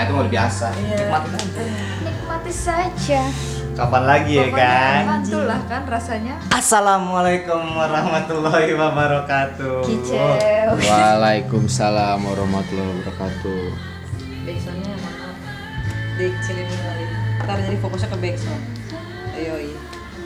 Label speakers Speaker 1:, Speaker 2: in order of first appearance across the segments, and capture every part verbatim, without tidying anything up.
Speaker 1: itu mau biasa.
Speaker 2: Iya.
Speaker 1: Nikmati aja.
Speaker 3: Nikmati saja.
Speaker 1: Kapan lagi ya kan?
Speaker 2: Mantul lah kan rasanya.
Speaker 1: Assalamualaikum warahmatullahi wabarakatuh.
Speaker 3: Kicau.
Speaker 4: Waalaikumsalam warahmatullahi wabarakatuh.
Speaker 2: Backsoundnya maaf. Dikecilin dulu kali. Ntar jadi fokusnya ke backsound. Ayo iya.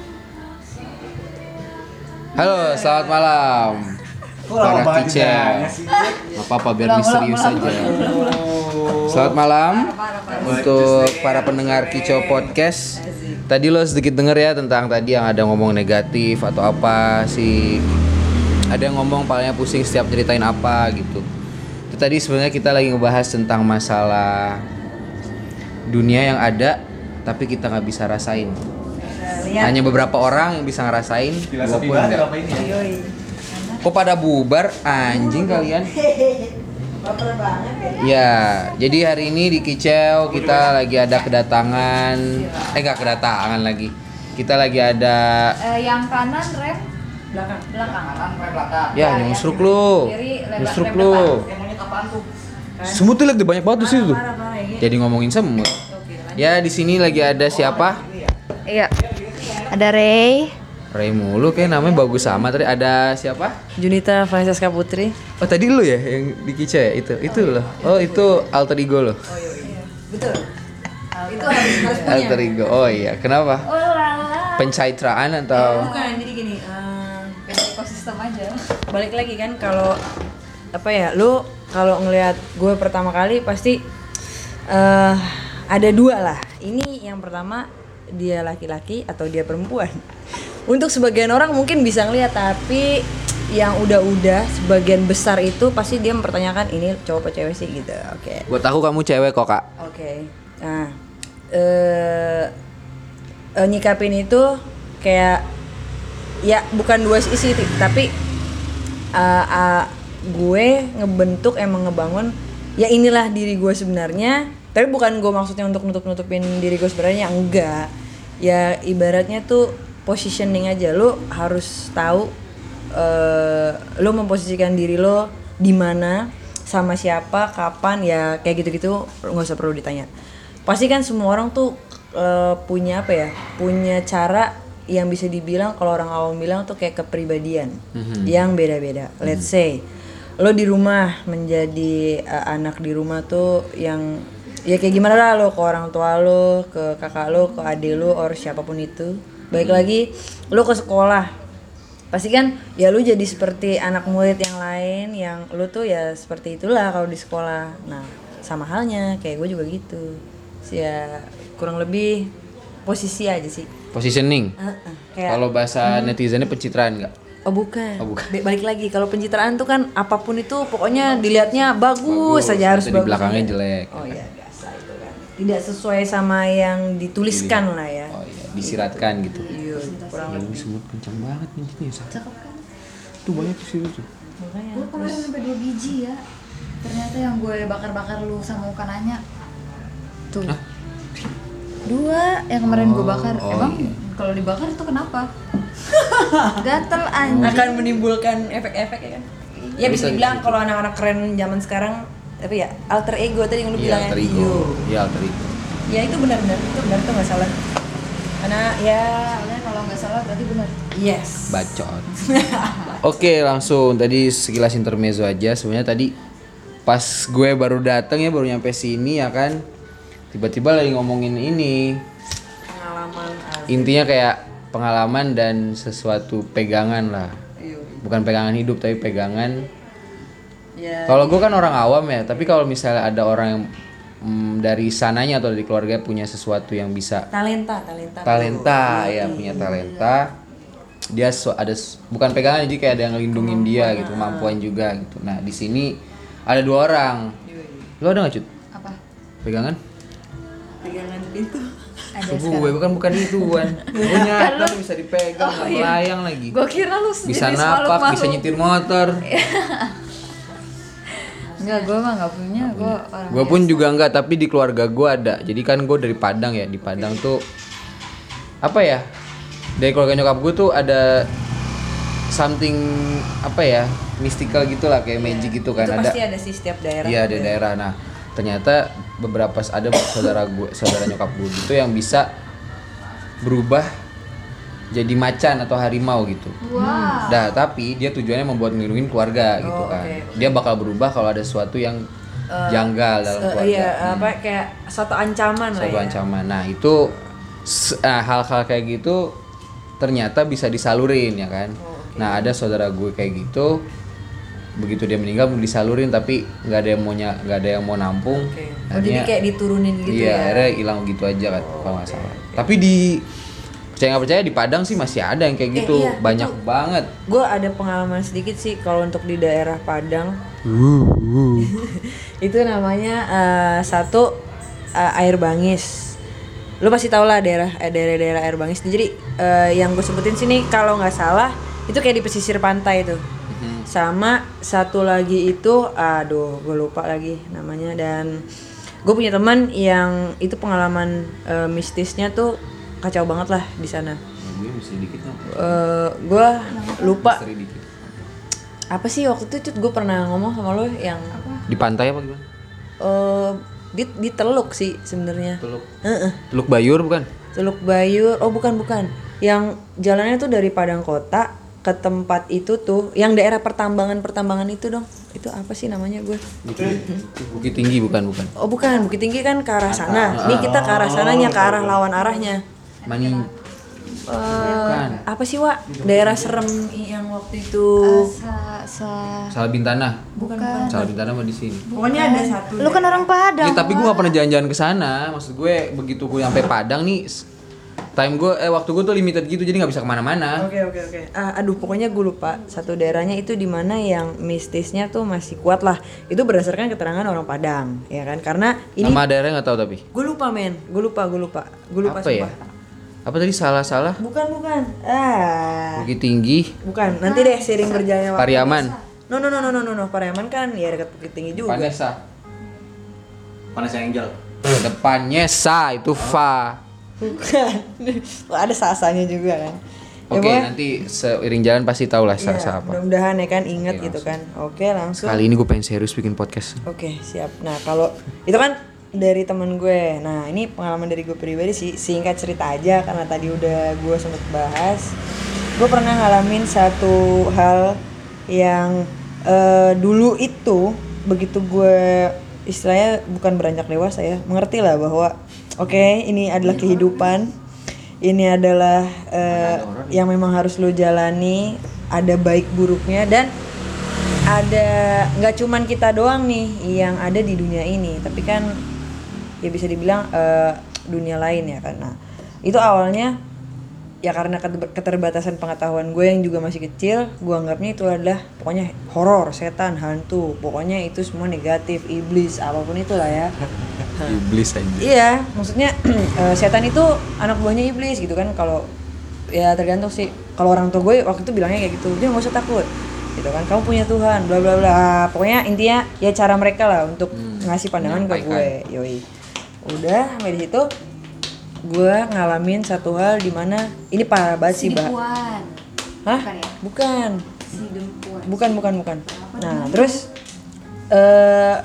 Speaker 4: Halo, selamat malam.
Speaker 1: Kok lama
Speaker 4: Para
Speaker 1: banget
Speaker 4: kicau.
Speaker 1: ditanya sih?
Speaker 4: Gak apa-apa, biar misterius aja. Selamat malam
Speaker 2: Parah, parah.
Speaker 4: untuk para pendengar Kicau Podcast. Tadi lo sedikit denger ya tentang tadi yang ada ngomong negatif atau apa sih. Ada yang ngomong palanya pusing setiap ceritain apa gitu. Itu tadi sebenarnya kita lagi ngebahas tentang masalah dunia yang ada tapi kita nggak bisa rasain.
Speaker 2: Lihat.
Speaker 4: Hanya beberapa orang yang bisa ngerasain.
Speaker 1: Filosofi
Speaker 4: gua pun
Speaker 1: banget
Speaker 4: nggak.
Speaker 1: apa ini ya?
Speaker 2: Yoi.
Speaker 4: Kok pada bubar anjing kalian?
Speaker 2: Baper banget ya.
Speaker 4: Ya, jadi hari ini di Kicau kita lagi ada kedatangan. Eh nggak kedatangan lagi. Kita lagi ada.
Speaker 3: Eh, yang kanan rem
Speaker 2: Belakang.
Speaker 3: belakang.
Speaker 1: Kanan rem belakang.
Speaker 4: Ya nyusruk lu.
Speaker 3: Kiri lebar-
Speaker 4: Nyusruk
Speaker 3: rem
Speaker 4: lu.
Speaker 3: depan.
Speaker 1: Yang monyet apaan tuh?
Speaker 4: Semut tuh lihat banyak banget tuh situ tuh.
Speaker 2: Parah, parah ya. Gi.
Speaker 4: Jadi ngomongin semut.
Speaker 2: Oke, lanjut.
Speaker 4: Ya di sini lagi ada siapa?
Speaker 3: Iya. Ada Ray.
Speaker 4: Ray mulu kayak namanya bagus sama tadi. Ada siapa?
Speaker 2: Junita Francesca Putri.
Speaker 4: Oh tadi lu ya yang di Kicau ya itu itu loh. Oh itu alter ego loh.
Speaker 2: Betul. Itu harus harus punya.
Speaker 4: Alter ego. Oh iya. Kenapa?
Speaker 3: Oh lala.
Speaker 4: Pencitraan atau?
Speaker 2: Bukan, jadi gini. eh,
Speaker 3: Beda ekosistem aja.
Speaker 2: balik lagi kan kalau apa ya, lu kalau ngelihat gue pertama kali pasti eh ada dua lah. Ini yang pertama, dia laki-laki atau dia perempuan. Untuk sebagian orang mungkin bisa ngelihat, tapi yang udah-udah sebagian besar itu pasti dia mempertanyakan ini cowok apa cewek sih gitu. Oke.
Speaker 4: Gue tahu kamu cewek kok kak.
Speaker 2: Oke. Nah, eh eh, nyikapin itu kayak ya bukan dua sisi tapi eh, eh, gue ngebentuk emang ngebangun ya inilah diri gue sebenarnya, tapi bukan gue maksudnya untuk nutup-nutupin diri gue sebenarnya, enggak. Ya ibaratnya tuh positioning aja, lo harus tahu uh, lo memposisikan diri lo di mana, sama siapa, kapan, ya kayak gitu-gitu nggak usah perlu ditanya. Pasti kan semua orang tuh uh, punya apa ya, punya cara yang bisa dibilang kalau orang awam bilang tuh kayak kepribadian mm-hmm. yang beda-beda. Let's say lo di rumah menjadi uh, anak di rumah tuh yang ya kayak gimana lah lo ke orang tua lo, ke kakak lo, ke adik lo, or siapapun itu. Baik lagi lo ke sekolah, pasti kan ya lo jadi seperti anak murid yang lain yang lo tuh ya seperti itulah kalau di sekolah. Nah sama halnya kayak gue juga gitu. Ya kurang lebih posisi aja sih.
Speaker 4: Positioning.
Speaker 2: Uh-uh, kayak,
Speaker 4: Kalau bahasa netizennya pencitraan nggak?
Speaker 2: oh bukan.
Speaker 4: Oh, bukan.
Speaker 2: Ba- balik lagi kalau pencitraan tuh kan apapun itu pokoknya dilihatnya bagus,
Speaker 4: Bagus,
Speaker 2: saja harus
Speaker 4: atau di
Speaker 2: bagus
Speaker 4: belakangnya
Speaker 2: aja.
Speaker 4: jelek.
Speaker 2: Oh iya biasa itu kan. Tidak sesuai sama yang dituliskan lah ya.
Speaker 4: Oh iya, disiratkan gitu.
Speaker 2: Iya, kurang
Speaker 4: Ya,
Speaker 2: lebih.
Speaker 4: ini semut kencang banget nih nih.
Speaker 3: Cakep kan?
Speaker 4: Tuh banyak di situ tuh.
Speaker 2: Makanya.
Speaker 3: Gue kemarin sampai dua biji ya. Ternyata yang gue bakar-bakar lu sama ukananya. Tuh.
Speaker 4: Hah?
Speaker 3: Dua yang kemarin gue bakar.
Speaker 4: Oh,
Speaker 3: Emang
Speaker 4: iya.
Speaker 3: kalau dibakar itu kenapa? Gatel anjing.
Speaker 2: Akan menimbulkan efek-efek ya kan. Ya bisa
Speaker 4: Bisa
Speaker 2: dibilang
Speaker 4: gitu.
Speaker 2: kalau anak-anak keren zaman sekarang tapi ya alter ego tadi yang lu
Speaker 4: Iya
Speaker 2: bilang
Speaker 4: alter
Speaker 2: ya.
Speaker 4: ego.
Speaker 2: Iya.
Speaker 4: Iya alter ego.
Speaker 2: Ya itu benar-benar, itu benar tuh nggak salah. Karena ya
Speaker 3: Soalnya kalau nggak salah berarti benar.
Speaker 2: yes.
Speaker 4: Bacot. Oke langsung tadi sekilas intermezzo aja. Sebenarnya tadi pas gue baru datang ya baru nyampe sini ya kan. Tiba-tiba lagi ngomongin ini.
Speaker 2: Pengalaman asli.
Speaker 4: Intinya kayak pengalaman dan sesuatu pegangan lah.
Speaker 2: Iya.
Speaker 4: Bukan pegangan hidup tapi pegangan.
Speaker 2: Ya.
Speaker 4: Kalau gue kan orang awam ya, tapi kalau misalnya ada orang yang mm, dari sananya atau dari keluarga punya sesuatu yang bisa
Speaker 2: talenta, talenta.
Speaker 4: talenta ya punya talenta, dia so, ada s- bukan pegangan jadi kayak ada yang ngelindungin dia gitu, kemampuan juga gitu. Nah di sini ada dua orang. Lo ada nggak Cut?
Speaker 3: Apa?
Speaker 4: Pegangan?
Speaker 2: Pegangan pintu.
Speaker 3: Ada
Speaker 4: Gue
Speaker 3: sekarang.
Speaker 4: bukan bukan ituan. Gue nyata bisa dipegang,
Speaker 3: Oh,
Speaker 4: nggak
Speaker 3: iya.
Speaker 4: melayang lagi.
Speaker 3: Gue kira lu
Speaker 4: Bisa
Speaker 3: jenis
Speaker 4: napak,
Speaker 3: makhluk-makhluk.
Speaker 4: bisa nyetir motor.
Speaker 3: Enggak, gue mah nggak punya. Gue orang.
Speaker 4: Gue pun juga enggak, tapi di keluarga gue ada. Jadi kan gue dari Padang ya, di Padang tuh apa ya? Dari keluarga nyokap gue tuh ada something apa ya? Mystical gitu lah kayak magic gitu kan.
Speaker 2: Itu
Speaker 4: Ada
Speaker 2: pasti ada sih setiap daerah.
Speaker 4: iya ada daerah. Nah ternyata beberapa ada saudara gue, saudara nyokap gue gitu yang bisa berubah jadi macan atau harimau gitu.
Speaker 3: Wow.
Speaker 4: Nah, tapi dia tujuannya membuat ngelindungin keluarga gitu
Speaker 2: Oh,
Speaker 4: kan.
Speaker 2: oke.
Speaker 4: Dia bakal berubah kalau ada sesuatu yang janggal dalam
Speaker 2: Eh,
Speaker 4: keluarga.
Speaker 2: iya,
Speaker 4: Hmm.
Speaker 2: apa kayak satu ancaman lah
Speaker 4: Suatu
Speaker 2: ya.
Speaker 4: ancaman. Nah, itu s- ah, hal-hal kayak gitu ternyata bisa disalurin ya kan.
Speaker 2: Oh,
Speaker 4: Nah, ada saudara gue kayak gitu. Begitu dia meninggal mau disalurin tapi nggak ada yang mau nya- nggak ada yang mau nampung.
Speaker 2: Oke. Oh, jadi kayak diturunin gitu
Speaker 4: iya,
Speaker 2: ya.
Speaker 4: akhirnya hilang gitu aja kan kalau nggak salah. Tapi di percaya nggak percaya di Padang sih masih ada yang kayak
Speaker 2: Eh,
Speaker 4: gitu,
Speaker 2: iya,
Speaker 4: banyak
Speaker 2: itu-
Speaker 4: banget.
Speaker 2: Gue ada pengalaman sedikit sih kalau untuk di daerah Padang. Itu namanya eh, satu eh, air bangis. Lu pasti tau lah daerah eh, daerah-daerah air bangis. Jadi eh, yang gue sebutin sini kalau nggak salah itu kayak di pesisir pantai tuh. Sama satu lagi itu, aduh gue lupa lagi namanya. Dan gue punya teman yang itu pengalaman eh, mistisnya tuh kacau banget lah di sana.
Speaker 4: Gue mesti dikit dong.
Speaker 2: Eh, gue lupa
Speaker 4: Misteri dikit.
Speaker 2: apa sih waktu itu Cut gue pernah ngomong sama lo yang
Speaker 4: Di pantai apa gimana?
Speaker 2: eh di, di Teluk sih sebenarnya.
Speaker 4: Teluk.
Speaker 2: Heeh.
Speaker 4: Teluk Bayur bukan?
Speaker 2: Teluk Bayur. Oh bukan bukan. Yang jalannya tuh dari Padang Kota ke tempat itu tuh, yang daerah pertambangan-pertambangan itu dong. Itu apa sih namanya gue?
Speaker 4: Bukit Tinggi bukan bukan?
Speaker 2: Oh bukan, Bukit Tinggi kan ke arah sana. Ini kita ke arah sananya, ke arah lawan arahnya.
Speaker 4: Mani
Speaker 2: Eh, apa sih Wak? Daerah serem yang waktu itu.
Speaker 3: Sa, sa.
Speaker 4: Salah Bintana.
Speaker 2: Bukan bukan.
Speaker 4: Salah Bintana mah di sini.
Speaker 2: Pokoknya ada satu.
Speaker 3: Lu kan orang Padang.
Speaker 4: Ya, tapi gue gak pernah jalan-jalan ke sana. Maksud gue begitu gue sampai Padang nih, s- time gue eh waktu gue tuh limited gitu jadi nggak bisa kemana-mana.
Speaker 2: Oke oke oke. Ah, aduh pokoknya gue lupa satu daerahnya itu di mana yang mistisnya tuh masih kuat lah. Itu berdasarkan keterangan orang Padang, ya kan? Karena ini
Speaker 4: Nama daerahnya nggak tahu tapi.
Speaker 2: gue lupa men, gue lupa gue lupa, gue lupa
Speaker 4: Apa ya?
Speaker 2: sumpah.
Speaker 4: Apa tadi salah-salah?
Speaker 2: Bukan bukan. Ah,
Speaker 4: Bukit Tinggi,
Speaker 2: bukan. Nanti deh sering berjalannya waktu.
Speaker 4: Pariaman,
Speaker 2: No no no no no no no. Pariaman kan ya dekat Bukit Tinggi juga.
Speaker 4: Panesa.
Speaker 1: Vanessa Angel.
Speaker 4: Depannya Sa itu Fa.
Speaker 2: Bukan. Wah, ada sasanya juga kan. Ya,
Speaker 4: Oke,
Speaker 2: pokoknya-
Speaker 4: nanti seiring jalan pasti tahu lah
Speaker 2: Iya,
Speaker 4: Sa apa.
Speaker 2: mudah-mudahan ya kan inget
Speaker 4: Oke,
Speaker 2: gitu kan. Oke langsung.
Speaker 4: Kali ini gue pengen serius bikin podcast.
Speaker 2: Oke siap. Nah kalau itu kan dari temen gue. Nah ini pengalaman dari gue pribadi sih. Singkat cerita aja karena tadi udah gue sempet bahas. Gue pernah ngalamin satu hal yang eh, dulu itu begitu gue istilahnya bukan beranjak dewasa ya, mengerti lah bahwa oke ini adalah kehidupan. Ini adalah eh, yang memang harus lo jalani. Ada baik buruknya dan ada nggak cuman kita doang nih yang ada di dunia ini, tapi kan ya bisa dibilang eh, dunia lain ya kan. Nah itu awalnya ya karena keter- keterbatasan pengetahuan gue yang juga masih kecil, gue anggapnya itu adalah pokoknya horor, setan, hantu, pokoknya itu semua negatif, iblis, apapun itulah ya.
Speaker 4: Iblis aja.
Speaker 2: Iya, maksudnya eh, setan itu anak buahnya iblis gitu kan. Kalau ya tergantung sih. Kalau orang tua gue waktu itu bilangnya kayak gitu, dia nggak usah takut, gitu kan. Kamu punya Tuhan, bla bla bla. Pokoknya intinya ya cara mereka lah untuk ngasih pandangan ke gue. Yoi. Udah sampai di situ, gue ngalamin satu hal di mana ini parah banget sih, Mbak.
Speaker 3: Dempuan.
Speaker 2: Hah?
Speaker 3: Bukan ya?
Speaker 2: Bukan.
Speaker 3: Si dempuan.
Speaker 2: Bukan, bukan, bukan. Nah, terus eh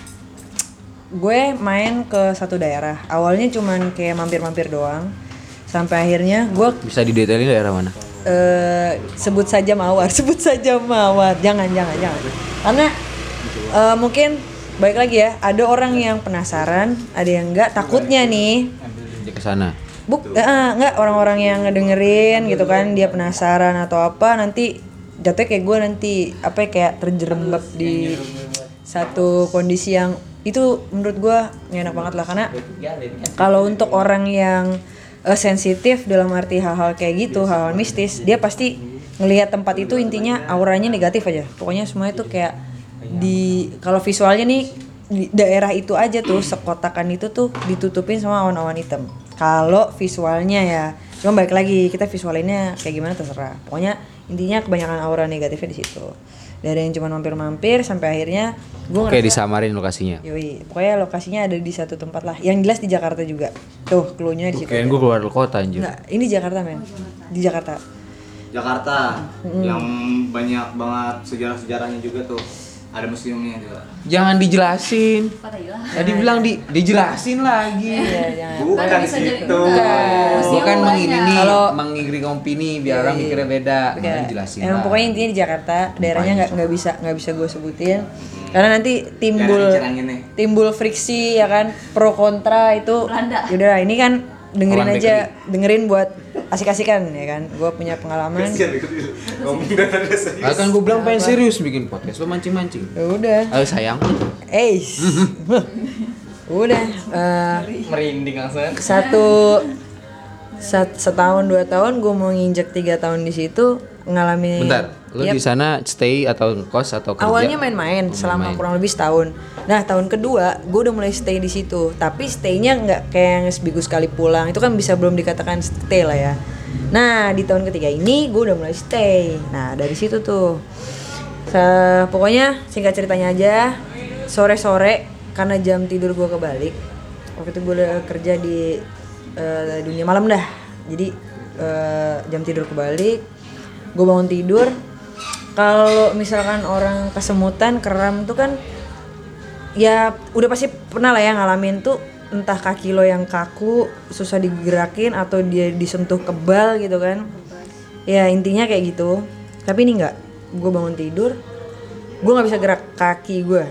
Speaker 2: gue main ke satu daerah. Awalnya cuman kayak mampir-mampir doang. Sampai akhirnya gue
Speaker 4: Bisa didetailin daerah mana?
Speaker 2: eh sebut saja Mawar, sebut saja Mawar. Jangan, jangan, jangan. Karena eh, mungkin baik lagi ya, ada orang yang penasaran, ada yang enggak. Takutnya nih
Speaker 4: Dia ke sana.
Speaker 2: Buk, eh, enggak orang-orang yang ngedengerin gitu kan, dia penasaran atau apa, nanti jatuhnya kayak gue nanti apa ya, kayak terjerembab di satu kondisi yang itu menurut gue nggak enak banget lah. Karena kalau untuk orang yang eh, sensitif dalam arti hal-hal kayak gitu, hal-hal mistis, dia pasti ngelihat tempat itu intinya auranya negatif aja. Pokoknya semua itu kayak di kalau visualnya nih di daerah itu aja tuh sekotakan itu tuh ditutupin sama awan-awan hitam. Kalau visualnya ya, cuma balik lagi kita visualinnya kayak gimana terserah. Pokoknya intinya kebanyakan aura negatifnya di situ. Dari yang cuma mampir-mampir sampai akhirnya gue
Speaker 4: Oke, disamarin lokasinya.
Speaker 2: Yoi, pokoknya lokasinya ada di satu tempat lah. Yang jelas di Jakarta juga. Tuh, clue-nya di situ.
Speaker 4: Kayaknya gue keluar kota anjir.
Speaker 2: Enggak, ini Jakarta men. Di Jakarta.
Speaker 1: Jakarta yang banyak banget sejarah-sejarahnya juga tuh. Ada museumnya juga.
Speaker 4: Jangan dijelasin.
Speaker 3: Pada hilang.
Speaker 4: Tadi bilang di dijelasin lagi.
Speaker 2: Iya, jangan.
Speaker 1: Bukan
Speaker 3: Kan
Speaker 1: di
Speaker 3: bisa jadi-
Speaker 1: situ.
Speaker 2: Bukan.
Speaker 4: Bukan
Speaker 3: Museum
Speaker 4: mengini
Speaker 3: banyak.
Speaker 4: nih,
Speaker 2: Kalau-
Speaker 4: mengingri opini biar orang mikirnya beda.
Speaker 2: Enggak.
Speaker 4: Makanya jelasin.
Speaker 2: Emang
Speaker 4: lah.
Speaker 2: pokoknya intinya di Jakarta, daerahnya nggak nggak bisa nggak bisa gue sebutin karena nanti timbul
Speaker 1: Daerah incerannya nih.
Speaker 2: timbul friksi ya kan, pro kontra itu.
Speaker 3: Belanda.
Speaker 2: Yaudah ini kan dengerin
Speaker 4: Holland
Speaker 2: aja, dengerin buat asik-asikan ya kan. Gue punya pengalaman.
Speaker 1: Kasian ikut itu. Ngomong dan ada serius.
Speaker 4: Ah, kan gue bilang pengen serius bikin podcast, lo mancing-mancing.
Speaker 2: Ya udah,
Speaker 4: Ayo sayang.
Speaker 2: eh, udah eh,
Speaker 1: Merinding langsung.
Speaker 2: satu sat- setahun dua tahun gue mau nginjek tiga tahun di situ ngalamin.
Speaker 4: Bentar, lo
Speaker 2: Yap.
Speaker 4: di sana stay atau kos atau kerja?
Speaker 2: Awalnya main-main selama
Speaker 4: main.
Speaker 2: kurang lebih setahun. Nah tahun kedua gue udah mulai stay di situ. Tapi staynya nggak kayak yang seminggu sekali pulang. Itu kan bisa belum dikatakan stay lah ya. Nah di tahun ketiga ini gue udah mulai stay. Nah dari situ tuh, Se- pokoknya singkat ceritanya aja. Sore-sore karena jam tidur gue kebalik. Waktu itu gue udah kerja di eh, dunia malam dah. Jadi eh, jam tidur kebalik. Gue bangun tidur. Kalau misalkan orang kesemutan, kram tuh kan ya udah pasti pernah lah ya ngalamin tuh, entah kaki lo yang kaku, susah digerakin atau dia disentuh kebal gitu kan. Ya intinya kayak gitu. Tapi ini enggak. Gue bangun tidur, gue nggak bisa gerak kaki gue.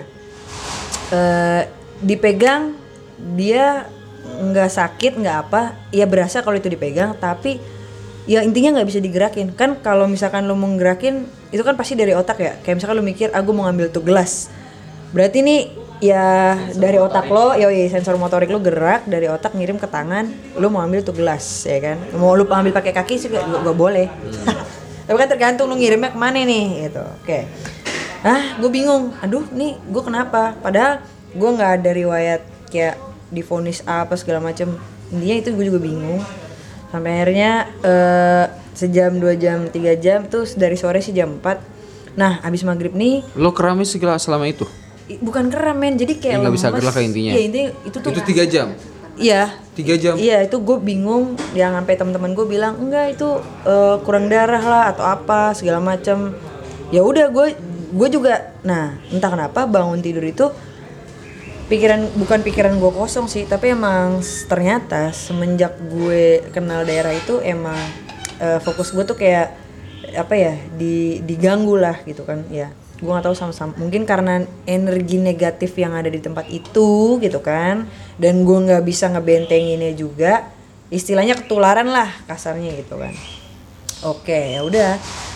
Speaker 2: Eh, dipegang dia nggak sakit nggak apa, ya berasa kalau itu dipegang, tapi ya intinya nggak bisa digerakin. Kan kalau misalkan lo mau gerakin itu kan pasti dari otak ya. Kayak misalkan lo mikir, ah gue mau ngambil tuh gelas, berarti nih ya dari otak lo, yoi sensor motorik lo gerak dari otak ngirim ke tangan, lo mau ambil tuh gelas ya kan. Mau lo ambil pakai kaki sih gak, gak boleh. Tapi kan tergantung lo ngirimnya kemana nih gitu. Oke. Ah gue bingung, aduh nih gue kenapa? Padahal gue nggak ada riwayat kayak divonis apa segala macem. Intinya itu gue juga bingung. Sampai akhirnya eh, sejam, dua jam, tiga jam, terus dari sore sih jam empat. Nah abis maghrib nih,
Speaker 4: Lo keramis segala selama itu?
Speaker 2: i- bukan keren men, jadi kayak
Speaker 4: Ya, nggak bisa
Speaker 2: lemes.
Speaker 4: gerak kayak intinya.
Speaker 2: Iya intinya itu tuh.
Speaker 4: Itu tiga jam?
Speaker 2: Iya.
Speaker 4: Tiga jam?
Speaker 2: Iya itu gue bingung, yang sampai teman-teman gue bilang enggak itu eh, kurang darah lah atau apa segala macam. Ya udah gue gue juga, nah entah kenapa bangun tidur itu pikiran, bukan pikiran gue kosong sih, tapi emang s- ternyata semenjak gue kenal daerah itu emang eh, fokus gue tuh kayak apa ya, di diganggu lah gitu kan ya. Gue nggak tahu sama-sama, mungkin karena energi negatif yang ada di tempat itu gitu kan, dan gue nggak bisa ngebentenginnya juga, istilahnya ketularan lah kasarnya gitu kan. Oke ya udah,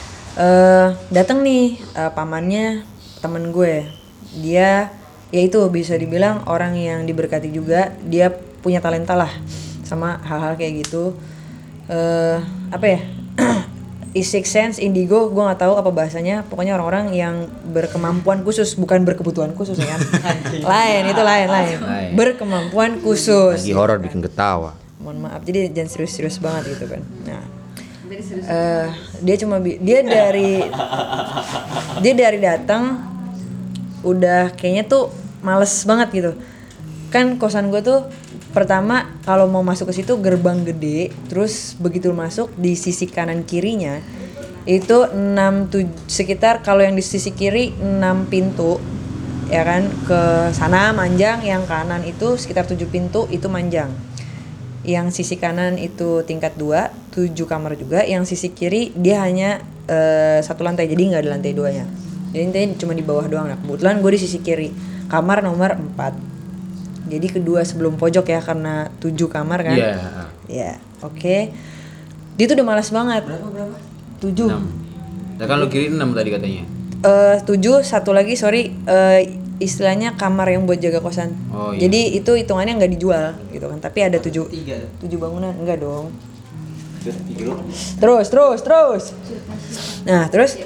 Speaker 2: eh datang nih eh, pamannya temen gue, dia ya itu bisa dibilang orang yang diberkati juga, dia punya talenta lah sama hal-hal kayak gitu. Eh apa ya? Sixth sense, indigo, gue nggak tahu apa bahasanya. Pokoknya orang-orang yang berkemampuan khusus, bukan berkebutuhan khusus ya kan. Lain, itu lain, lain.
Speaker 4: Lain.
Speaker 2: Berkemampuan khusus.
Speaker 4: Lagi horor bikin ketawa.
Speaker 2: Mohon maaf, jadi jangan serius-serius banget gitu kan. Nah,
Speaker 3: Jadi serius.
Speaker 2: eh dia cuma bi- dia dari dia dari datang udah kayaknya tuh males banget gitu. Kan kosan gue tuh pertama kalau mau masuk ke situ gerbang gede, terus begitu masuk di sisi kanan kirinya itu enam tuj- sekitar, kalau yang di sisi kiri enam pintu ya kan, ke sana manjang, yang kanan itu sekitar tujuh pintu itu manjang. Yang sisi kanan itu tingkat dua, tujuh kamar juga. Yang sisi kiri dia hanya eh, satu lantai, jadi nggak ada lantai duanya. Jadi intinya cuma di bawah doang. Nah, kebetulan gue di sisi kiri, kamar nomor empat. Jadi kedua sebelum pojok ya, karena tujuh kamar kan.
Speaker 4: Iya.
Speaker 2: Ya, oke. Dia tuh udah malas banget.
Speaker 1: Berapa berapa?
Speaker 2: Tujuh.
Speaker 4: Enam. Nah, kan lo kiri enam tadi katanya.
Speaker 2: Eh, tujuh, satu lagi sorry, eh, istilahnya kamar yang buat jaga kosan.
Speaker 4: Oh, iya.
Speaker 2: Jadi itu hitungannya nggak dijual gitu kan. Tapi ada tujuh,
Speaker 1: Tiga.
Speaker 2: tujuh bangunan, enggak dong.
Speaker 1: Terus tiga lo.
Speaker 2: Terus, terus, terus. Nah, terus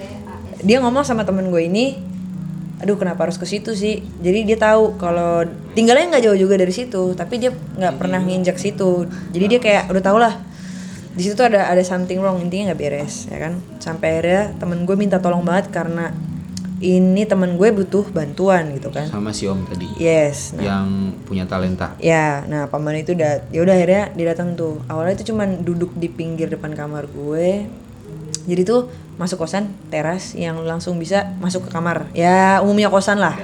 Speaker 2: dia ngomong sama temen gue ini, aduh kenapa harus ke situ sih? Jadi dia tahu kalau tinggalnya nggak jauh juga dari situ, tapi dia nggak pernah nginjak situ. Jadi dia kayak udah tau lah, di situ tuh ada ada something wrong, intinya nggak beres, ya kan? Sampai akhirnya temen gue minta tolong banget karena ini temen gue butuh bantuan gitu kan.
Speaker 4: Sama si Om tadi.
Speaker 2: Yes. Nah,
Speaker 4: Yang punya talenta.
Speaker 2: ya, nah paman itu udah, ya udah akhirnya dia datang tuh. Awalnya itu cuman duduk di pinggir depan kamar gue. Jadi tuh masuk kosan teras yang lu langsung bisa masuk ke kamar. Ya umumnya kosan lah.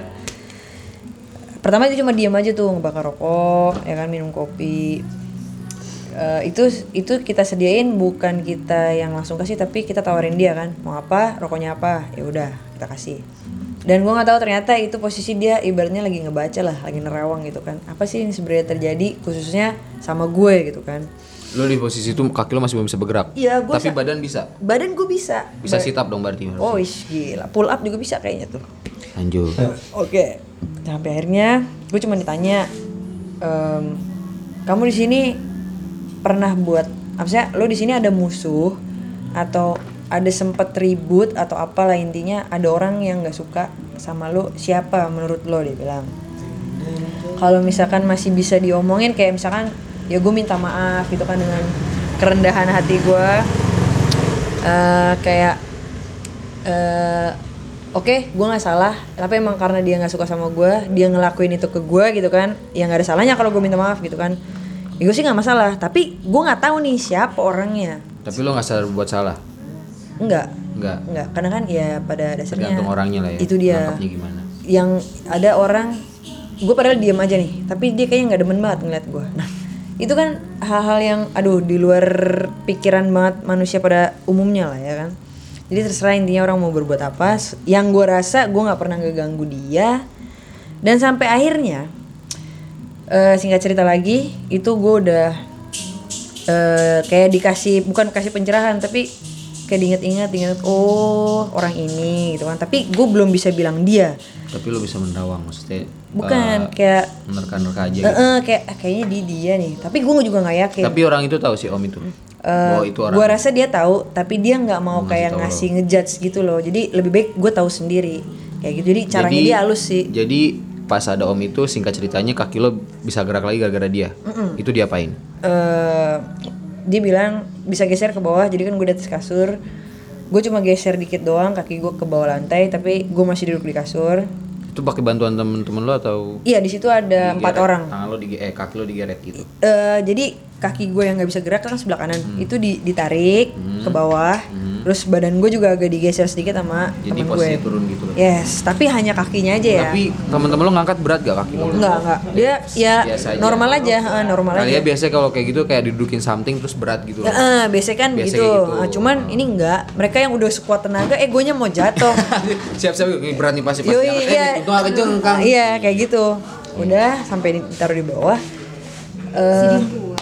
Speaker 2: Pertama itu cuma diam aja tuh ngebakar rokok, ya kan minum kopi. Uh, itu itu kita sediain bukan kita yang langsung kasih tapi kita tawarin dia kan mau apa rokoknya apa ya udah kita kasih. Dan gue nggak tahu ternyata itu posisi dia ibaratnya lagi ngebaca lah lagi nerawang gitu kan apa sih yang sebenarnya terjadi khususnya sama gue gitu kan.
Speaker 4: Lo di posisi itu kaki lo masih belum bisa bergerak.
Speaker 2: Iya gue
Speaker 4: tapi
Speaker 2: sa-
Speaker 4: badan bisa.
Speaker 2: Badan gue bisa.
Speaker 4: Bisa
Speaker 2: ba-
Speaker 4: sit up dong berarti.
Speaker 2: Oh ish, gila pull up juga bisa kayaknya tuh.
Speaker 4: Lanjut.
Speaker 2: Oke sampai akhirnya gue cuma ditanya ehm, kamu di sini pernah buat maksudnya lo di sini ada musuh atau ada sempet ribut atau apalah intinya ada orang yang nggak suka sama lo siapa menurut lo dia bilang. Kalau misalkan masih bisa diomongin kayak misalkan ya gue minta maaf gitu kan dengan kerendahan hati gue uh, kayak uh, oke okay, gue nggak salah tapi emang karena dia nggak suka sama gue dia ngelakuin itu ke gue gitu kan ya nggak ada salahnya kalau gue minta maaf gitu kan. Ya gue sih nggak masalah, tapi gue nggak tahu nih siapa orangnya.
Speaker 4: Tapi lo nggak sadar buat salah?
Speaker 2: Enggak.
Speaker 4: Enggak.
Speaker 2: Enggak, karena kan ya pada dasarnya.
Speaker 4: Tergantung orangnya lah ya.
Speaker 2: Itu dia.
Speaker 4: Nangkapnya gimana?
Speaker 2: Yang ada orang, gue padahal diam aja nih, tapi dia kayaknya nggak demen banget ngeliat gue. Nah, itu kan hal-hal yang, aduh, di luar pikiran banget manusia pada umumnya lah ya kan. Jadi terserah intinya orang mau berbuat apa. Yang gue rasa gue nggak pernah ngeganggu dia. Dan sampai akhirnya. Uh, singkat cerita lagi itu gue udah uh, kayak dikasih bukan kasih pencerahan tapi kayak diinget-inget inget oh orang ini gitu kan tapi gue belum bisa bilang dia
Speaker 4: tapi lo bisa menerawang maksudnya
Speaker 2: bukan
Speaker 4: uh,
Speaker 2: kayak
Speaker 4: menerka-nerka aja
Speaker 2: uh,
Speaker 4: gitu.
Speaker 2: uh, kayak kayaknya di dia nih tapi gue juga nggak yakin
Speaker 4: Tapi orang itu tahu sih om itu
Speaker 2: uh,
Speaker 4: bahwa itu orang
Speaker 2: gue rasa dia tahu tapi dia nggak mau
Speaker 4: Ngasih
Speaker 2: kayak
Speaker 4: tahu
Speaker 2: ngasih ngejudge gitu loh jadi lebih baik gue tahu sendiri kayak gitu jadi caranya
Speaker 4: Jadi-
Speaker 2: dia halus sih.
Speaker 4: Jadi pas ada om itu singkat ceritanya kaki lo bisa gerak lagi gara-gara dia.
Speaker 2: Mm-mm.
Speaker 4: Itu diapain?
Speaker 2: Uh, dia bilang bisa geser ke bawah jadi kan gue di atas kasur gue cuma geser dikit doang kaki gue ke bawah lantai tapi gue masih duduk di kasur.
Speaker 4: Itu pakai bantuan temen-temen lo atau
Speaker 2: Iya di situ ada empat
Speaker 4: digeret?
Speaker 2: orang.
Speaker 4: Tangan lo di eh kaki lo digeret gitu.
Speaker 2: Uh, jadi kaki gue yang nggak bisa gerak kan sebelah kanan
Speaker 4: Hmm.
Speaker 2: itu di, ditarik
Speaker 4: Hmm.
Speaker 2: ke bawah
Speaker 4: Hmm.
Speaker 2: terus badan gue juga agak digeser sedikit sama
Speaker 4: Jadi
Speaker 2: teman gue.
Speaker 4: posisinya turun gitu loh.
Speaker 2: Yes tapi hanya kakinya aja ya.
Speaker 4: Tapi temen-temen lo ngangkat berat gak kaki lo?
Speaker 2: Enggak enggak dia ya
Speaker 4: Biasa aja.
Speaker 2: normal aja uh, normal
Speaker 4: Kali
Speaker 2: aja.
Speaker 4: ya biasanya kalau kayak gitu kayak didudukin something terus berat gitu loh.
Speaker 2: Ya, eh, biasanya kan
Speaker 4: Biasa
Speaker 2: begitu.
Speaker 4: kayak gitu.
Speaker 2: Ah, cuman ini enggak. Mereka yang udah sekuat tenaga, eh gue nya mau jatuh.
Speaker 4: Siap-siap ini berat nih pasti pasti.
Speaker 2: Yoi,
Speaker 4: angkat.
Speaker 2: iya.
Speaker 4: Eh, itu agak jengkang.
Speaker 2: Iya, kayak gitu. Udah sampai ditaruh di bawah. Eh,
Speaker 3: Selingkuh.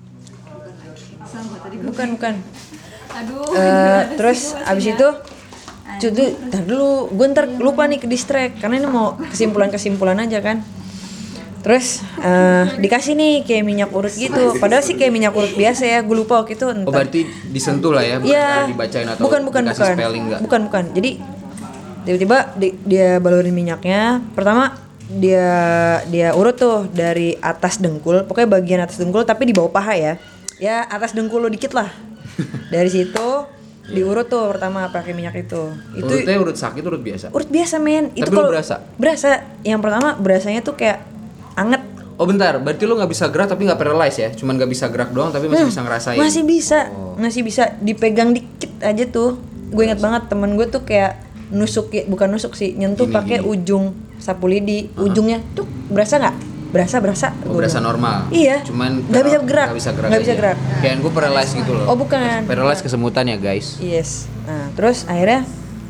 Speaker 3: Sama tadi gue.
Speaker 2: bukan bukan.
Speaker 3: Aduh.
Speaker 2: Eh, terus abis itu cuy, tar dulu, gue ntar lupa nih ke distract karena ini mau kesimpulan-kesimpulan aja kan. Terus eh, dikasih nih kayak minyak urut gitu. Padahal sih kayak minyak urut biasa ya. Gue lupa waktu itu.
Speaker 4: Oh
Speaker 2: Entah.
Speaker 4: berarti disentuh lah ya, bukan
Speaker 2: Iya.
Speaker 4: kayak dibacain atau
Speaker 2: bukan bukan
Speaker 4: dikasih
Speaker 2: bukan.
Speaker 4: spelling enggak?
Speaker 2: Bukan bukan. Jadi tiba-tiba di- dia balurin minyaknya. Pertama dia dia urut tuh dari atas dengkul, pokoknya bagian atas dengkul tapi di bawah paha ya. Ya atas dengkul lo dikit lah. Dari situ diurut tuh pertama pakai minyak itu. Itu
Speaker 4: Urutnya urut sakit, urut biasa.
Speaker 2: urut biasa men. Itu
Speaker 4: Tapi lu
Speaker 2: kalau
Speaker 4: berasa?
Speaker 2: Berasa. Yang pertama berasanya tuh kayak anget.
Speaker 4: Oh bentar, berarti lo nggak bisa gerak tapi nggak paralyzed ya? Cuman nggak bisa gerak doang tapi masih
Speaker 2: Hmm,
Speaker 4: bisa ngerasain.
Speaker 2: Masih bisa,
Speaker 4: Oh.
Speaker 2: masih bisa dipegang dikit aja tuh. Gue inget banget temen gue tuh kayak nusuk ya, bukan nusuk sih, nyentuh
Speaker 4: Gini,
Speaker 2: pakai
Speaker 4: gini.
Speaker 2: ujung sapu lidi, ujungnya tuh berasa nggak? Berasa berasa.
Speaker 4: Oh,
Speaker 2: Gua
Speaker 4: berasa
Speaker 2: bilang.
Speaker 4: normal.
Speaker 2: Iya.
Speaker 4: Cuman
Speaker 2: nggak bisa gerak.
Speaker 4: Nggak bisa gerak.
Speaker 2: Nggak bisa
Speaker 4: aja.
Speaker 2: gerak.
Speaker 4: Kayak gue paralyzed gitu loh.
Speaker 2: Oh bukan.
Speaker 4: Paralyzed kesemutan ya guys.
Speaker 2: Yes. Nah terus akhirnya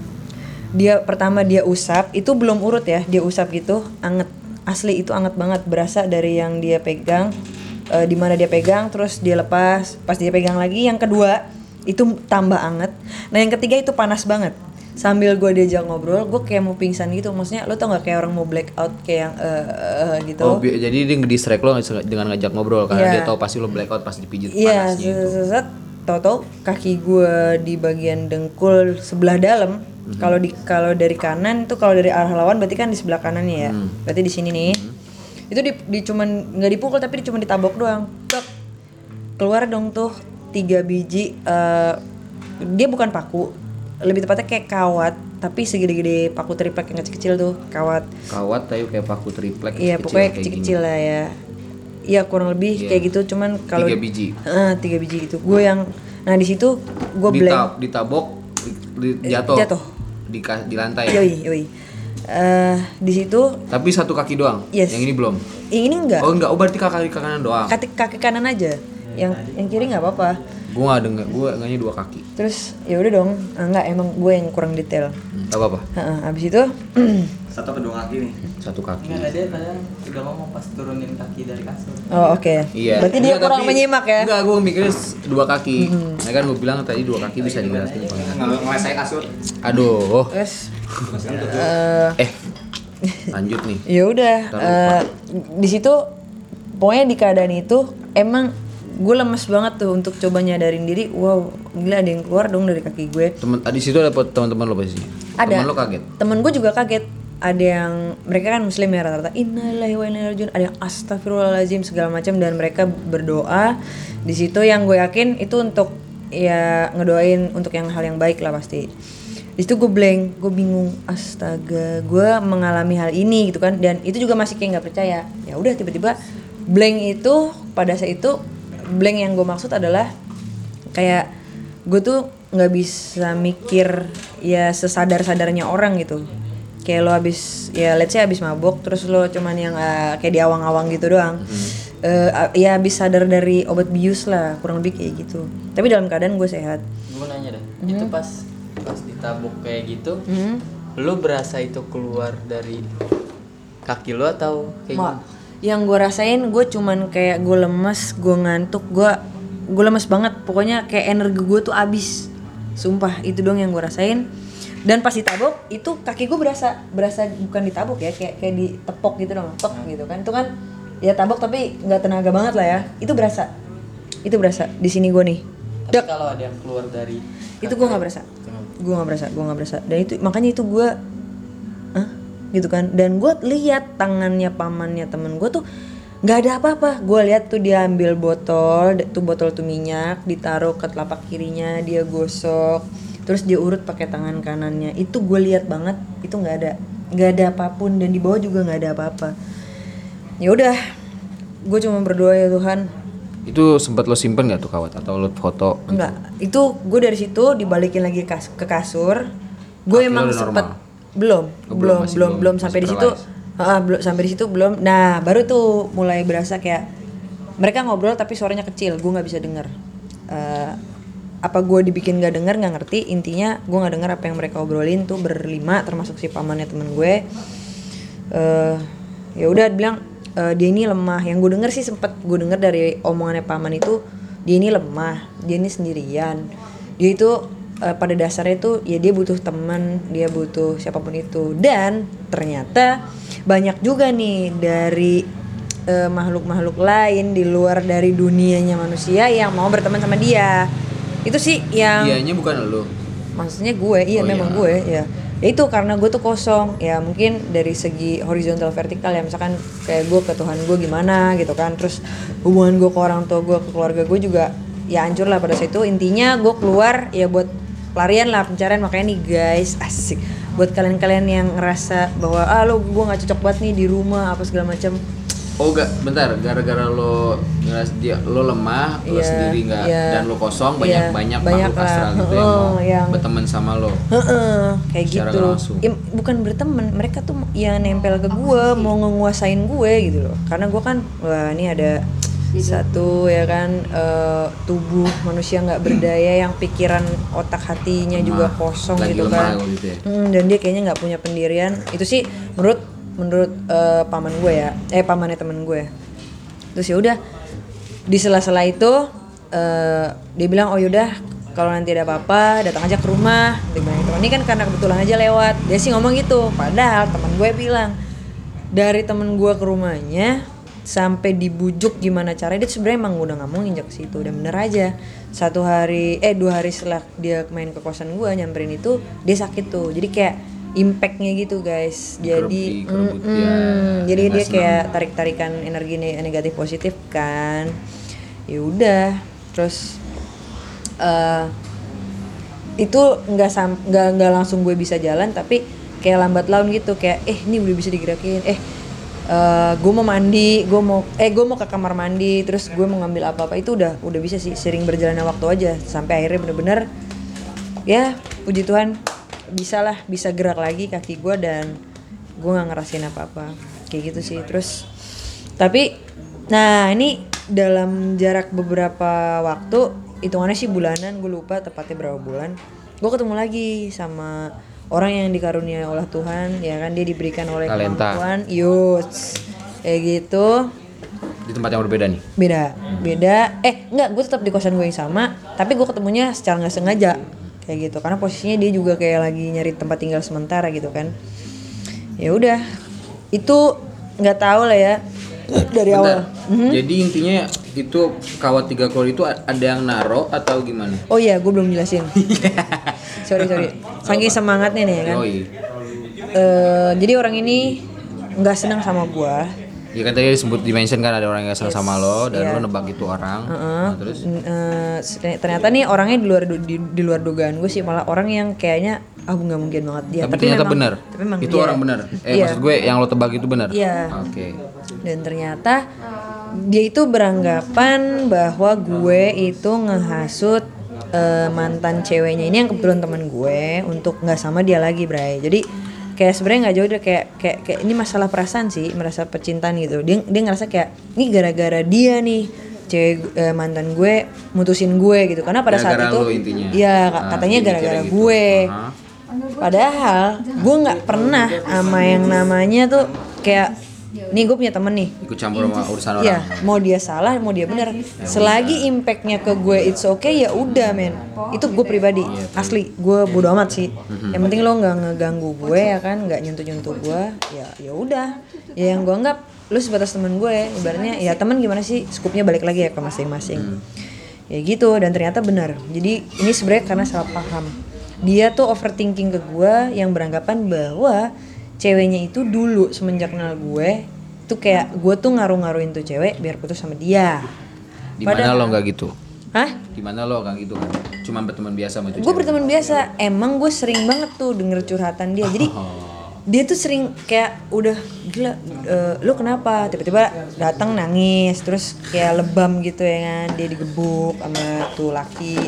Speaker 2: dia pertama dia usap, itu belum urut ya, dia usap gitu, anget. Asli itu anget banget, berasa dari yang dia pegang, eh, di mana dia pegang, terus dia lepas, pas dia pegang lagi, yang kedua itu tambah anget. Nah yang ketiga itu panas banget. Sambil gue diajak ngobrol, gue kayak mau pingsan gitu. Maksudnya lo tau gak kayak orang mau black out kayak yang eh eh, gitu.
Speaker 4: Oh, bi- jadi dia ngedistract lo dengan ngajak ngobrol karena
Speaker 2: Iya.
Speaker 4: dia tahu pasti lo blackout pas dipijit
Speaker 2: Iya,
Speaker 4: panasnya itu.
Speaker 2: set tau-tau kaki gue di bagian dengkul sebelah dalam.
Speaker 4: Mhm.
Speaker 2: Kalau di kalau dari kanan itu kalau dari arah lawan berarti kan di sebelah kanannya ya.
Speaker 4: Hmm.
Speaker 2: Berarti di sini nih. Itu di, di cuman nggak dipukul tapi cuma ditabok doang. Tek. Keluar dong tuh tiga biji eh, dia bukan paku. Lebih tepatnya kayak kawat tapi segede-gede paku triplek yang kecil-kecil tuh, kawat.
Speaker 4: Kawat tapi kayak paku triplek
Speaker 2: Iya,
Speaker 4: kecil
Speaker 2: pokoknya
Speaker 4: kayak
Speaker 2: kecil-kecil
Speaker 4: gini.
Speaker 2: lah ya. Iya, kurang lebih
Speaker 4: Iya.
Speaker 2: kayak gitu, cuman kalau
Speaker 4: Tiga biji.
Speaker 2: Heeh, tiga biji itu. Gue yang nah di situ gue
Speaker 4: Ditab-
Speaker 2: blank.
Speaker 4: ditabok di- jatuh.
Speaker 2: Jatuh.
Speaker 4: Di ka- di lantai.
Speaker 2: Yoi, yoi. Eh, di situ
Speaker 4: Tapi satu kaki doang.
Speaker 2: Yes.
Speaker 4: Yang ini belum.
Speaker 2: ini enggak.
Speaker 4: Oh enggak, oh berarti kaki kanan doang.
Speaker 2: Kaki, kaki kanan aja. Yang yang kiri nggak apa-apa.
Speaker 4: Gue nggak denger, gue nganya dua kaki.
Speaker 2: Terus ya udah dong. Ah, enggak, emang gue yang kurang detail.
Speaker 4: Hmm, apa apa?
Speaker 2: Heeh, abis itu
Speaker 1: Satu ke dua kaki nih.
Speaker 4: Satu kaki.
Speaker 5: Nggak ada dia kadang udah ngomong pas turunin kaki dari kasur.
Speaker 2: oh oke.
Speaker 4: Iya.
Speaker 2: Berarti dia
Speaker 4: Enggak,
Speaker 2: kurang
Speaker 4: tapi-
Speaker 2: menyimak ya.
Speaker 4: Enggak, gue mikirnya s- dua kaki. Nah kan gue bilang tadi dua kaki bisa digerakin.
Speaker 1: Nggak ngelesai kasur.
Speaker 4: Aduh.
Speaker 2: Terus eh
Speaker 4: Eh. Lanjut nih.
Speaker 2: ya udah
Speaker 4: Ntar
Speaker 2: eh, di situ pokoknya di keadaan itu emang gue lemes banget tuh untuk coba nyadarin diri. Wow, gila ada yang keluar dong dari kaki gue.
Speaker 4: Temen, di situ ada teman-teman lo pasti.
Speaker 2: Ada.
Speaker 4: Teman lo kaget.
Speaker 2: Temen gue juga kaget. Ada yang mereka kan muslim ya rata-rata. Innalillahi wa inna ilaihi rajiun. Ada yang astagfirullahaladzim segala macam dan mereka berdoa. Di situ yang gue yakin itu untuk ya ngedoain untuk yang hal yang baik lah pasti. Di situ gue blank, gue bingung, astaga, gue mengalami hal ini gitu kan, dan itu juga masih kayak nggak percaya. Ya udah tiba-tiba blank itu pada saat itu blank yang gue maksud adalah kayak gue tuh nggak bisa mikir ya sesadar-sadarnya orang gitu. Kayak lo abis ya let's say abis mabok terus lo cuman yang uh, kayak di awang-awang gitu doang. Uh, ya abis sadar dari obat bius lah kurang lebih kayak gitu. Tapi dalam keadaan gue sehat.
Speaker 5: Gue nanya deh, itu pas pas ditabuk kayak gitu,
Speaker 2: Hmm.
Speaker 5: lu berasa itu keluar dari kaki lu atau kayak
Speaker 2: Ma,
Speaker 5: gimana?
Speaker 2: yang gue rasain gue cuman kayak gue lemes, gue ngantuk, gue gue lemes banget. Pokoknya kayak energi gue tuh abis. Sumpah itu doang yang gue rasain. Dan pas ditabok itu kaki gue berasa berasa bukan ditabok ya, kayak kayak ditepok gitu dong, tok gitu kan. Itu kan ya tabok tapi nggak tenaga banget lah ya. Itu berasa. Itu berasa di sini gue nih.
Speaker 5: Tapi
Speaker 2: Dek.
Speaker 5: kalau ada yang keluar dari
Speaker 2: Itu gue nggak berasa. Gue nggak berasa, gue nggak berasa. Dan itu makanya itu gue Hah? Gitu kan. Dan gue lihat tangannya pamannya temen gue tuh nggak ada apa-apa. Gue lihat tuh dia ambil botol, tuh botol tuh minyak, ditaruh ke telapak kirinya, dia gosok, terus dia urut pakai tangan kanannya. Itu gue lihat banget, itu nggak ada, nggak ada apapun, dan di bawah juga nggak ada apa-apa. Ya udah, gue cuma berdoa ya Tuhan.
Speaker 4: Itu sempat lo simpen nggak tuh kawat atau lo foto?
Speaker 2: Enggak, itu gue dari situ dibalikin lagi kas- ke kasur. Gue
Speaker 4: Kaki
Speaker 2: emang
Speaker 4: lo udah
Speaker 2: sempet
Speaker 4: normal?
Speaker 2: belum,
Speaker 4: Oh, belum,
Speaker 2: belum,
Speaker 4: masih
Speaker 2: belum,
Speaker 4: belum,
Speaker 2: belum
Speaker 4: masih
Speaker 2: sampai di situ. Ah, belum sampai di situ belum. Nah, baru tuh mulai berasa kayak mereka ngobrol tapi suaranya kecil, gue nggak bisa denger. Eh, apa gue dibikin nggak denger nggak ngerti. Intinya gue nggak denger apa yang mereka obrolin tuh berlima, termasuk si pamannya temen gue. Eh, ya udah bilang e, dia ini lemah. Yang gue denger sih sempet gue denger dari omongannya paman itu dia ini lemah, dia ini sendirian, dia itu e, pada dasarnya itu ya dia butuh teman, dia butuh siapapun itu. Dan ternyata banyak juga nih dari e, makhluk-makhluk lain di luar dari dunianya manusia yang mau berteman sama dia. Itu sih yang
Speaker 4: Dianya bukan lo.
Speaker 2: maksudnya gue, iya
Speaker 4: Oh,
Speaker 2: memang
Speaker 4: iya.
Speaker 2: gue ya. Ya itu karena gue tuh kosong. Ya mungkin dari segi horizontal vertikal ya, misalkan kayak gue ke Tuhan gue gimana gitu kan. Terus hubungan gue ke orang tua gue, ke keluarga gue juga ya hancur lah pada saat itu. Intinya gue keluar ya buat pelarian lah, pencarian. Makanya nih guys, asik buat kalian-kalian yang ngerasa bahwa ah lo gue nggak cocok banget nih di rumah apa segala macam.
Speaker 4: Oh enggak, bentar, gara-gara lo ngeras dia lo lemah, lo
Speaker 2: Iya,
Speaker 4: sendiri enggak
Speaker 2: iya.
Speaker 4: dan lo kosong,
Speaker 2: Iya,
Speaker 4: banyak-banyak
Speaker 2: banyak
Speaker 4: makhluk
Speaker 2: lah.
Speaker 4: astral gitu yang
Speaker 2: Heeh,
Speaker 4: mau
Speaker 2: yang-
Speaker 4: berteman sama lo.
Speaker 2: Heeh, kayak
Speaker 4: Secara
Speaker 2: gitu.
Speaker 4: nggak langsung.
Speaker 2: Ya, bukan berteman, mereka tuh ya nempel ke gue, mau ngenguasain gue gitu loh. Karena gue kan, wah ini ada satu ya kan eh, tubuh manusia nggak berdaya yang pikiran otak hatinya juga
Speaker 4: Lemah.
Speaker 2: kosong
Speaker 4: Lagi
Speaker 2: gitu
Speaker 4: lemah
Speaker 2: kan.
Speaker 4: gitu ya.
Speaker 2: Hmm, dan dia kayaknya nggak punya pendirian. Itu sih menurut menurut eh, paman gue ya, eh pamannya temen gue. Terus ya udah di sela-sela itu eh, dia bilang oh yaudah kalau nanti ada apa-apa datang aja ke rumah. Dia bilang gitu. Ini kan karena kebetulan aja lewat. Dia sih ngomong gitu. Padahal teman gue bilang dari temen gue ke rumahnya sampai dibujuk gimana caranya dia sebenarnya emang udah nggak mau nginjak ke situ. Dan bener aja satu hari eh dua hari setelah dia main ke kosan gue nyamperin itu dia sakit tuh. Jadi kayak impactnya gitu guys. Jadi
Speaker 4: Dikerebut,
Speaker 2: mm,
Speaker 4: ya.
Speaker 2: mm, jadi
Speaker 4: Nggak
Speaker 2: dia
Speaker 4: senang.
Speaker 2: kayak tarik-tarikan energi ne- negatif positif kan. Ya udah terus eh itu nggak sam- nggak nggak langsung gue bisa jalan, tapi kayak lambat laun gitu, kayak eh ini udah bisa digerakin, eh eh, gue mau mandi, gue mau eh gue mau ke kamar mandi, terus gue mau ngambil apa apa itu udah udah bisa sih, sering berjalannya waktu aja sampai akhirnya bener-bener ya puji Tuhan bisa lah, bisa gerak lagi kaki gue dan gue nggak ngerasain apa-apa kayak gitu sih. Terus tapi nah ini dalam jarak beberapa waktu, hitungannya sih bulanan, gue lupa tepatnya berapa bulan, gue ketemu lagi sama orang yang dikaruniai oleh Tuhan, ya kan, dia diberikan oleh
Speaker 4: Talenta.
Speaker 2: kemampuan, yuts, kayak gitu.
Speaker 4: Di tempat yang berbeda nih.
Speaker 2: Beda, beda. Eh, enggak, gue tetap di kosan gue yang sama, tapi gue ketemunya secara nggak sengaja, kayak gitu. Karena posisinya dia juga kayak lagi nyari tempat tinggal sementara gitu kan. Ya udah, itu nggak tahu lah ya dari
Speaker 4: Bentar.
Speaker 2: awal. Mhm.
Speaker 4: Jadi intinya itu kawat tiga klor itu ada yang naro atau gimana?
Speaker 2: Oh iya, gue belum jelasin. sorry sorry. Saking semangatnya nih ya kan.
Speaker 4: Yoi.
Speaker 2: Eh, jadi orang ini nggak senang sama gue.
Speaker 4: Ya kan tadi disebut dimention kan ada orang yang gak senang
Speaker 2: Yes.
Speaker 4: sama lo dan
Speaker 2: Iya.
Speaker 4: lo nebak itu orang.
Speaker 2: Heeh.
Speaker 4: Nah, terus
Speaker 2: N- eh, se- ternyata nih orangnya di luar du- di, di luar dugaan gue sih, malah orang yang kayaknya ah nggak mungkin banget dia.
Speaker 4: tapi, ternyata
Speaker 2: memang-
Speaker 4: benar.
Speaker 2: Tapi memang
Speaker 4: Itu
Speaker 2: dia.
Speaker 4: orang benar. Eh
Speaker 2: Iya.
Speaker 4: maksud gue yang lo tebak itu benar.
Speaker 2: Iya.
Speaker 4: Oke.
Speaker 2: Dan ternyata dia itu beranggapan bahwa gue itu ngehasut eh, mantan ceweknya ini yang kebetulan teman gue untuk nggak sama dia lagi, Bray. Jadi kayak sebenarnya nggak jauh deh, kayak kayak kayak ini masalah perasaan sih, merasa percintaan gitu. Dia dia ngerasa kayak ini gara-gara dia nih cewek eh, mantan gue mutusin gue gitu, karena pada saat
Speaker 4: Gara-gara
Speaker 2: itu
Speaker 4: lo intinya.
Speaker 2: iya
Speaker 4: Ah,
Speaker 2: katanya
Speaker 4: dia
Speaker 2: gara-gara
Speaker 4: mikirnya gitu.
Speaker 2: gue.
Speaker 4: Hah?
Speaker 2: Padahal gue nggak pernah sama yang namanya tuh kayak nih gue punya temen nih.
Speaker 4: Ikut campur sama urusan orang.
Speaker 2: Iya, mau dia salah, mau dia benar. Selagi impactnya ke gue it's okay ya udah men. Itu gue pribadi, asli gue bodo amat sih. Yang penting lo nggak ngeganggu gue ya kan, nggak nyentuh-nyentuh gue. Ya ya udah. Ya yang gue anggap lu sebatas temen gue, ibaratnya ya temen gimana sih, skupnya balik lagi ya ke masing-masing. Ya gitu, dan ternyata benar. Jadi ini sebenarnya karena salah paham. Dia tuh overthinking ke gue yang beranggapan bahwa ceweknya itu dulu semenjak kenal gue itu kayak gue tuh ngaruh-ngaruhin tuh cewek biar putus sama dia.
Speaker 4: Di mana lo nggak gitu?
Speaker 2: Hah?
Speaker 4: Di mana lo nggak gitu kan? Cuma berteman biasa sama itu.
Speaker 2: Gue
Speaker 4: cewek.
Speaker 2: berteman biasa. Emang gue sering banget tuh denger curhatan dia. Jadi dia tuh sering kayak udah gila, eh, lu kenapa? Tiba-tiba datang nangis, terus kayak lebam gitu ya kan. Dia digebuk sama tuh laki.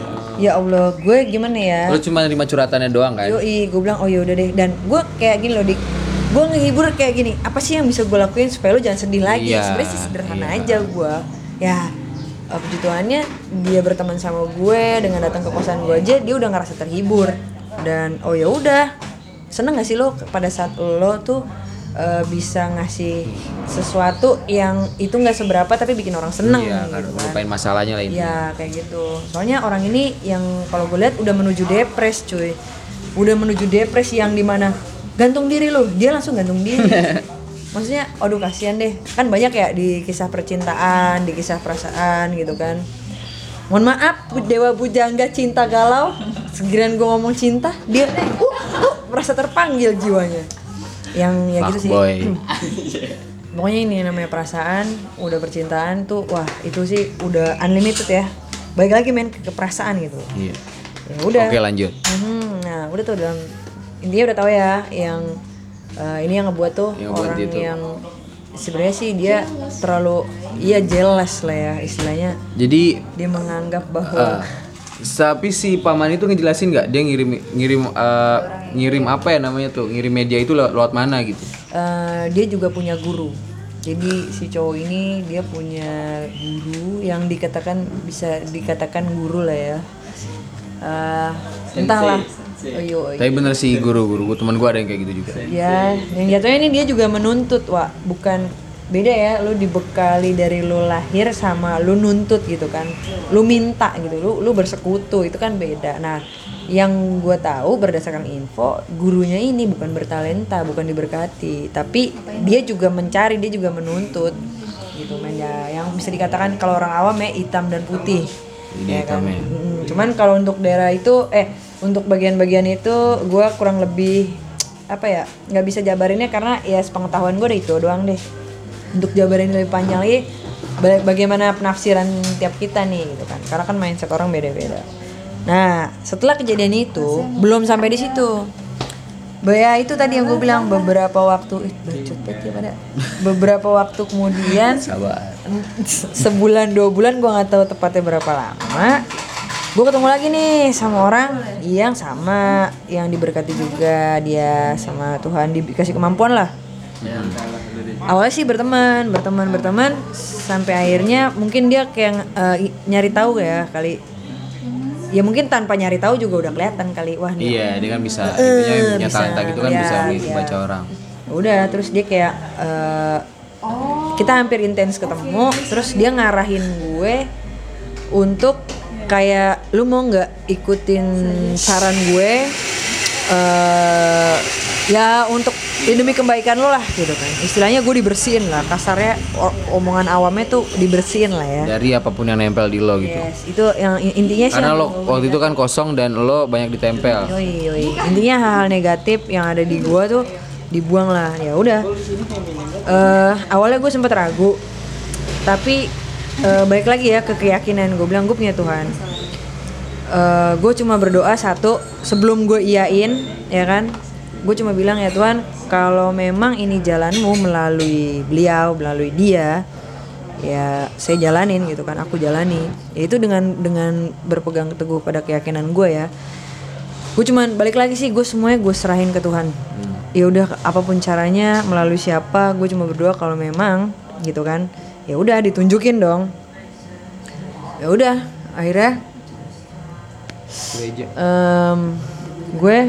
Speaker 2: Ya Allah, gue gimana ya?
Speaker 4: Lo cuma nerima curhatannya doang kan?
Speaker 2: Yoi, gue bilang oh yaudah deh. Dan gue kayak gini loh, Dik, gue ngehibur kayak gini, apa sih yang bisa gue lakuin supaya lo jangan sedih lagi?
Speaker 4: Iya,
Speaker 2: Sebenarnya sih sederhana
Speaker 4: iya.
Speaker 2: aja gue. Ya uh, puji Tuhannya dia berteman sama gue, dengan datang ke kosan gue aja dia udah ngerasa terhibur. Dan oh ya udah, seneng gak sih lo pada saat lo tuh uh, bisa ngasih sesuatu yang itu nggak seberapa tapi bikin orang seneng
Speaker 4: Iya,
Speaker 2: gitu
Speaker 4: kan
Speaker 2: kan.
Speaker 4: lupain masalahnya lah ini.
Speaker 2: Ya kayak gitu. Soalnya orang ini yang kalau gue lihat udah menuju depres cuy. Udah menuju depres yang dimana gantung diri lo, dia langsung gantung diri. Maksudnya, aduh kasihan deh. Kan banyak ya di kisah percintaan, di kisah perasaan gitu kan. Mohon maaf, Dewa Bujangga cinta galau. Segiran gue ngomong cinta, dia uh, uh, merasa terpanggil jiwanya. Yang ya gitu sih.
Speaker 4: Fuckboy.
Speaker 2: Pokoknya ini namanya perasaan, udah percintaan tuh, wah itu sih udah unlimited ya. Balik lagi men ke, ke perasaan gitu.
Speaker 4: Iya.
Speaker 2: Ya udah.
Speaker 4: Oke lanjut.
Speaker 2: Mhm, nah udah tuh dalam intinya udah tahu ya yang uh, ini yang ngebuat tuh
Speaker 4: Yang ngebuat
Speaker 2: orang
Speaker 4: dia tuh.
Speaker 2: yang sebenarnya sih dia terlalu iya jealous lah ya istilahnya.
Speaker 4: Jadi
Speaker 2: Dia menganggap bahwa
Speaker 4: eh, tapi si paman itu ngejelasin nggak dia ngirim ngirim eh, ngirim apa ya namanya tuh ngirim media itu lewat, lewat mana gitu?
Speaker 2: uh, dia juga punya guru. Jadi si cowok ini dia punya guru yang dikatakan bisa dikatakan guru lah ya. Uh, entahlah. Oh, iya, oh, iya.
Speaker 4: Tapi bener sih guru-guru teman gua ada yang kayak gitu juga.
Speaker 2: Ya, yang jatuhnya ini dia juga menuntut, Wak. Bukan beda ya, lu dibekali dari lu lahir sama lu nuntut gitu kan. Lu minta gitu, lu lu bersekutu, itu kan beda. Nah, yang gua tahu berdasarkan info, gurunya ini bukan bertalenta, bukan diberkati, tapi dia juga mencari, dia juga menuntut gitu men ya. Yang bisa dikatakan kalau orang awam ya hitam dan putih.
Speaker 4: Ini
Speaker 2: Ya kan?
Speaker 4: hitam ya.
Speaker 2: Mm, cuman kalau untuk daerah itu eh untuk bagian-bagian itu gue kurang lebih apa ya nggak bisa jabarinnya karena ya sepengetahuan gue udah itu doang deh. Untuk jabarin lebih panjang lagi ba- bagaimana penafsiran tiap kita nih gitu kan, karena kan mindset orang beda-beda. Nah setelah kejadian itu belum sampai di situ. Ya itu tadi yang gue bilang beberapa waktu ih bacot banget ya pada beberapa waktu kemudian
Speaker 4: Sabar.
Speaker 2: sebulan dua bulan gue nggak tahu tepatnya berapa lama gue ketemu lagi nih sama orang yang sama, yang diberkati juga dia sama Tuhan, dikasih kemampuan lah. Awalnya sih berteman, berteman, berteman sampai akhirnya mungkin dia kayak uh, nyari tahu ya kali. Ya mungkin tanpa nyari tahu juga udah kelihatan kali, wah nih.
Speaker 4: Iya, dia kan bisa,
Speaker 2: Uh,
Speaker 4: intinya yang punya
Speaker 2: bisa,
Speaker 4: talenta gitu kan
Speaker 2: ya,
Speaker 4: bisa
Speaker 2: iya.
Speaker 4: baca orang.
Speaker 2: Udah, terus dia kayak uh, kita hampir intens ketemu, terus dia ngarahin gue untuk kayak lu mau nggak ikutin saran gue, uh, ya untuk ya demi kebaikan lo lah gitu kan. Istilahnya gue dibersihin lah, kasarnya o- omongan awamnya tuh dibersihin lah ya.
Speaker 4: Dari apapun yang nempel di lo gitu.
Speaker 2: Yes, itu yang intinya sih.
Speaker 4: Karena
Speaker 2: yang-
Speaker 4: lo waktu itu kan kosong dan lo banyak ditempel.
Speaker 2: Yoi, yoi. Intinya hal-hal negatif yang ada di gua tuh dibuang lah. Ya udah. Eh, awalnya gue sempet ragu, tapi eh, balik lagi ya ke keyakinan. Gue bilang gue punya Tuhan. Eh, gue cuma berdoa satu sebelum gue iyain, ya kan? Gue cuma bilang ya Tuhan, kalau memang ini jalanmu melalui beliau, melalui dia, ya saya jalanin gitu kan, aku jalani. Ya itu dengan dengan berpegang teguh pada keyakinan gue ya. Gue cuman balik lagi sih, gue semuanya gue serahin ke Tuhan. Ya udah apapun caranya, melalui siapa, gue cuma berdoa kalau memang gitu kan. Ya udah ditunjukin dong. Ya udah akhirnya em, gue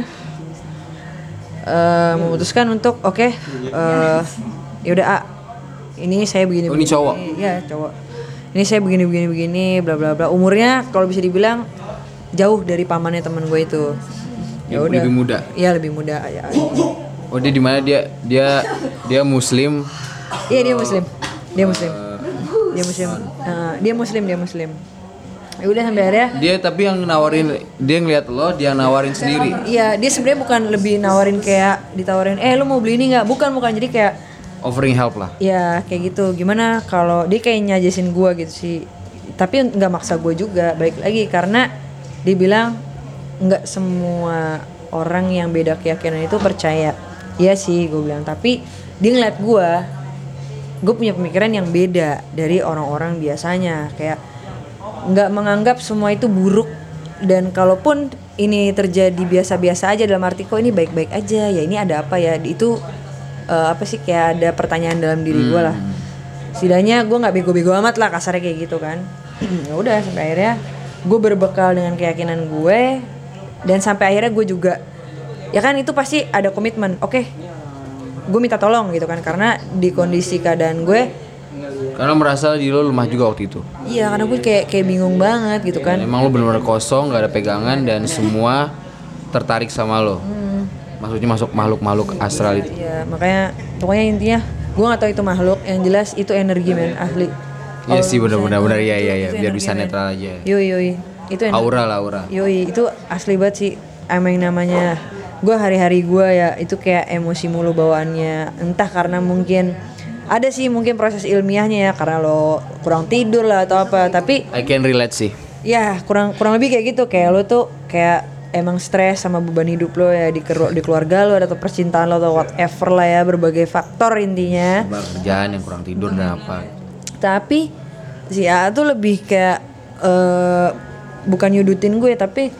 Speaker 2: eh, memutuskan untuk oke okay, eh, ya udah A, ini saya begini.
Speaker 4: Oh, ini
Speaker 2: begini.
Speaker 4: cowok?
Speaker 2: Iya cowok. Ini saya begini begini begini bla bla bla. Umurnya kalau bisa dibilang jauh dari pamannya teman gue itu. Ya udah.
Speaker 4: Lebih muda.
Speaker 2: Iya lebih muda. Ya.
Speaker 4: Oh, dia di mana dia dia dia muslim.
Speaker 2: Iya dia muslim. Dia muslim. Dia muslim. Nah, dia muslim dia muslim. Ya udah sampai akhirnya.
Speaker 4: Dia tapi yang nawarin, dia ngeliat lo, dia nawarin sendiri.
Speaker 2: Iya dia sebenarnya bukan lebih nawarin kayak ditawarin, eh lu mau beli ini nggak? Bukan bukan jadi kayak
Speaker 4: Offering help lah.
Speaker 2: ya kayak gitu. Gimana kalau dia kayak nyajesin gue gitu sih. Tapi nggak maksa gue juga. Balik lagi karena dia bilang nggak semua orang yang beda keyakinan itu percaya. Iya sih gue bilang. Tapi dia ngeliat gue, gue punya pemikiran yang beda dari orang-orang biasanya. Kayak nggak menganggap semua itu buruk, dan kalaupun ini terjadi biasa-biasa aja dalam arti kok ini baik-baik aja ya, ini ada apa ya, itu uh, apa sih kayak ada pertanyaan dalam diri gue lah. Setidaknya gue nggak bego-bego amat lah kasarnya kayak gitu kan. Ya udah sampai akhirnya gue berbekal dengan keyakinan gue, dan sampai akhirnya gue juga ya kan itu pasti ada komitmen. Oke, gue minta tolong gitu kan, karena di kondisi keadaan gue.
Speaker 4: Karena merasa diri lo lemah juga waktu itu.
Speaker 2: Iya, karena gue kayak kayak bingung banget gitu kan.
Speaker 4: Emang lo benar-benar kosong, gak ada pegangan dan semua tertarik sama lo.
Speaker 2: Hmm.
Speaker 4: Maksudnya masuk makhluk-makhluk astral itu.
Speaker 2: Iya, makanya pokoknya intinya gue nggak tahu itu makhluk, yang jelas itu energi men, asli.
Speaker 4: Iya sih benar-benar benar ya ya ya,
Speaker 2: Itu
Speaker 4: biar
Speaker 2: energi,
Speaker 4: bisa
Speaker 2: men.
Speaker 4: netral aja.
Speaker 2: Yoi yoi, itu energi.
Speaker 4: Aura lah aura.
Speaker 2: Yoi, itu asli banget sih. Emang namanya gue hari-hari gue ya itu kayak emosi mulu bawaannya. Entah karena mungkin ada sih mungkin proses ilmiahnya ya, karena lo kurang tidur lah atau apa, tapi
Speaker 4: I can relate sih.
Speaker 2: ya kurang kurang lebih kayak gitu, kayak lo tuh kayak emang stres sama beban hidup lo ya di, keru- di keluarga lo atau percintaan lo atau whatever lah ya, berbagai faktor intinya.
Speaker 4: Coba kerjaan yang kurang tidur dan apa.
Speaker 2: Tapi si A tuh lebih kayak uh, bukan nyudutin gue, tapi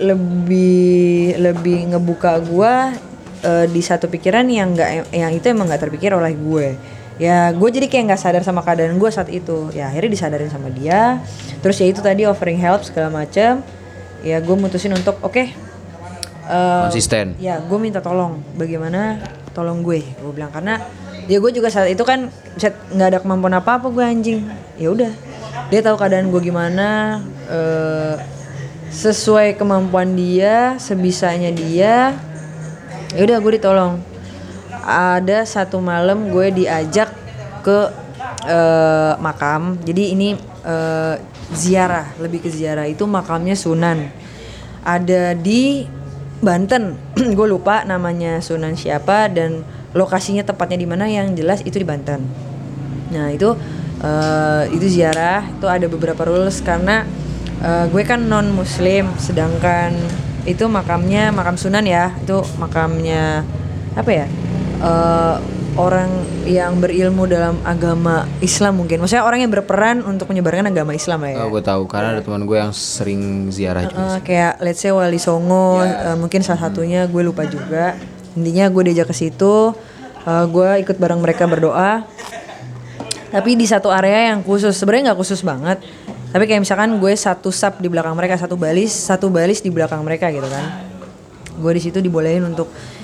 Speaker 2: lebih lebih ngebuka gue uh, di satu pikiran yang nggak yang itu emang nggak terpikir oleh gue. Ya gue jadi kayak nggak sadar sama keadaan gue saat itu. Ya akhirnya disadarin sama dia. Terus ya itu tadi offering help segala macam. Ya gue mutusin untuk oke. Okay, uh,
Speaker 4: Konsisten.
Speaker 2: Ya gue minta tolong. Bagaimana tolong gue? Gue bilang karena ya gue juga saat itu kan set nggak ada kemampuan apa apa gue anjing. Ya udah. Dia tahu keadaan gue gimana. Uh, sesuai kemampuan dia, sebisanya dia. Ya udah gue ditolong. Ada satu malam gue diajak ke uh, makam. Jadi ini uh, ziarah, lebih ke ziarah. Itu makamnya Sunan. Ada di Banten. Gue lupa namanya Sunan siapa dan lokasinya tepatnya di mana, yang jelas itu di Banten. Nah, itu uh, itu ziarah, itu ada beberapa rules karena uh, gue kan non muslim, sedangkan itu makamnya makam Sunan ya. Itu makamnya apa ya? Uh, orang yang berilmu dalam agama Islam mungkin. Maksudnya orang yang berperan untuk menyebarkan agama Islam lah ya.
Speaker 4: Oh, gue tahu karena ada teman gue yang sering ziarah juga.
Speaker 2: Uh, kayak let's say Wali Songo, uh, mungkin salah satunya gue lupa juga. Intinya gue diajak ke situ, uh, gue ikut bareng mereka berdoa. Tapi di satu area yang khusus, sebenarnya nggak khusus banget. Tapi kayak misalkan gue satu sub di belakang mereka, satu balis, satu balis di belakang mereka gitu kan. Gue di situ dibolehin untuk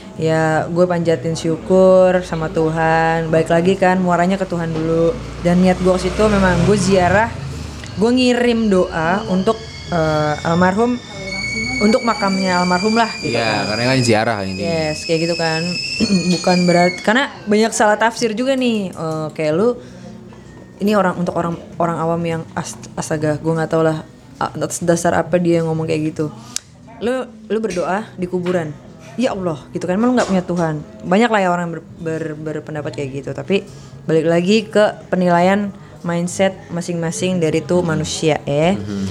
Speaker 2: ya gue panjatin syukur sama Tuhan, balik lagi kan muaranya ke Tuhan dulu. Dan niat gue ke situ memang gue ziarah, gue ngirim doa untuk uh, almarhum, untuk makamnya almarhum lah gitu.
Speaker 4: Iya, karena kan ziarah ini.
Speaker 2: Yes, kayak gitu kan. Bukan berarti karena banyak salah tafsir juga nih. Uh, kayak lu ini orang untuk orang orang awam yang ast, astaga, gue nggak tahu lah atas dasar apa dia ngomong kayak gitu. Lu lu berdoa di kuburan. Ya Allah gitu kan, emang lu gak punya Tuhan. Banyak lah ya orang ber, ber, berpendapat kayak gitu. Tapi balik lagi ke penilaian mindset masing-masing dari tuh manusia eh mm-hmm.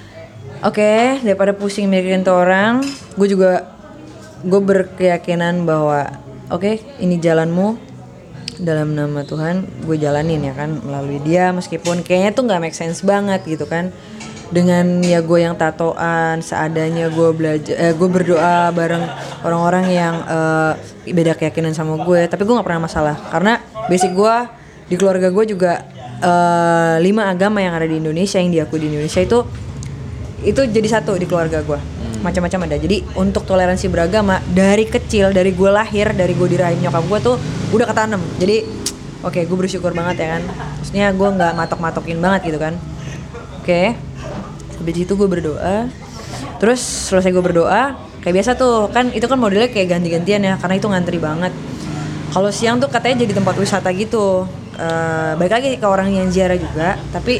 Speaker 2: Oke, okay, daripada pusing mikirin tuh orang, gue juga gue berkeyakinan bahwa oke okay, ini jalanmu, dalam nama Tuhan gue jalanin ya kan, melalui dia. Meskipun kayaknya tuh gak make sense banget gitu kan, dengan ya gue yang tatoan seadanya, gue belajar eh, gue berdoa bareng orang-orang yang uh, beda keyakinan sama gue, tapi gue nggak pernah masalah karena basic gue di keluarga gue juga uh, lima agama yang ada di Indonesia, yang diakui di Indonesia itu itu jadi satu di keluarga gue. Macam-macam ada. Jadi untuk toleransi beragama dari kecil, dari gue lahir, dari gue dirahim nyokap gue tuh udah ketanam. Jadi oke okay, gue bersyukur banget ya kan, maksudnya gue nggak matok-matokin banget gitu kan. Oke okay. Habis itu gue berdoa. Terus selesai gue berdoa, kayak biasa tuh kan, itu kan modelnya kayak ganti-gantian ya, karena itu ngantri banget. Kalau siang tuh katanya jadi tempat wisata gitu. Uh, balik lagi ke orang yang ziarah juga. Tapi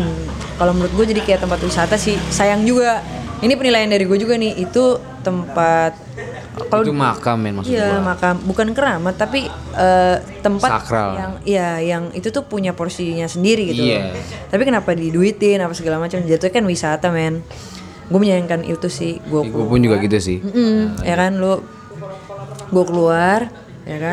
Speaker 2: kalau menurut gue jadi kayak tempat wisata sih, sayang juga. Ini penilaian dari gue juga nih, itu tempat
Speaker 4: Kalo, itu makam men maksud
Speaker 2: iya,
Speaker 4: gua.
Speaker 2: makam, bukan keramat tapi uh, tempat
Speaker 4: sakral
Speaker 2: yang iya yang itu tuh punya porsinya sendiri gitu.
Speaker 4: Iya.
Speaker 2: Tapi kenapa diduitin apa segala macam, jatuhnya kan wisata men. Gue menyayangkan itu sih. Gue
Speaker 4: ya, pun juga gitu sih.
Speaker 2: Nah, ya kan lu gue keluar ya kan.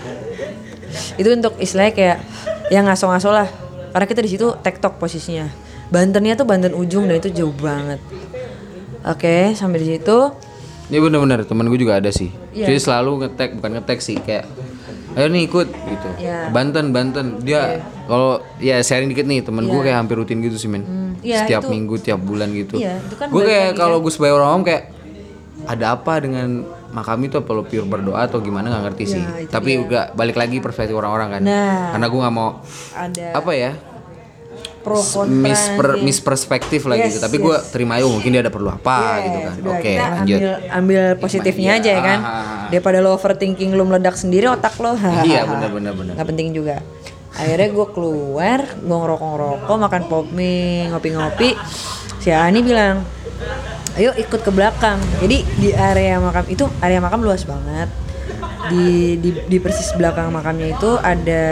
Speaker 2: Itu untuk istilahnya kayak yang ngaso-ngaso lah. Karena kita di situ tektok posisinya. Bantennya tuh Banten ujung dan itu jauh banget. Oke, sampai di situ.
Speaker 4: Ini benar-benar teman gue juga ada sih.
Speaker 2: Yeah.
Speaker 4: Dia selalu ngetek, bukan ngetek sih, kayak ayo nih ikut gitu.
Speaker 2: Yeah.
Speaker 4: Banten, Banten. Dia yeah. Kalau ya sharing dikit nih, teman yeah. gue kayak hampir rutin gitu sih men. Hmm. Yeah, setiap itu, minggu, tiap bulan gitu.
Speaker 2: Yeah, kan
Speaker 4: gue kayak kalau kan? Gue sebagai orang awam kayak ada apa dengan makam itu, apa lo pure berdoa atau gimana nggak ngerti sih. Yeah, tapi juga balik lagi perspektif orang-orang kan. Nah, karena gue nggak mau ada apa ya.
Speaker 2: Pro
Speaker 4: misper misperspektif lah yes, gitu. Tapi yes. gue terima aja mungkin dia ada perlu apa yes, gitu kan. Oke, okay, lanjut. Ambil, ambil positifnya ya, aja ya kan. Ah, daripada lo overthinking, lo meledak sendiri otak lo. Iya, benar-benar benar.
Speaker 2: Enggak penting juga. Akhirnya gue keluar, gue ngerokok-ngerokok, makan pop mie, ngopi-ngopi. Si Ani bilang, "Ayo ikut ke belakang." Jadi di area makam itu, area makam luas banget. Di di di persis belakang makamnya itu ada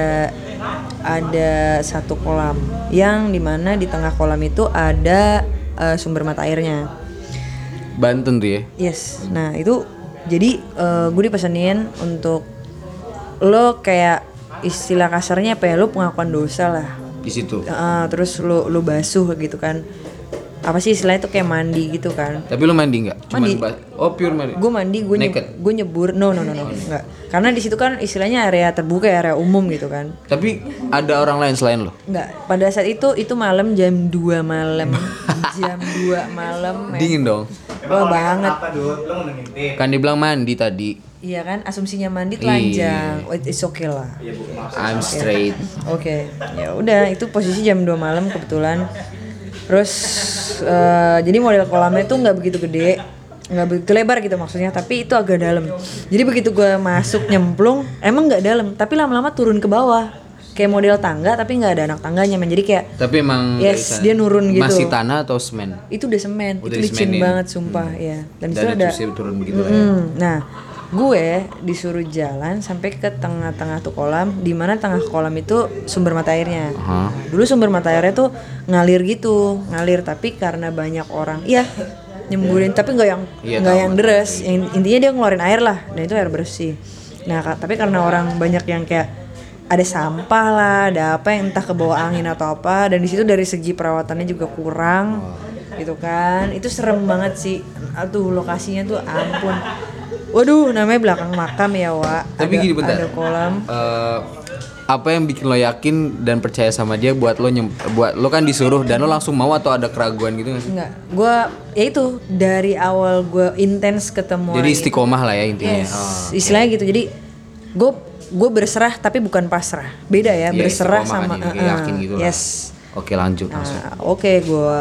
Speaker 2: ada satu kolam yang dimana di tengah kolam itu ada uh, sumber mata airnya.
Speaker 4: Banten tuh ya?
Speaker 2: Yes. Nah itu jadi uh, gue dipesenin untuk lo kayak istilah kasarnya apa ya, lo pengakuan dosa lah
Speaker 4: di situ.
Speaker 2: Uh, terus lo lo basuh gitu kan. Apa sih istilahnya itu kayak mandi gitu kan.
Speaker 4: Tapi lu mandi nggak?
Speaker 2: Mandi.
Speaker 4: Bas- oh pure mandi.
Speaker 2: Gue mandi, gue nyebur, gue nyebur. No no no no, nggak. Karena di situ kan istilahnya area terbuka, area umum gitu kan.
Speaker 4: Tapi ada orang lain selain lo?
Speaker 2: Nggak. Pada saat itu itu malam jam dua malam. jam dua malam.
Speaker 4: Dingin dong.
Speaker 2: Wah banget.
Speaker 4: Kan dibilang mandi tadi.
Speaker 2: Iya kan, asumsinya mandi telanjang. Oh, it's okay lah.
Speaker 4: I'm straight.
Speaker 2: Oke. Okay. Ya udah, itu posisi jam dua malam kebetulan. Terus uh, jadi model kolamnya tuh nggak begitu gede, nggak begitu lebar gitu maksudnya, tapi itu agak dalam. Jadi begitu gue masuk nyemplung, emang nggak dalam, tapi lama-lama turun ke bawah, kayak model tangga tapi nggak ada anak tangganya, men. Jadi kayak
Speaker 4: tapi emang
Speaker 2: yes dia nurun gitu.
Speaker 4: Masih tanah atau semen?
Speaker 2: Itu udah semen,
Speaker 4: udah
Speaker 2: itu licin
Speaker 4: semenin.
Speaker 2: banget sumpah hmm. ya. Dan, Dan itu ada
Speaker 4: turun begitu
Speaker 2: mm,
Speaker 4: ya.
Speaker 2: Nah gue disuruh jalan sampai ke tengah-tengah tuh kolam, di mana tengah kolam itu sumber mata airnya. Uh-huh. Dulu sumber mata airnya tuh ngalir gitu, ngalir tapi karena banyak orang, iya nyemburin, tapi nggak yang nggak iya, yang deres, yang intinya dia ngeluarin air lah, dan itu air bersih. Nah ka- tapi karena orang banyak yang kayak ada sampah lah, ada apa yang entah ke bawah angin atau apa, dan di situ dari segi perawatannya juga kurang, gitu kan. Itu serem banget sih. Aduh, lokasinya tuh ampun. Waduh, namanya belakang makam ya, Wak.
Speaker 4: Tapi
Speaker 2: ada,
Speaker 4: gini bentar.
Speaker 2: ada kolam.
Speaker 4: Eh, apa yang bikin lo yakin dan percaya sama dia buat lo nyem, buat lo kan disuruh dan lo langsung mau atau ada keraguan gitu nggak sih?
Speaker 2: Enggak, gue ya itu dari awal gue intens ketemu
Speaker 4: Jadi
Speaker 2: orang
Speaker 4: istiqomah lah ya intinya.
Speaker 2: Yes,
Speaker 4: Oh.
Speaker 2: istilahnya gitu. Jadi gue gue berserah tapi bukan pasrah. Beda ya,
Speaker 4: Ya,
Speaker 2: berserah
Speaker 4: istiqomah
Speaker 2: sama
Speaker 4: kan, ya,
Speaker 2: uh-uh.
Speaker 4: yakin gitu lah.
Speaker 2: Yes.
Speaker 4: Oke lanjut langsung.
Speaker 2: Nah, oke gue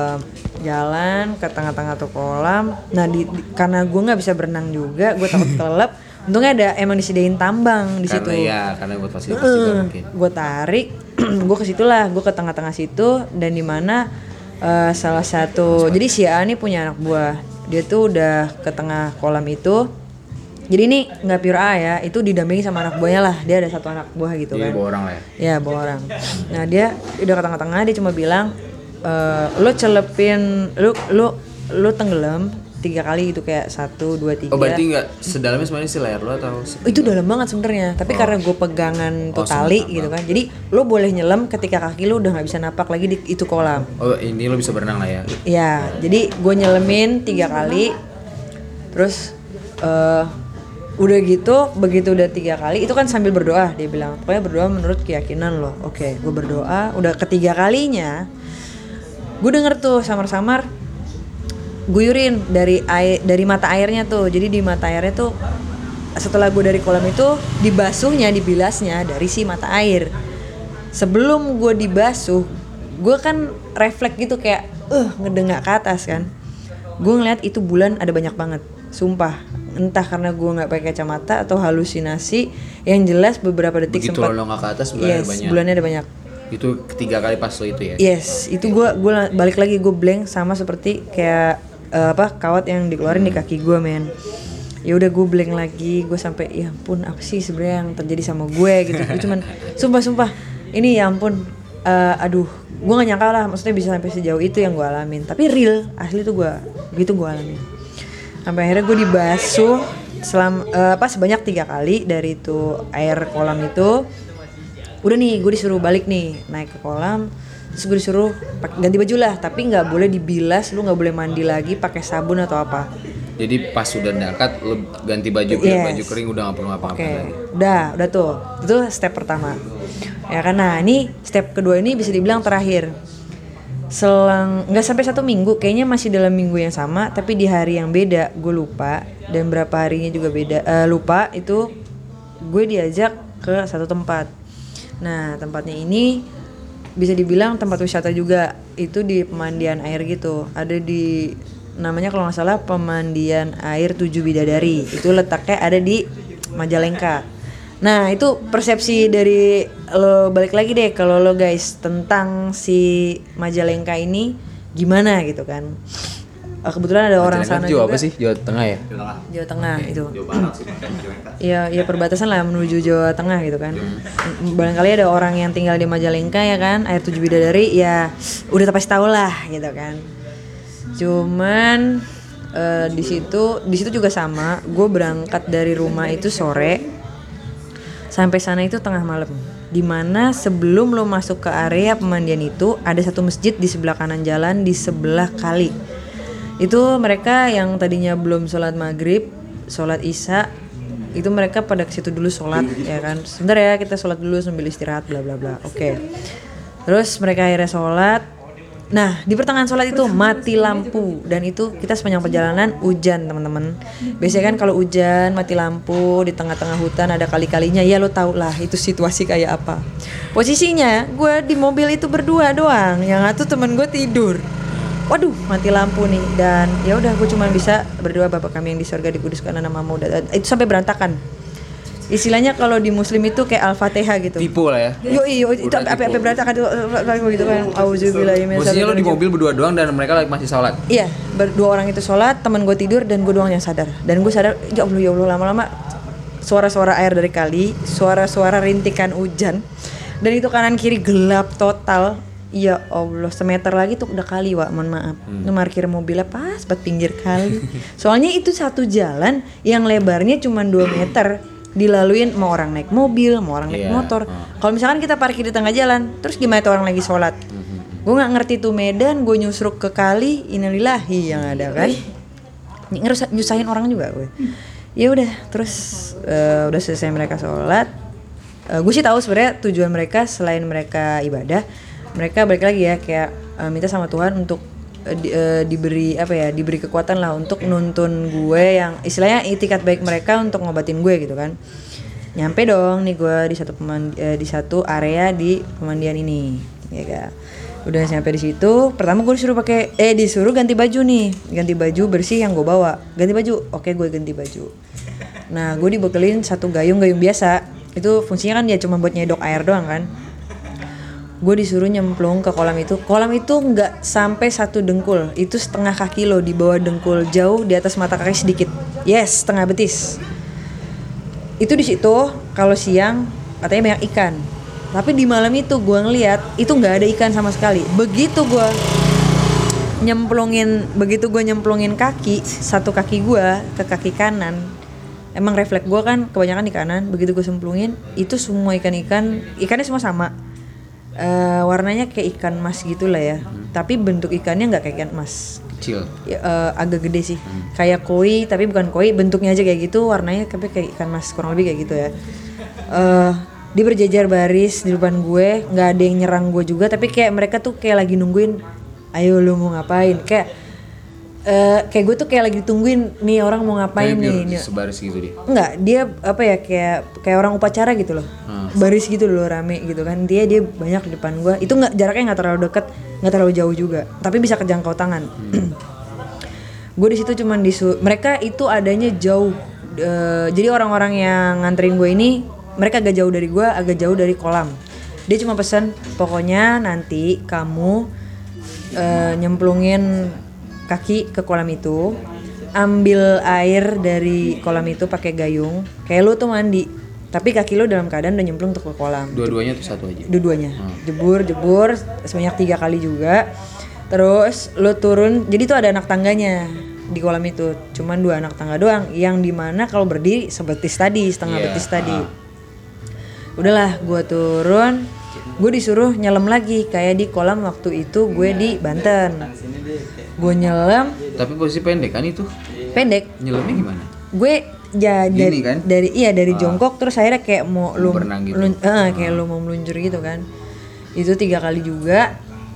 Speaker 2: jalan ke tengah-tengah tuh kolam. Nah, di, di- karena gue nggak bisa berenang juga, gue takut kelelep. Untungnya ada emang disediain tambang di situ.
Speaker 4: Karena ya, karena buat fasilitas juga mungkin.
Speaker 2: Gue tarik, gue ke situ lah, gue ke tengah-tengah situ dan di mana eh, salah satu, jadi si A ini punya anak buah, dia tuh udah ke tengah kolam itu. Jadi ini nggak pure A ya, itu didampingi sama anak buahnya lah, dia ada satu anak buah gitu
Speaker 4: Jadi
Speaker 2: kan.
Speaker 4: bawa orang lah ya.
Speaker 2: Ya bawa orang. Nah dia udah ke tengah-tengah, dia cuma bilang, e, lo celepin, lo lo lo tenggelam tiga kali gitu kayak satu dua tiga.
Speaker 4: Oh berarti nggak sedalamnya sebenarnya si layar lo atau? se-
Speaker 2: Itu dalam banget sebenarnya, tapi karena gue pegangan tuh
Speaker 4: Oh,
Speaker 2: tali
Speaker 4: sama
Speaker 2: gitu kan, jadi lo boleh nyelam ketika kaki lo udah nggak bisa napak lagi di itu kolam.
Speaker 4: Oh ini lo bisa berenang lah ya.
Speaker 2: Ya, jadi gue nyelemin tiga kali, terus eh udah gitu, begitu udah tiga kali, itu kan sambil berdoa, dia bilang, pokoknya berdoa menurut keyakinan lo. Oke, gue berdoa, udah ketiga kalinya, gue denger tuh samar-samar guyurin dari air, dari mata airnya tuh. Jadi di mata airnya tuh setelah gue dari kolam itu dibasuhnya, dibilasnya dari si mata air. Sebelum gue dibasuh, gue kan refleks gitu kayak eh uh, ngedengak ke atas kan. Gue ngeliat itu bulan ada banyak banget, sumpah. Entah karena gue nggak pakai kacamata atau halusinasi, yang jelas beberapa detik
Speaker 4: Begitu
Speaker 2: sempat.
Speaker 4: lo nggak ke atas bulannya
Speaker 2: Yes,
Speaker 4: banyak.
Speaker 2: bulannya ada banyak.
Speaker 4: Itu ketiga kali pas lo itu ya.
Speaker 2: Yes, itu gue gue balik lagi, gue blank sama seperti kayak eh, apa kawat yang dikeluarin di kaki gue, men. Ya udah gue blank lagi, gue sampai ya ampun apa sih sebenarnya yang terjadi sama gue gitu. Gue cuman sumpah sumpah ini ya ampun, eh, aduh gue gak nyangka lah maksudnya bisa sampai sejauh itu yang gue alamin. Tapi real asli tuh gue gitu gue alamin. Sampai akhirnya gue dibasuh selam eh, apa sebanyak tiga kali dari itu air kolam itu. Udah nih gue disuruh balik nih naik ke kolam, terus gue disuruh pak- ganti baju lah, tapi nggak boleh dibilas, lu nggak boleh mandi lagi pakai sabun atau apa.
Speaker 4: Jadi pas sudah berangkat lo ganti baju biar
Speaker 2: Yes.
Speaker 4: baju kering udah nggak perlu
Speaker 2: Oke,
Speaker 4: ngapa-ngapain lagi.
Speaker 2: udah udah tuh itu step pertama ya kan. Nah ini step kedua ini bisa dibilang terakhir. Selang nggak sampai satu minggu, kayaknya masih dalam minggu yang sama, tapi di hari yang beda, gue lupa dan berapa harinya juga beda, eh, lupa itu gue diajak ke satu tempat. Nah tempatnya ini bisa dibilang tempat wisata juga, itu di pemandian air gitu, ada di namanya kalau nggak salah pemandian air Tujuh Bidadari, itu letaknya ada di Majalengka. Nah itu persepsi dari lo, balik lagi deh kalau lo guys tentang si Majalengka ini gimana gitu kan. Eh, kebetulan ada orang sana
Speaker 4: Jawa
Speaker 2: juga.
Speaker 4: apa sih? Jawa Tengah ya?
Speaker 1: Jawa Tengah.
Speaker 2: Jawa Tengah itu.
Speaker 1: Jawa Barat sih, Majalengka.
Speaker 2: Iya, ya perbatasan lah menuju Jawa Tengah gitu kan. M- Barangkali ada orang yang tinggal di Majalengka ya kan, air Tujuh Bidadari ya udah pasti tahu lah gitu kan. Cuman eh, di situ di situ juga sama, gue berangkat dari rumah itu sore, sampai sana itu tengah malam. Dimana sebelum lo masuk ke area pemandian itu ada satu masjid di sebelah kanan jalan di sebelah kali. Itu mereka yang tadinya belum sholat maghrib, sholat isya, itu mereka pada ke situ dulu sholat ya kan. Sebentar ya kita sholat dulu sambil istirahat bla bla bla. Oke. Terus mereka akhirnya sholat. Nah di pertengahan sholat itu mati lampu, dan itu kita sepanjang perjalanan hujan teman-teman. Biasanya kan kalau hujan mati lampu di tengah-tengah hutan ada kali-kalinya, ya lo tau lah itu situasi kayak apa. Posisinya gue di mobil itu berdua doang, yang satu temen gue tidur. Waduh mati lampu nih, dan ya udah gue cuma bisa berdoa Bapa kami yang di surga dikuduskan namamu, dan itu sampai berantakan. Istilahnya kalau di muslim itu kayak al-fatihah gitu.
Speaker 4: Tipu lah ya.
Speaker 2: Yo iyo itu
Speaker 4: Udah
Speaker 2: apa apa
Speaker 4: tipu.
Speaker 2: berantakan itu gitu kan. Auzubillahi
Speaker 4: Posisinya lo di mobil berdua doang dan mereka lagi masih sholat.
Speaker 2: Iya, berdua orang itu sholat, teman gue tidur dan gue doang yang sadar. Dan gue sadar, ya Allah ya Allah, lama-lama suara-suara air dari kali, suara-suara rintikan hujan, dan itu kanan kiri gelap total. Ya Allah, semeter lagi tuh udah kali, Wak, mohon maaf.
Speaker 4: Hmm.
Speaker 2: Lu parkir mobilnya pas buat pinggir kali. Soalnya itu satu jalan yang lebarnya cuma dua meter. dilaluin mau orang naik mobil, mau orang naik
Speaker 4: Iya,
Speaker 2: motor.
Speaker 4: oh.
Speaker 2: Kalau misalkan kita parkir di tengah jalan, terus gimana tuh orang lagi sholat? Gue nggak ngerti tuh medan, gue nyusruk ke kali, innalillahi yang ada kan. Ngerus nyusahin orang juga gue. Ya udah, terus uh, udah selesai mereka sholat. Uh, gue sih tahu sebenarnya tujuan mereka selain mereka ibadah, mereka balik lagi ya kayak uh, minta sama Tuhan untuk uh, di, uh, diberi apa ya, diberi kekuatan lah untuk nuntun gue yang istilahnya itikat baik mereka untuk ngobatin gue gitu kan. Nyampe dong nih gue di satu pemandi, uh, di satu area di pemandian ini, ya kan. Udah sampai di situ, pertama gue disuruh pakai eh disuruh ganti baju nih, ganti baju bersih yang gue bawa, ganti baju, oke gue ganti baju. Nah gue dibekelin satu gayung gayung biasa, itu fungsinya kan ya cuma buat nyedok air doang kan. Gue disuruh nyemplung ke kolam itu, kolam itu nggak sampai satu dengkul, itu setengah kaki lo di bawah dengkul, jauh di atas mata kaki sedikit, yes setengah betis. Itu di situ kalau siang katanya banyak ikan. Tapi di malam itu gue ngeliat itu nggak ada ikan sama sekali. Begitu gue nyemplungin, begitu gue nyemplungin kaki satu kaki gue ke kaki kanan, emang refleks gue kan kebanyakan di kanan. Begitu gue semplungin itu semua ikan-ikan, ikannya semua sama, uh, warnanya kayak ikan mas gitu lah ya. Hmm. Tapi bentuk ikannya nggak kayak ikan mas.
Speaker 4: Kecil.
Speaker 2: Ya, uh, agak gede sih, hmm. kayak koi tapi bukan koi, bentuknya aja kayak gitu, warnanya tapi kayak ikan mas kurang lebih kayak gitu ya. Uh, Dia berjajar baris di depan gue, nggak ada yang nyerang gue juga, tapi kayak mereka tuh kayak lagi nungguin, ayo lu mau ngapain? Kayak uh, kayak gue tuh kayak lagi tungguin nih orang mau ngapain
Speaker 4: kayak
Speaker 2: nih?
Speaker 4: Sebaris gitu dia.
Speaker 2: Enggak, dia apa ya kayak kayak orang upacara gitu loh, hmm. baris gitu loh rame gitu kan. Dia dia banyak di depan gue, itu nggak jaraknya nggak terlalu dekat, nggak terlalu jauh juga, tapi bisa kejangkau tangan. Hmm. Gue di situ cuman disu, mereka itu adanya jauh, uh, jadi orang-orang yang nganterin gue ini mereka agak jauh dari gue, agak jauh dari kolam. Dia cuma pesan, pokoknya nanti kamu uh, nyemplungin kaki ke kolam itu, ambil air dari kolam itu pakai gayung, kayak lu tuh mandi, tapi kaki lu dalam keadaan udah nyemplung tuh ke kolam.
Speaker 4: Dua-duanya tuh satu aja?
Speaker 2: Dua-duanya,
Speaker 4: hmm.
Speaker 2: jebur jebur sebanyak tiga kali juga. Terus lu turun, jadi tuh ada anak tangganya di kolam itu, cuman dua anak tangga doang, yang dimana kalau berdiri sebetis tadi, setengah yeah. betis tadi. Uh. Udahlah gue turun, gue disuruh nyelam lagi kayak di kolam waktu itu gue di Banten. Gue nyelam.
Speaker 4: Tapi posisi pendek kan itu?
Speaker 2: Pendek.
Speaker 4: Nyelamnya gimana?
Speaker 2: Gue ya dari,
Speaker 4: kan?
Speaker 2: dari iya dari
Speaker 4: ah.
Speaker 2: jongkok terus akhirnya kayak mau lu
Speaker 4: gitu.
Speaker 2: lun, eh, kayak ah. lu mau meluncur gitu kan. Itu tiga kali juga.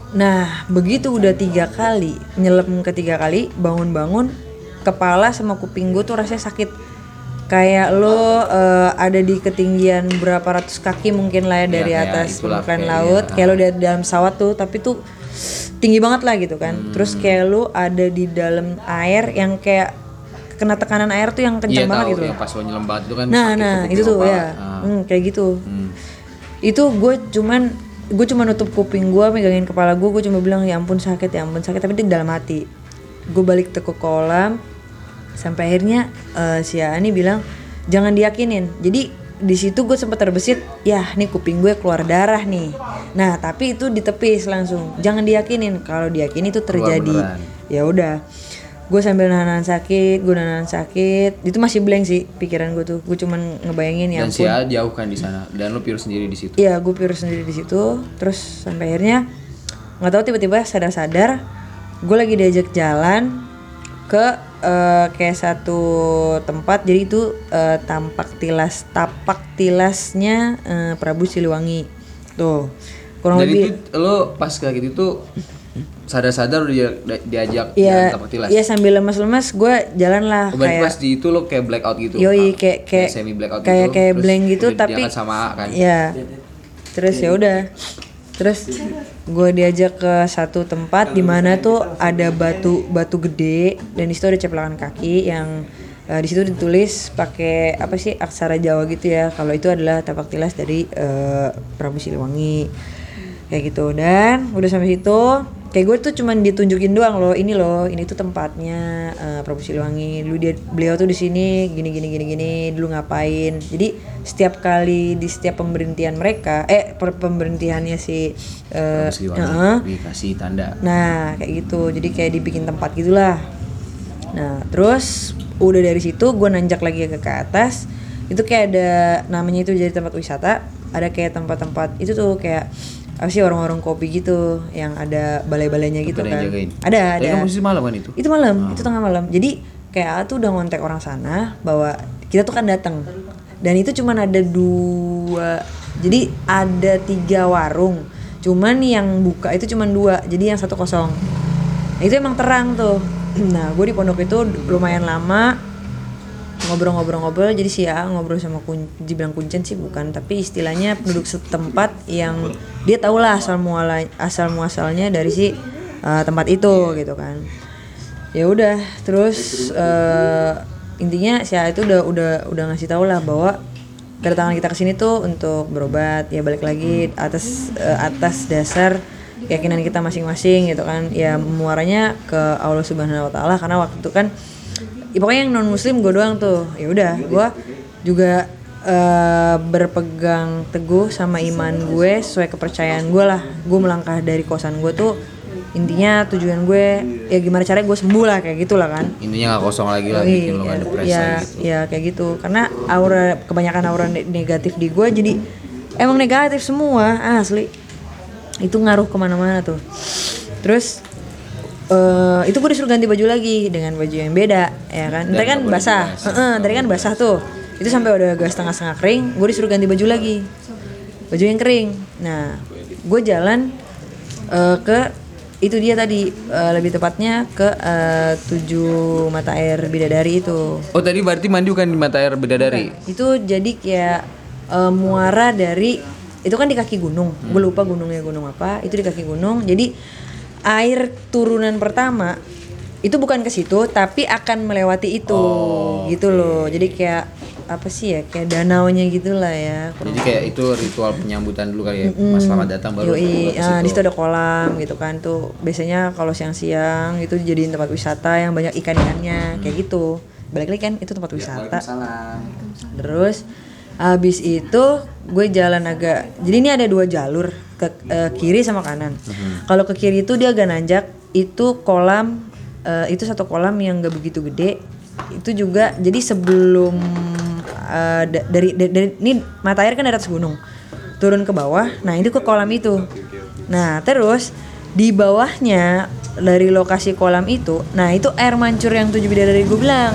Speaker 2: Nah begitu udah tiga kali nyelam ketiga kali, bangun-bangun kepala sama kuping gue tuh rasanya sakit. Kayak lo uh, ada di ketinggian berapa ratus kaki mungkin lah ya dari ya, atas permukaan laut, ya. Kayak lo di dalam pesawat tuh, tapi tuh tinggi banget lah gitu kan. Hmm. Terus kayak lo ada di dalam air yang kayak kena tekanan air tuh yang kencang
Speaker 4: ya,
Speaker 2: banget
Speaker 4: tahu,
Speaker 2: gitu.
Speaker 4: Yang pas lo nyelam banget itu kan.
Speaker 2: Nah, nah itu tuh ya, ah. hmm, kayak gitu. Hmm. Itu gue cuman gue cuma nutup kuping gue, megangin kepala gue, gue cuma bilang ya ampun sakit, ya ampun sakit, tapi di dalam hati. Gue balik ke kolam. Sampai akhirnya uh, si Ani bilang jangan diyakinin. Jadi di situ gue sempat terbesit, ya nih kuping gue keluar darah nih. Nah tapi itu ditepis langsung, jangan diyakinin. Kalau diyakini itu terjadi. Ya udah, gue sambil nahan sakit, gue nahan sakit. Itu masih blank sih pikiran gue tuh. Gue cuman ngebayangin ya
Speaker 4: ampun. Dan si A jauh kan di sana, dan lo pure sendiri di situ.
Speaker 2: Iya, gue pure sendiri di situ. Terus sampai akhirnya nggak tahu tiba-tiba sadar-sadar, gue lagi diajak jalan ke uh, kayak satu tempat. Jadi itu uh, tampak tilas tapak tilasnya uh, Prabu Siliwangi tuh kurang
Speaker 4: dan
Speaker 2: lebih.
Speaker 4: Itu lo pas kayak gitu tuh sadar-sadar udah diajak
Speaker 2: ya,
Speaker 4: jalan tapak tilas.
Speaker 2: Iya sambil lemas-lemas gue jalan lah.
Speaker 4: Oh,
Speaker 2: kayak
Speaker 4: pas di itu lo kayak blackout gitu.
Speaker 2: Yoi kayak kayak
Speaker 4: semi blackout
Speaker 2: kayak
Speaker 4: gitu,
Speaker 2: kayak blank gitu tapi
Speaker 4: sama kan.
Speaker 2: Ya terus ya udah. Terus gue diajak ke satu tempat di mana tuh ada batu batu gede dan di situ ada ceplakan kaki yang uh, di situ ditulis pakai apa sih aksara Jawa gitu ya. Kalau itu adalah tapak tilas dari uh, Prabu Siliwangi kayak gitu. Dan udah sampai situ kayak gue tuh cuman ditunjukin doang loh, ini loh, ini tuh tempatnya uh, Prabu Siliwangi. Dulu dia beliau tuh di sini gini gini gini gini, dulu ngapain. Jadi setiap kali di setiap pemberhentian mereka, eh per pemberhentiannya si uh,
Speaker 4: Prabu Siliwangi
Speaker 2: uh,
Speaker 4: dikasih tanda.
Speaker 2: Nah, kayak gitu. Jadi kayak dibikin tempat gitulah. Nah, terus udah dari situ gue nanjak lagi ke ke atas. Itu kayak ada namanya itu jadi tempat wisata, ada kayak tempat-tempat itu tuh kayak apa sih warung-warung kopi gitu yang ada balai-balainya gitu
Speaker 4: Ada yang
Speaker 2: kan.
Speaker 4: jagain?
Speaker 2: Ada,
Speaker 4: Tadi
Speaker 2: ada.
Speaker 4: kan posisi malam kan itu?
Speaker 2: Itu malam, itu tengah malam. Jadi kayak A tuh udah ngontek orang sana bahwa kita tuh kan datang. Dan itu cuman ada dua. Jadi ada tiga warung. Cuman yang buka itu cuman dua. Jadi yang satu kosong. Nah, itu emang terang tuh. Nah, gue di pondok itu lumayan lama ngobrol-ngobrol-ngobrol. Jadi sih ya ngobrol sama kun, dibilang kuncen sih bukan, tapi istilahnya penduduk setempat yang dia tahu lah asal muala asal muasalnya dari si uh, tempat itu gitu kan. Ya udah, terus uh, intinya si A itu udah udah udah ngasih tahu lah bahwa kedatangan kita ke sini tuh untuk berobat, ya balik lagi atas uh, atas dasar keyakinan kita masing-masing gitu kan. Ya muaranya ke Allah Subhanahu wa taala karena waktu itu kan ya pokoknya yang non muslim gue doang tuh. Ya udah, gue juga uh, berpegang teguh sama iman gue sesuai kepercayaan gue lah. Gue melangkah dari kosan gue tuh intinya tujuan gue ya gimana caranya gue sembuh lah kayak gitulah kan.
Speaker 4: Intinya nggak kosong lagi lah,
Speaker 2: Iya,
Speaker 4: bikin lo nggak depresi
Speaker 2: ya,
Speaker 4: gitu.
Speaker 2: ya kayak gitu. Karena aura kebanyakan aura ne- negatif di gue jadi emang negatif semua asli. Itu ngaruh kemana-mana tuh. Terus uh, itu gue disuruh ganti baju lagi dengan baju yang beda, ya kan? Tadi kan basah, Heeh, tadi kan basah tuh. Itu sampai udah agak setengah-setengah kering, gue disuruh ganti baju lagi, baju yang kering. Nah, gue jalan uh, ke itu dia tadi uh, lebih tepatnya ke uh, tujuh mata air bidadari itu.
Speaker 4: Oh tadi berarti mandi bukan di mata air bidadari?
Speaker 2: Itu jadi kayak uh, muara dari itu kan di kaki gunung. Hmm. Gue lupa gunungnya gunung apa. Itu di kaki gunung. Jadi air turunan pertama itu bukan ke situ tapi akan melewati itu.
Speaker 4: Oh,
Speaker 2: gitu
Speaker 4: okay.
Speaker 2: loh. Jadi kayak apa sih ya? Kayak danaunya gitulah ya.
Speaker 4: Jadi kayak itu ritual penyambutan dulu kali ya. Mas selamat datang baru.
Speaker 2: Yoi,
Speaker 4: ke
Speaker 2: ah, di
Speaker 4: situ.
Speaker 2: situ ada kolam gitu kan tuh. Biasanya kalau siang-siang itu dijadiin tempat wisata yang banyak ikan-ikannya, hmm. kayak gitu. Balik lagi kan itu tempat wisata.
Speaker 1: Waalaikumsalam.
Speaker 2: Terus habis itu gue jalan agak. Jadi ini ada dua jalur ke uh, kiri sama kanan. Hmm. Kalau ke kiri itu dia agak nanjak, itu kolam uh, itu satu kolam yang gak begitu gede. Itu juga jadi sebelum uh, da- dari, dari dari ini mata air kan dari atas gunung turun ke bawah, nah itu ke kolam itu. Nah terus di bawahnya dari lokasi kolam itu, nah itu air mancur yang tujuh bidadari gue bilang.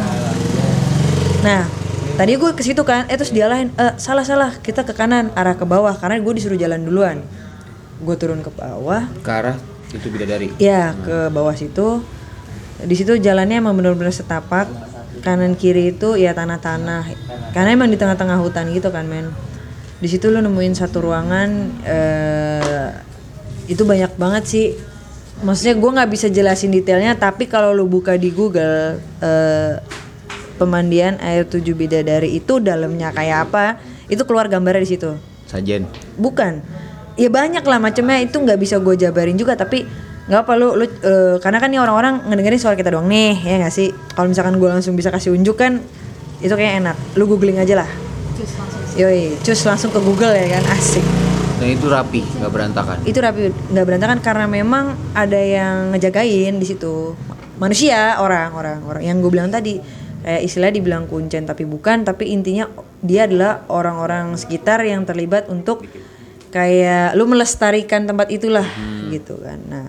Speaker 2: Nah tadi gue ke situ kan, eh terus dialahin, eh salah salah kita ke kanan arah ke bawah karena gue disuruh jalan duluan. Gue turun ke bawah.
Speaker 4: Ke arah itu bidadari.
Speaker 2: Ya ke bawah situ. Di situ jalannya emang benar-benar setapak. Kanan kiri itu ya tanah-tanah. Karena emang di tengah-tengah hutan gitu kan men. Di situ lu nemuin satu ruangan eh, itu banyak banget sih. Maksudnya gue nggak bisa jelasin detailnya, tapi kalau lu buka di Google eh, pemandian air tujuh bidadari itu dalamnya kayak apa, itu keluar gambarnya di situ.
Speaker 4: Sajen.
Speaker 2: Bukan. Ya banyak lah macamnya, itu nggak bisa gue jabarin juga, tapi nggak apa lu, lu uh, karena kan nih orang-orang ngedengerin soal kita doang nih ya nggak sih. Kalau misalkan gue langsung bisa kasih unjuk kan itu kayak enak, lu googling aja lah.
Speaker 3: Cus langsung.
Speaker 2: Yoi, cus langsung ke Google ya kan, asik.
Speaker 4: Dan itu rapi, nggak berantakan.
Speaker 2: Itu rapi, nggak berantakan karena memang ada yang ngejagain di situ. Manusia, orang, orang, orang yang gue bilang tadi, kayak istilah dibilang kuncen tapi bukan, tapi intinya dia adalah orang-orang sekitar yang terlibat untuk kayak lu melestarikan tempat itulah, hmm. gitu kan. Nah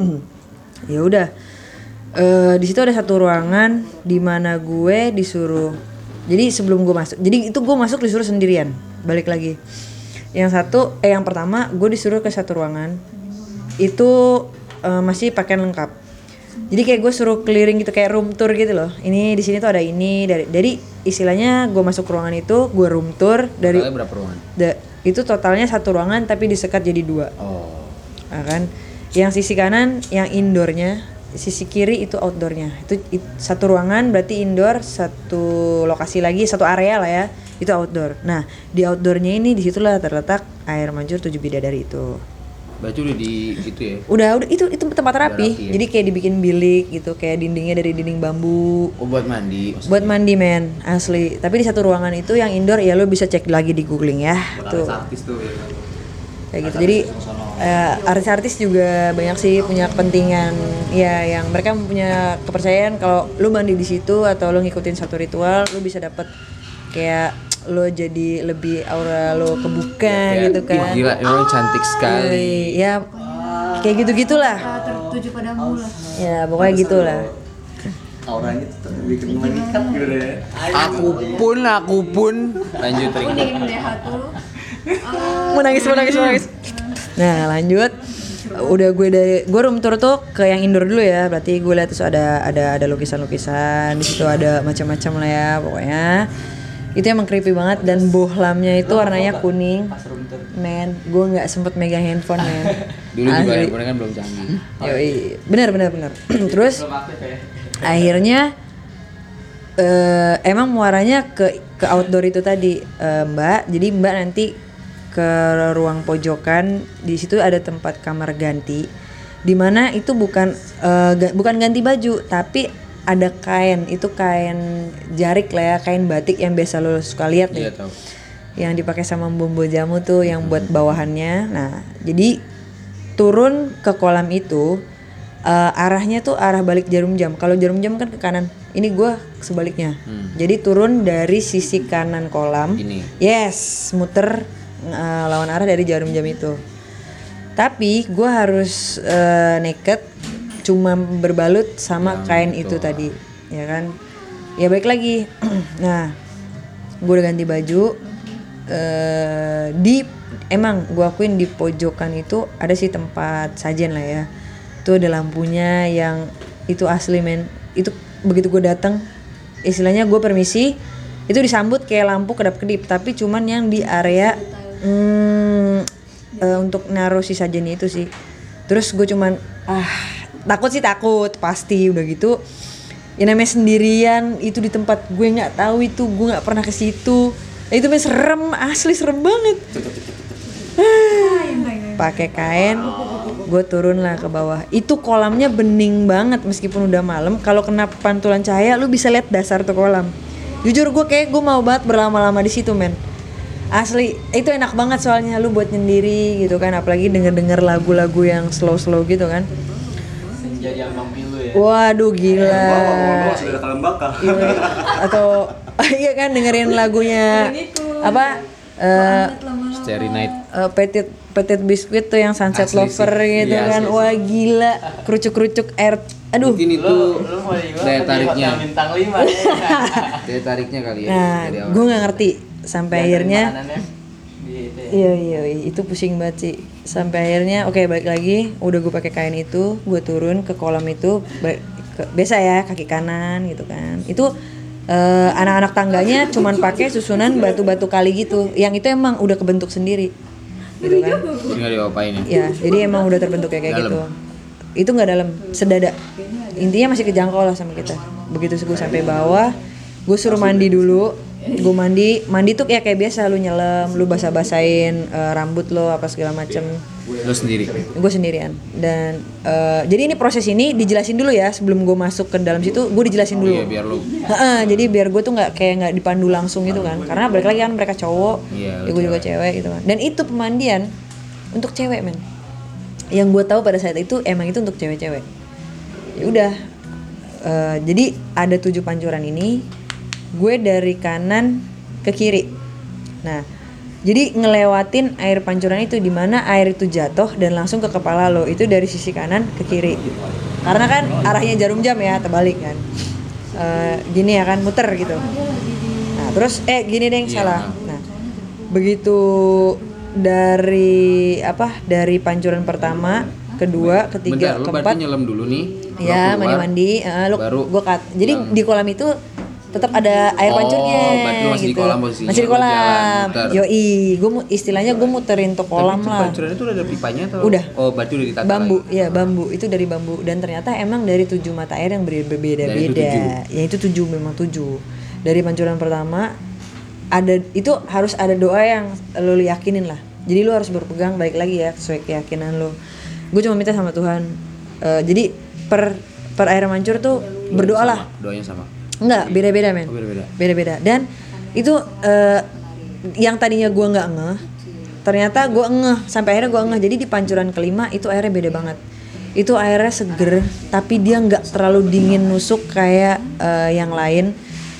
Speaker 2: ya udah, uh, di situ ada satu ruangan di mana gue disuruh. Jadi sebelum gue masuk, jadi itu gue masuk disuruh sendirian. Balik lagi. Yang satu, eh yang pertama gue disuruh ke satu ruangan. Itu uh, masih pakaian lengkap. Jadi kayak gue suruh clearing gitu, kayak room tour gitu loh. Ini di sini tuh ada ini dari, jadi istilahnya gue masuk ke ruangan itu, gue room tour dari.
Speaker 4: Totalnya berapa ruangan?
Speaker 2: Da, itu totalnya satu ruangan tapi disekat jadi dua.
Speaker 4: Oh.
Speaker 2: Nah, kan? Yang sisi kanan yang indoornya, sisi kiri itu outdoornya. Itu it, satu ruangan berarti indoor, satu lokasi lagi, satu area lah ya, itu outdoor. Nah di outdoornya ini disitulah terletak air mancur tujuh bidadari itu.
Speaker 4: Berarti udah di itu ya?
Speaker 2: Udah, udah itu itu tempat rapi.
Speaker 4: rapi ya?
Speaker 2: Jadi kayak dibikin bilik gitu, kayak dindingnya dari dinding bambu.
Speaker 4: Oh buat mandi maksudnya?
Speaker 2: Buat mandi men, asli. Tapi di satu ruangan itu yang indoor ya lo bisa cek lagi di googling ya. Tuh.
Speaker 1: Artis tuh ya.
Speaker 2: Kayak gitu. Jadi uh, artis-artis juga banyak sih punya kepentingan ya, yang mereka punya kepercayaan kalau lu mandi di situ atau lu ngikutin satu ritual lu bisa dapat kayak lo jadi lebih aura lo kebuka
Speaker 4: Ya,
Speaker 2: gitu
Speaker 4: ih,
Speaker 2: kan.
Speaker 4: gila, orang cantik sekali.
Speaker 2: Ya kayak gitu-gitulah.
Speaker 3: Ah, tertuju padamu lah.
Speaker 2: Ya pokoknya gitulah.
Speaker 1: Auranya tuh bikin mengikat gitu deh.
Speaker 4: Aku pun, aku pun. Lanjut Ring.
Speaker 3: Kuning deh tuh.
Speaker 2: Mau nangis, mau nangis, mau nangis. Nah lanjut. Udah gue dari gue room tour tuh ke yang indoor dulu ya. Berarti gue lihat terus ada ada ada lukisan-lukisan. Di situ ada macam-macam lah ya pokoknya. Itu emang creepy banget dan bohlamnya itu warnanya kuning. Men, gue nggak sempet megang handphone men.
Speaker 4: Dulu juga
Speaker 2: Asli.
Speaker 4: handphone kan belum canggih.
Speaker 2: Yoi, benar benar benar. Terus akhirnya eh, emang muaranya ke ke outdoor itu tadi eh, Mbak. Jadi Mbak nanti ke ruang pojokan, di situ ada tempat kamar ganti. Dimana itu bukan eh, ga, bukan ganti baju, tapi ada kain, itu kain jarik lah ya, kain batik yang biasa lo suka lihat
Speaker 4: Iya
Speaker 2: nih.
Speaker 4: tahu.
Speaker 2: Yang dipakai sama Bumbu Jamu tuh yang buat bawahannya. Nah, jadi turun ke kolam itu uh, arahnya tuh arah balik Jarum Jam. Kalau Jarum Jam kan ke kanan. Ini gua sebaliknya.
Speaker 4: Hmm.
Speaker 2: Jadi turun dari sisi kanan kolam.
Speaker 4: Ini.
Speaker 2: Yes, muter uh, lawan arah dari Jarum Jam itu. Tapi gua harus uh, nekat cuma berbalut sama
Speaker 4: Yang
Speaker 2: kain
Speaker 4: itu.
Speaker 2: itu tadi, ya kan? Ya balik lagi. Nah, gue udah ganti baju. Uh, di emang gue akuin di pojokan itu ada sih tempat sajen lah ya. Itu ada lampunya yang itu asli men. Itu begitu gue datang, istilahnya gue permisi, itu disambut kayak lampu kedap-kedip. Tapi cuman yang di area hmm, uh, untuk naruh si sajennya itu sih. Terus gue cuman ah takut sih takut pasti udah gitu. Ya namanya sendirian itu di tempat gue nggak tahu itu, gue nggak pernah ke situ. Itu bener serem, asli serem banget. Pakai kain, gue turun lah ke bawah. Itu kolamnya bening banget meskipun udah malam. Kalau kena pantulan cahaya, lu bisa lihat dasar tuh kolam. Jujur gue kayak gue mau banget berlama-lama di situ men. Asli, itu enak banget soalnya lu buat nyendiri gitu kan. Apalagi denger-denger lagu-lagu yang slow-slow gitu kan.
Speaker 5: Senja yang memilu ya.
Speaker 2: Waduh gila.
Speaker 1: Bawa-bawa sudah ada bakal.
Speaker 2: Iya, atau iya kan dengerin lagunya apa eh
Speaker 4: Starry Night.
Speaker 2: uh, Petit Petit Biscuit tuh yang Sunset
Speaker 4: Asli
Speaker 2: Lover
Speaker 4: sih.
Speaker 2: gitu
Speaker 4: Iya,
Speaker 2: kan.
Speaker 4: asli sih.
Speaker 2: Wah gila, kerucuk-kerucuk air. Aduh.
Speaker 4: Mungkin itu
Speaker 5: Lu lu mau di
Speaker 4: daya tariknya.
Speaker 5: bintang lima ya.
Speaker 4: Daya tariknya kali ya.
Speaker 2: Nah,
Speaker 4: dari awal.
Speaker 2: gue nggak ngerti sampai
Speaker 5: Yang
Speaker 2: akhirnya.
Speaker 5: makanannya di itu ya.
Speaker 2: Iya iya iya, itu pusing banget sih. Sampai akhirnya oke balik lagi, udah gue pakai kain itu, gue turun ke kolam itu, ba- ke- biasa ya kaki kanan gitu kan. Itu eh, anak-anak tangganya cuman pakai susunan batu-batu kali gitu, yang itu emang udah kebentuk sendiri, gitu kan.
Speaker 4: Tinggal diapain ya?
Speaker 2: Ya, jadi emang udah terbentuk kayak, kayak
Speaker 4: Dalam.
Speaker 2: gitu. Itu nggak dalam, sedada. Intinya masih kejangkau lah sama kita. Begitu gue sampai bawah, gue suruh mandi dulu. Gue mandi, mandi tuh ya kayak biasa, lu nyelam, lu basah-basahin eh, rambut lo apa segala macem.
Speaker 4: Lo sendiri.
Speaker 2: Gue sendirian. Dan eh, jadi ini proses ini dijelasin dulu ya sebelum gue masuk ke dalam situ, gue dijelasin dulu.
Speaker 4: Iya biar lo.
Speaker 2: Heeh, jadi biar gue tuh nggak kayak nggak dipandu langsung gitu kan, karena balik lagi kan mereka cowok,
Speaker 4: Iya,
Speaker 2: ya gue juga cewek gitu kan. Dan itu pemandian untuk cewek men. Yang gue tahu pada saat itu emang itu untuk cewek-cewek. Ya udah, eh, jadi ada tujuh pancuran ini. Gue dari kanan ke kiri. Nah, jadi ngelewatin air pancuran itu, di mana air itu jatuh dan langsung ke kepala lo. Itu dari sisi kanan ke kiri. Karena kan arahnya Jarum Jam ya, terbalik kan. Eh, gini ya kan, muter gitu. Nah, terus eh gini deh yang
Speaker 4: Iya.
Speaker 2: salah. Nah, begitu dari apa? Dari pancuran pertama, kedua, ketiga,
Speaker 4: Bentar, lo
Speaker 2: keempat.
Speaker 4: berarti nyelam dulu nih. lo
Speaker 2: Ya,
Speaker 4: keluar,
Speaker 2: mandi-mandi, uh, lu
Speaker 4: baru
Speaker 2: gua cut. Jadi
Speaker 4: yang-
Speaker 2: di kolam itu tetap ada air
Speaker 4: Oh,
Speaker 2: pancurnya
Speaker 4: berarti lu masih di
Speaker 2: gitu.
Speaker 4: kolam posisinya,
Speaker 2: Masih di
Speaker 4: lu jalan,
Speaker 2: kolam.
Speaker 4: muter.
Speaker 2: Yoi, gua mu- istilahnya gua muterin tuh kolam
Speaker 4: Tapi itu
Speaker 2: lah.
Speaker 4: pancuran itu udah ada pipanya atau?
Speaker 2: Udah.
Speaker 4: Oh, berarti udah ditata
Speaker 2: Bambu,
Speaker 4: lagi.
Speaker 2: ya bambu. Itu dari bambu dan ternyata emang dari tujuh mata air yang ber-
Speaker 4: Dan itu
Speaker 2: berbeda-beda.
Speaker 4: tujuh.
Speaker 2: Ya itu tujuh, memang tujuh. Dari pancuran pertama ada itu harus ada doa yang lo yakinin lah. Jadi lo harus berpegang balik lagi ya sesuai keyakinan lo. Gue cuma minta sama Tuhan. eh, jadi per per air mancur tuh berdoalah.
Speaker 4: Sama, doanya sama.
Speaker 2: Enggak, beda-beda men.
Speaker 4: Oh, beda-beda.
Speaker 2: Beda-beda. Dan itu eh, yang tadinya gua nggak ngeh, ternyata gua ngeh sampai akhirnya gua ngeh. Jadi di pancuran kelima itu airnya beda banget. Itu airnya seger, tapi dia nggak terlalu dingin nusuk kayak eh, yang lain.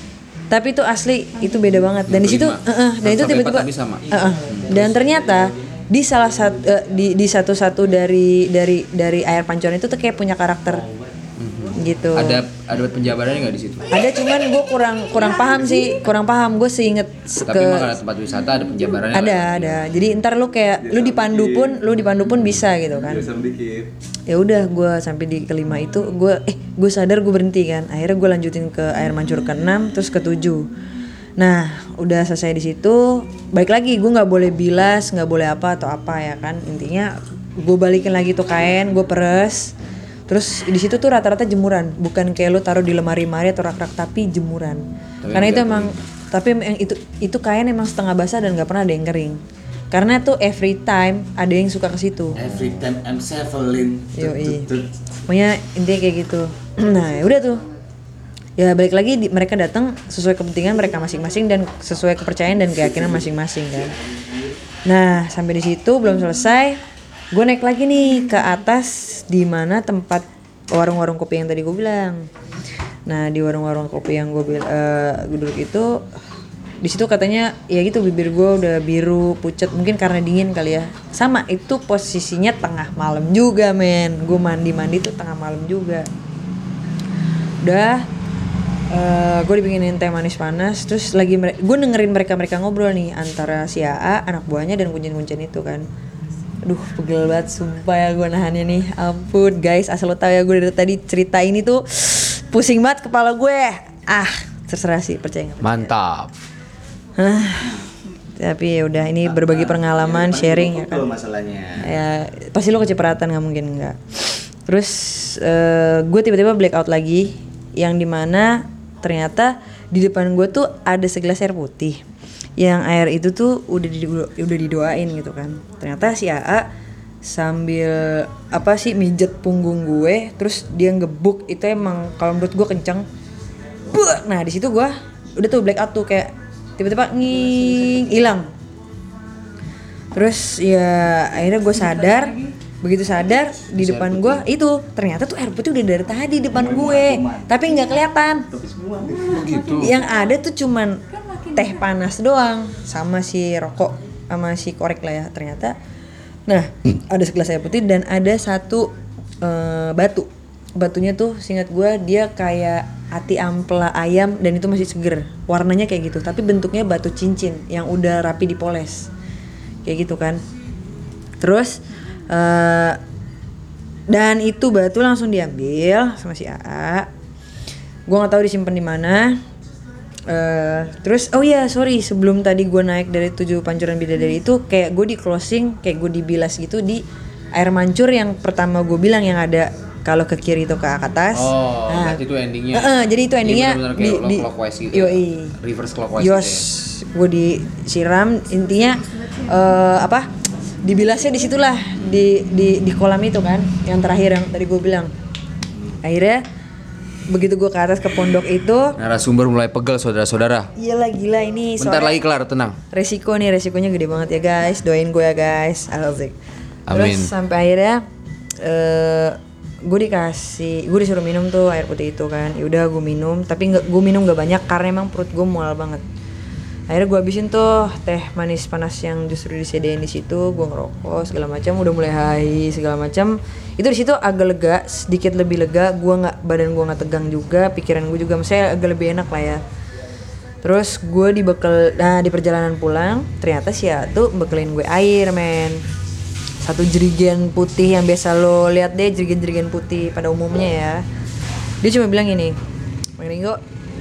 Speaker 2: Tapi itu asli itu beda banget. Dan di situ,
Speaker 4: Lima.
Speaker 2: uh, uh, dan itu
Speaker 4: Sampai
Speaker 2: tiba-tiba,
Speaker 4: empat tapi sama.
Speaker 2: uh, uh. Dan ternyata di salah satu uh, di di satu-satu dari dari dari air pancuran itu tuh kayak punya karakter gitu.
Speaker 4: Ada ada penjabarannya nggak di situ?
Speaker 2: Ada cuman gue kurang kurang paham sih, kurang paham. Gue seinget
Speaker 4: Tapi
Speaker 2: ke
Speaker 4: emang ada tempat wisata ada penjabarannya.
Speaker 2: ada
Speaker 4: nggak?
Speaker 2: ada. Jadi ntar lu kayak lu dipandu pun, lu dipandu pun bisa gitu kan.
Speaker 1: Biasa dikit.
Speaker 2: Ya udah gue sampai di kelima itu gue eh gue sadar gue berhenti kan. Akhirnya gue lanjutin ke air mancur ke enam terus ke tujuh. Nah udah selesai di situ, balik lagi gue nggak boleh bilas, nggak boleh apa atau apa ya kan. Intinya gue balikin lagi tuh kain, gue peres. Terus di situ tuh rata-rata jemuran, bukan kayak lu taruh di lemari-lemari atau rak-rak, tapi jemuran.
Speaker 4: Tapi
Speaker 2: Karena itu
Speaker 4: nggak
Speaker 2: emang, tapi yang itu itu kain emang setengah basah dan nggak pernah ada yang kering. Karena tuh every time ada yang suka ke situ.
Speaker 1: Every time I'm traveling.
Speaker 2: Yoi. Pokoknya intinya kayak gitu. Nah ya udah tuh. Ya balik lagi di, mereka datang sesuai kepentingan mereka masing-masing dan sesuai kepercayaan dan keyakinan masing-masing kan. Nah sampai di situ belum selesai. Gue naik lagi nih ke atas di mana tempat warung-warung kopi yang tadi gue bilang. Nah di warung-warung kopi yang gue bil- uh, gue duduk itu, di situ katanya ya gitu bibir gue udah biru pucet mungkin karena dingin kali ya. Sama itu posisinya tengah malam juga men. Gue mandi-mandi tuh tengah malam juga. Udah, uh, gue dibikinin teh manis panas. Terus lagi mere- gue dengerin mereka mereka ngobrol nih antara si A A anak buahnya dan kuncen-kuncen itu kan. Aduh pegel banget sumpah ya gue nahannya nih. Ampun guys, asal lo tau ya gue dari tadi cerita ini tuh pusing banget kepala gue. Ah terserah sih, percaya gak percaya.
Speaker 4: Mantap.
Speaker 2: Hah, tapi ya udah ini berbagi pengalaman, sharing ya kan.
Speaker 1: Masalahnya.
Speaker 2: Ya pasti lo kecipratan nggak mungkin nggak. Terus uh, gue tiba-tiba blackout lagi, yang dimana ternyata di depan gue tuh ada segelas air putih. Yang air itu tuh udah di, udah didoain gitu kan. Ternyata si A A sambil apa sih mijet punggung gue, terus dia ngebuk itu emang kalau menurut gue kenceng. Buh! Nah di situ gue udah tuh blackout tuh kayak tiba-tiba nging hilang. Terus ya akhirnya gue sadar, begitu sadar di depan gue itu ternyata tuh air putih udah dari tadi di depan gue, tapi nggak kelihatan.
Speaker 4: Begitu.
Speaker 2: Yang ada tuh cuman teh panas doang sama si rokok sama si korek lah ya ternyata. Nah ada segelas air putih dan ada satu uh, batu. Batunya tuh seingat gue dia kayak ati ampela ayam dan itu masih seger. Warnanya kayak gitu tapi bentuknya batu cincin yang udah rapi dipoles kayak gitu kan. Terus uh, dan itu batu langsung diambil sama si A A. Gue nggak tahu disimpan di mana. Uh, terus oh iya sorry sebelum tadi gue naik dari tujuh pancuran bidadari itu kayak gue di closing kayak gue dibilas gitu di air mancur yang pertama gue bilang yang ada kalau ke kiri itu ke atas.
Speaker 4: Oh,
Speaker 2: nah,
Speaker 4: berarti itu endingnya.
Speaker 2: Uh, uh, jadi itu endingnya
Speaker 4: di,
Speaker 2: di, di
Speaker 4: clockwise gitu.
Speaker 2: Yoi.
Speaker 4: Reverse clockwise
Speaker 2: Yos,
Speaker 4: gitu ya.
Speaker 2: Gue disiram intinya uh, apa? Dibilasnya disitulah di di di kolam itu kan yang terakhir yang tadi gue bilang. Akhirnya begitu gue ke atas ke pondok itu,
Speaker 4: Narasumber mulai pegel saudara-saudara.
Speaker 2: iyalah gila ini.
Speaker 4: Bentar
Speaker 2: soalnya
Speaker 4: lagi kelar, tenang.
Speaker 2: resiko nih, resikonya gede banget ya guys. Doain gue ya guys. Asik.
Speaker 4: Amin.
Speaker 2: Terus sampai akhirnya uh, gue dikasih, gue disuruh minum tuh air putih itu kan. Ya udah gue minum, tapi nggak, gue minum nggak banyak karena emang perut gue mual banget. Akhirnya gue habisin tuh teh manis panas yang justru disediain di situ. Gue ngerokok segala macam, udah mulai high segala macam. Itu di situ agak lega, sedikit lebih lega. Gue nggak, badan gue nggak tegang juga, pikiran gue juga, maksudnya agak lebih enak lah ya. Terus gue dibekal, nah di perjalanan pulang ternyata si A tuh bekelin gue air men. Satu jerigen putih yang biasa lo lihat deh, jerigen-jerigen putih pada umumnya ya. Dia cuma bilang gini, Bang Ringo,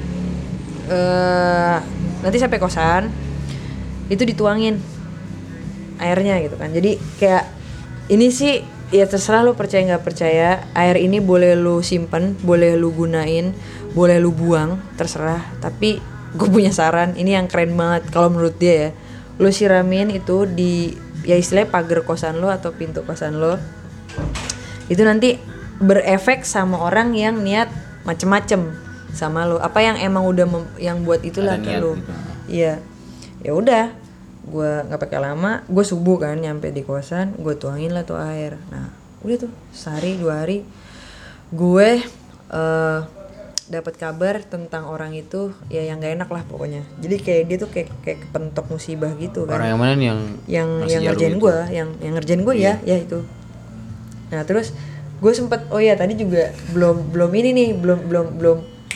Speaker 2: uh, nanti sampai kosan itu dituangin airnya gitu kan. Jadi kayak ini sih ya terserah lo percaya nggak percaya. Air ini boleh lo simpen, boleh lo gunain, boleh lo buang, terserah. Tapi gue punya saran, ini yang keren banget kalau menurut dia ya. Lo siramin itu di ya istilahnya pagar kosan lo atau pintu kosan lo. Itu nanti berefek sama orang yang niat macem-macem sama lo, apa yang emang udah mem- yang buat itulah ke lo.
Speaker 4: Gitu.
Speaker 2: Iya. Ya udah, gue nggak pakai lama, gue subuh kan nyampe di kosan, gue tuangin lah tuh air. Nah udah tuh sehari dua hari gue uh, dapat kabar tentang orang itu ya yang nggak enak lah pokoknya. Jadi kayak dia tuh kayak kayak kepentok musibah gitu kan.
Speaker 4: Orang yang mana nih yang
Speaker 2: yang
Speaker 4: ngasih
Speaker 2: yang
Speaker 4: jarum
Speaker 2: ngerjain
Speaker 4: itu?
Speaker 2: gue, yang yang ngerjain gue ya, ya itu. Nah terus gue sempet, oh ya tadi juga belum belum ini nih, belum belum belum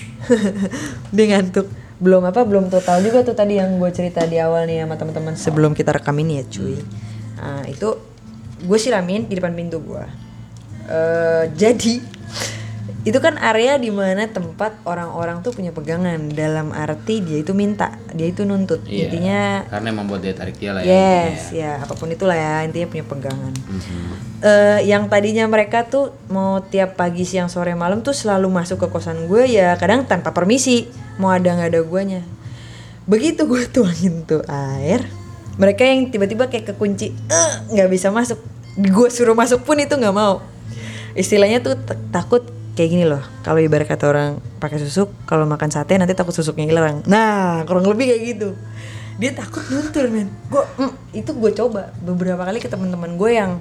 Speaker 2: dia ngantuk, belum apa belum total juga tuh tadi yang gue cerita di awal nih sama teman-teman sebelum kita rekam ini ya cuy. Nah itu gue siramin di depan pintu gue. Uh, jadi itu kan area dimana tempat orang-orang tuh punya pegangan, dalam arti dia itu minta, dia itu nuntut.
Speaker 4: Iya,
Speaker 2: Intinya
Speaker 4: karena emang buat daya tarik dia lah ya.
Speaker 2: yes,
Speaker 4: intinya.
Speaker 2: ya apapun itulah ya, intinya punya pegangan.
Speaker 4: Mhm.
Speaker 2: Uh, yang tadinya mereka tuh mau tiap pagi, siang, sore, malam tuh selalu masuk ke kosan gue ya, kadang tanpa permisi, mau ada nggak ada guanya. Begitu gue tuangin tuh air, mereka yang tiba-tiba kayak kekunci, nggak uh, bisa masuk. Gue suruh masuk pun itu nggak mau. Istilahnya tuh t- takut kayak gini loh. Kalau ibarat kata orang pakai susuk, kalau makan sate nanti takut susuknya hilang. Nah, kurang lebih kayak gitu. Dia takut luntur, men. Gue mm, itu gue coba beberapa kali ke teman-teman gue yang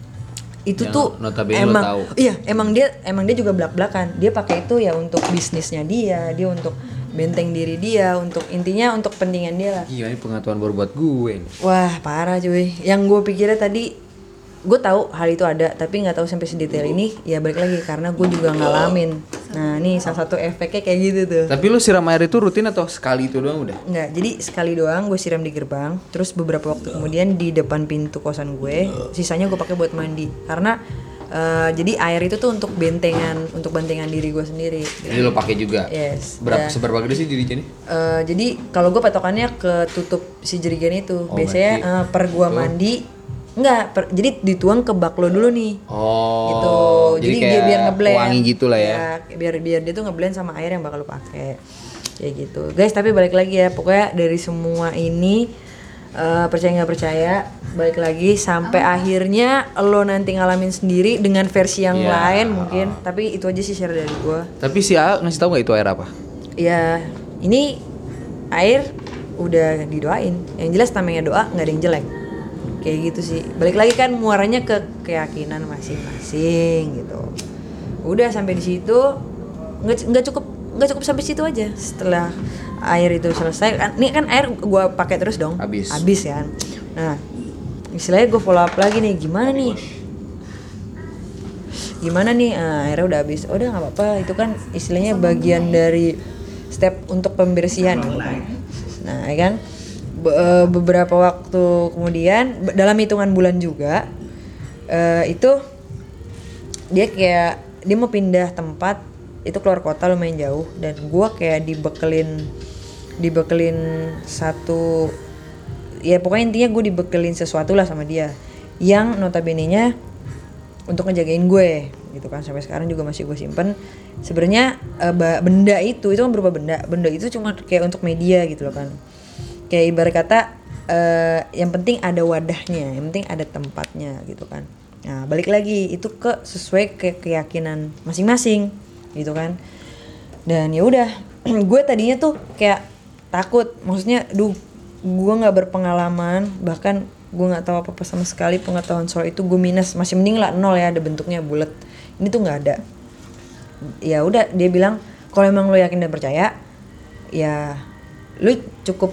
Speaker 2: itu
Speaker 4: Yang
Speaker 2: tuh
Speaker 4: notabene lo
Speaker 2: emang
Speaker 4: tahu.
Speaker 2: iya, emang dia emang dia juga belak-belakan. Dia pakai itu ya untuk bisnisnya dia, dia untuk benteng diri dia, untuk intinya untuk kepentingan dia lah.
Speaker 4: Iya, ini pengetahuan baru buat gue nih.
Speaker 2: Wah parah cuy. Yang gue pikirnya tadi, gue tahu hal itu ada, tapi nggak tahu sampai sedetail ini. Ya balik lagi karena gue juga ngalamin. Nah ini salah satu efeknya kayak gitu tuh.
Speaker 4: Tapi lu siram air itu rutin atau sekali itu doang udah?
Speaker 2: Nggak, jadi sekali doang gue siram di gerbang. Terus beberapa waktu kemudian di depan pintu kosan gue. Sisanya gue pakai buat mandi. Karena uh, jadi air itu tuh untuk bentengan, untuk bentengan diri gue sendiri.
Speaker 4: Jadi lo pakai juga.
Speaker 2: Yes.
Speaker 4: Berapa
Speaker 2: Ya.
Speaker 4: seberapa gede sih jadinya nih?
Speaker 2: Uh, jadi kalau gue patokannya ke tutup si jerigen itu.
Speaker 4: Oh,
Speaker 2: Biasanya
Speaker 4: berarti
Speaker 2: uh, per gua
Speaker 4: itu.
Speaker 2: mandi enggak, per, jadi dituang ke bak lo dulu nih.
Speaker 4: Oh.
Speaker 2: Gitu. Jadi,
Speaker 4: kayak
Speaker 2: dia biar ngeblend.
Speaker 4: wangi gitu lah ya.
Speaker 2: Biar biar dia tuh ngeblend sama air yang bakal lo pakai. Kayak gitu. Guys, tapi balik lagi ya, pokoknya dari semua ini uh, percaya nggak percaya, balik lagi sampai akhirnya lo nanti ngalamin sendiri dengan versi yang
Speaker 4: Iya.
Speaker 2: lain mungkin. Tapi itu aja sih share dari gua.
Speaker 4: Tapi si A ngasih tahu nggak itu air apa?
Speaker 2: Ya, ini air udah didoain. Yang jelas namanya doa nggak ada yang jelek. Kayak gitu sih. Balik lagi kan muaranya ke keyakinan masing-masing gitu. Udah sampai di situ, nggak nggak cukup nggak cukup sampai situ aja. Setelah air itu selesai, kan ini kan air gue pakai terus dong.
Speaker 4: Habis.
Speaker 2: Habis kan. Nah, istilahnya gue follow up lagi nih, gimana nih? Gimana nih? Nah, airnya udah habis. Oh, udah nggak apa-apa. Itu kan istilahnya bagian dari step untuk pembersihan gitu kan. Nah, ya kan. Be- beberapa waktu kemudian be- dalam hitungan bulan juga uh, itu dia kayak dia mau pindah tempat, itu keluar kota lumayan jauh, dan gue kayak dibekelin dibekelin satu, ya pokoknya intinya gue dibekelin sesuatu lah sama dia yang notabene-nya untuk ngejagain gue gitu kan. Sampai sekarang juga masih gue simpen. Sebenarnya uh, benda itu itu kan berupa benda benda itu cuma kayak untuk media gitu loh kan. Kayak ibarat kata uh, yang penting ada wadahnya, yang penting ada tempatnya gitu kan. Nah balik lagi itu ke sesuai ke keyakinan masing-masing gitu kan. Dan ya udah gue tadinya tuh kayak takut, maksudnya duh gue nggak berpengalaman, bahkan gue nggak tahu apa apa sama sekali, pengetahuan soal itu gue minus, masih mending lah nol ya, ada bentuknya bulat. Ini tuh nggak ada. Ya udah dia bilang kalau emang lo yakin dan percaya ya lo cukup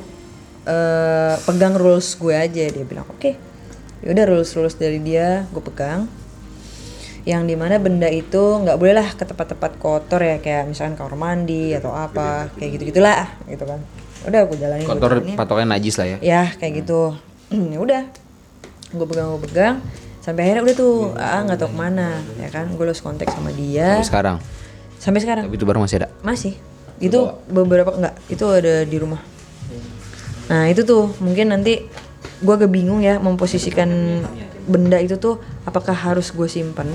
Speaker 2: Uh, pegang rules gue aja. Dia bilang oke, okay. Yaudah rules rules dari dia gue pegang, yang dimana benda itu nggak boleh lah ke tempat-tempat kotor ya, kayak misalkan kamar mandi atau apa kayak gitu gitulah gitu kan. Udah gue jalanin
Speaker 4: Kotor
Speaker 2: gua
Speaker 4: patokannya najis lah ya.
Speaker 2: ya kayak gitu. Ya udah gue pegang gue pegang sampai akhirnya udah tuh ah nggak tahu kemana ya kan. Gue lost kontak sama dia
Speaker 4: Sampai sekarang.
Speaker 2: sampai sekarang
Speaker 4: Tapi itu baru masih ada.
Speaker 2: masih itu beberapa enggak, itu ada di rumah. Nah itu tuh mungkin nanti gue agak bingung ya memposisikan benda itu tuh apakah harus gue simpen.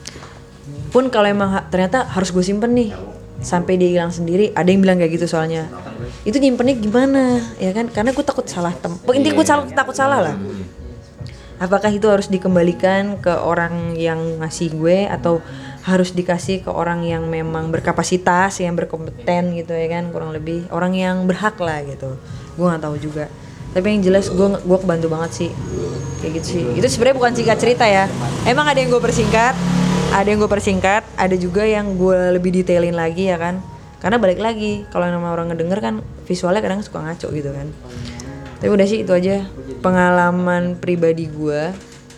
Speaker 2: Pun kalau emang ha- ternyata harus gue simpen nih sampai dia hilang sendiri, ada yang bilang kayak gitu soalnya. Itu nyimpennya gimana ya kan? Karena gue takut salah tempat. Intinya gue salah, takut salah lah. Apakah itu harus dikembalikan ke orang yang ngasih gue atau harus dikasih ke orang yang memang berkapasitas, yang berkompeten gitu ya kan, kurang lebih orang yang berhak lah gitu. Gue nggak tahu juga. Tapi yang jelas gue gue kebantu banget sih kayak gitu sih. Itu sebenarnya bukan singkat cerita ya. Emang ada yang gue persingkat, ada yang gue persingkat, ada juga yang gue lebih detailin lagi ya kan. Karena balik lagi kalau nama orang ngedenger kan visualnya kadang suka ngaco gitu kan. Tapi udah sih itu aja pengalaman pribadi gue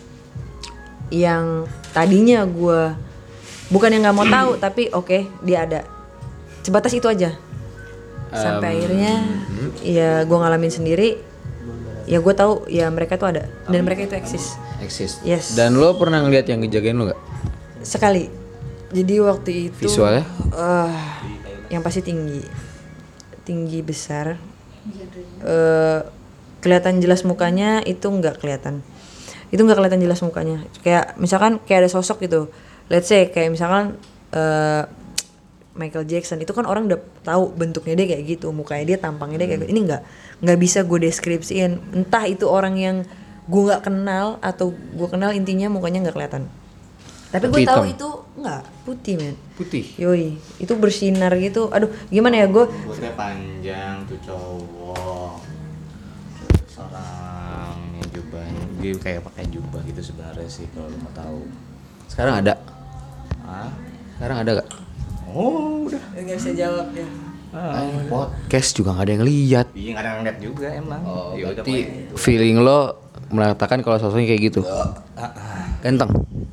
Speaker 2: yang tadinya gue bukan yang nggak mau tahu tapi oke okay, dia ada. Sebatas itu aja. Sampai um, akhirnya ya gue ngalamin sendiri. Ya gue tahu ya mereka tuh ada dan mereka itu eksis.
Speaker 4: Eksis.
Speaker 2: Yes.
Speaker 4: Dan lo pernah ngeliat yang ngejagain lo gak?
Speaker 2: Sekali. Jadi waktu itu
Speaker 4: visualnya?
Speaker 2: Uh, yang pasti tinggi, tinggi besar. Uh, kelihatan jelas mukanya itu nggak kelihatan. Itu nggak kelihatan jelas mukanya. Kayak misalkan kayak ada sosok gitu. Let's say kayak misalkan uh, Michael Jackson itu kan orang udah tahu bentuknya dia kayak gitu, mukanya dia, tampangnya dia kayak gitu. Ini nggak nggak bisa gue deskripsiin. Entah itu orang yang gue nggak kenal atau gue kenal, intinya mukanya nggak kelihatan. Tapi gue tahu itu nggak putih men.
Speaker 4: Putih.
Speaker 2: Yoi, itu bersinar gitu. Aduh, gimana ya gue?
Speaker 1: Rambutnya panjang tuh cowok. Seorang jubahnya, dia kayak pakai jubah gitu sebenarnya sih kalau lo mau tahu.
Speaker 4: Sekarang ada?
Speaker 1: Hah?
Speaker 4: Sekarang ada gak?
Speaker 1: Oh udah.
Speaker 2: Nggak bisa jawab ya.
Speaker 1: Ah,
Speaker 4: Podcast juga gak ada yang lihat.
Speaker 1: iya nggak ada yang lihat juga emang.
Speaker 4: Oh,
Speaker 1: ya udah
Speaker 4: berarti
Speaker 1: pokoknya.
Speaker 4: feeling lo mengatakan kalau sosoknya kayak gitu. Ganteng.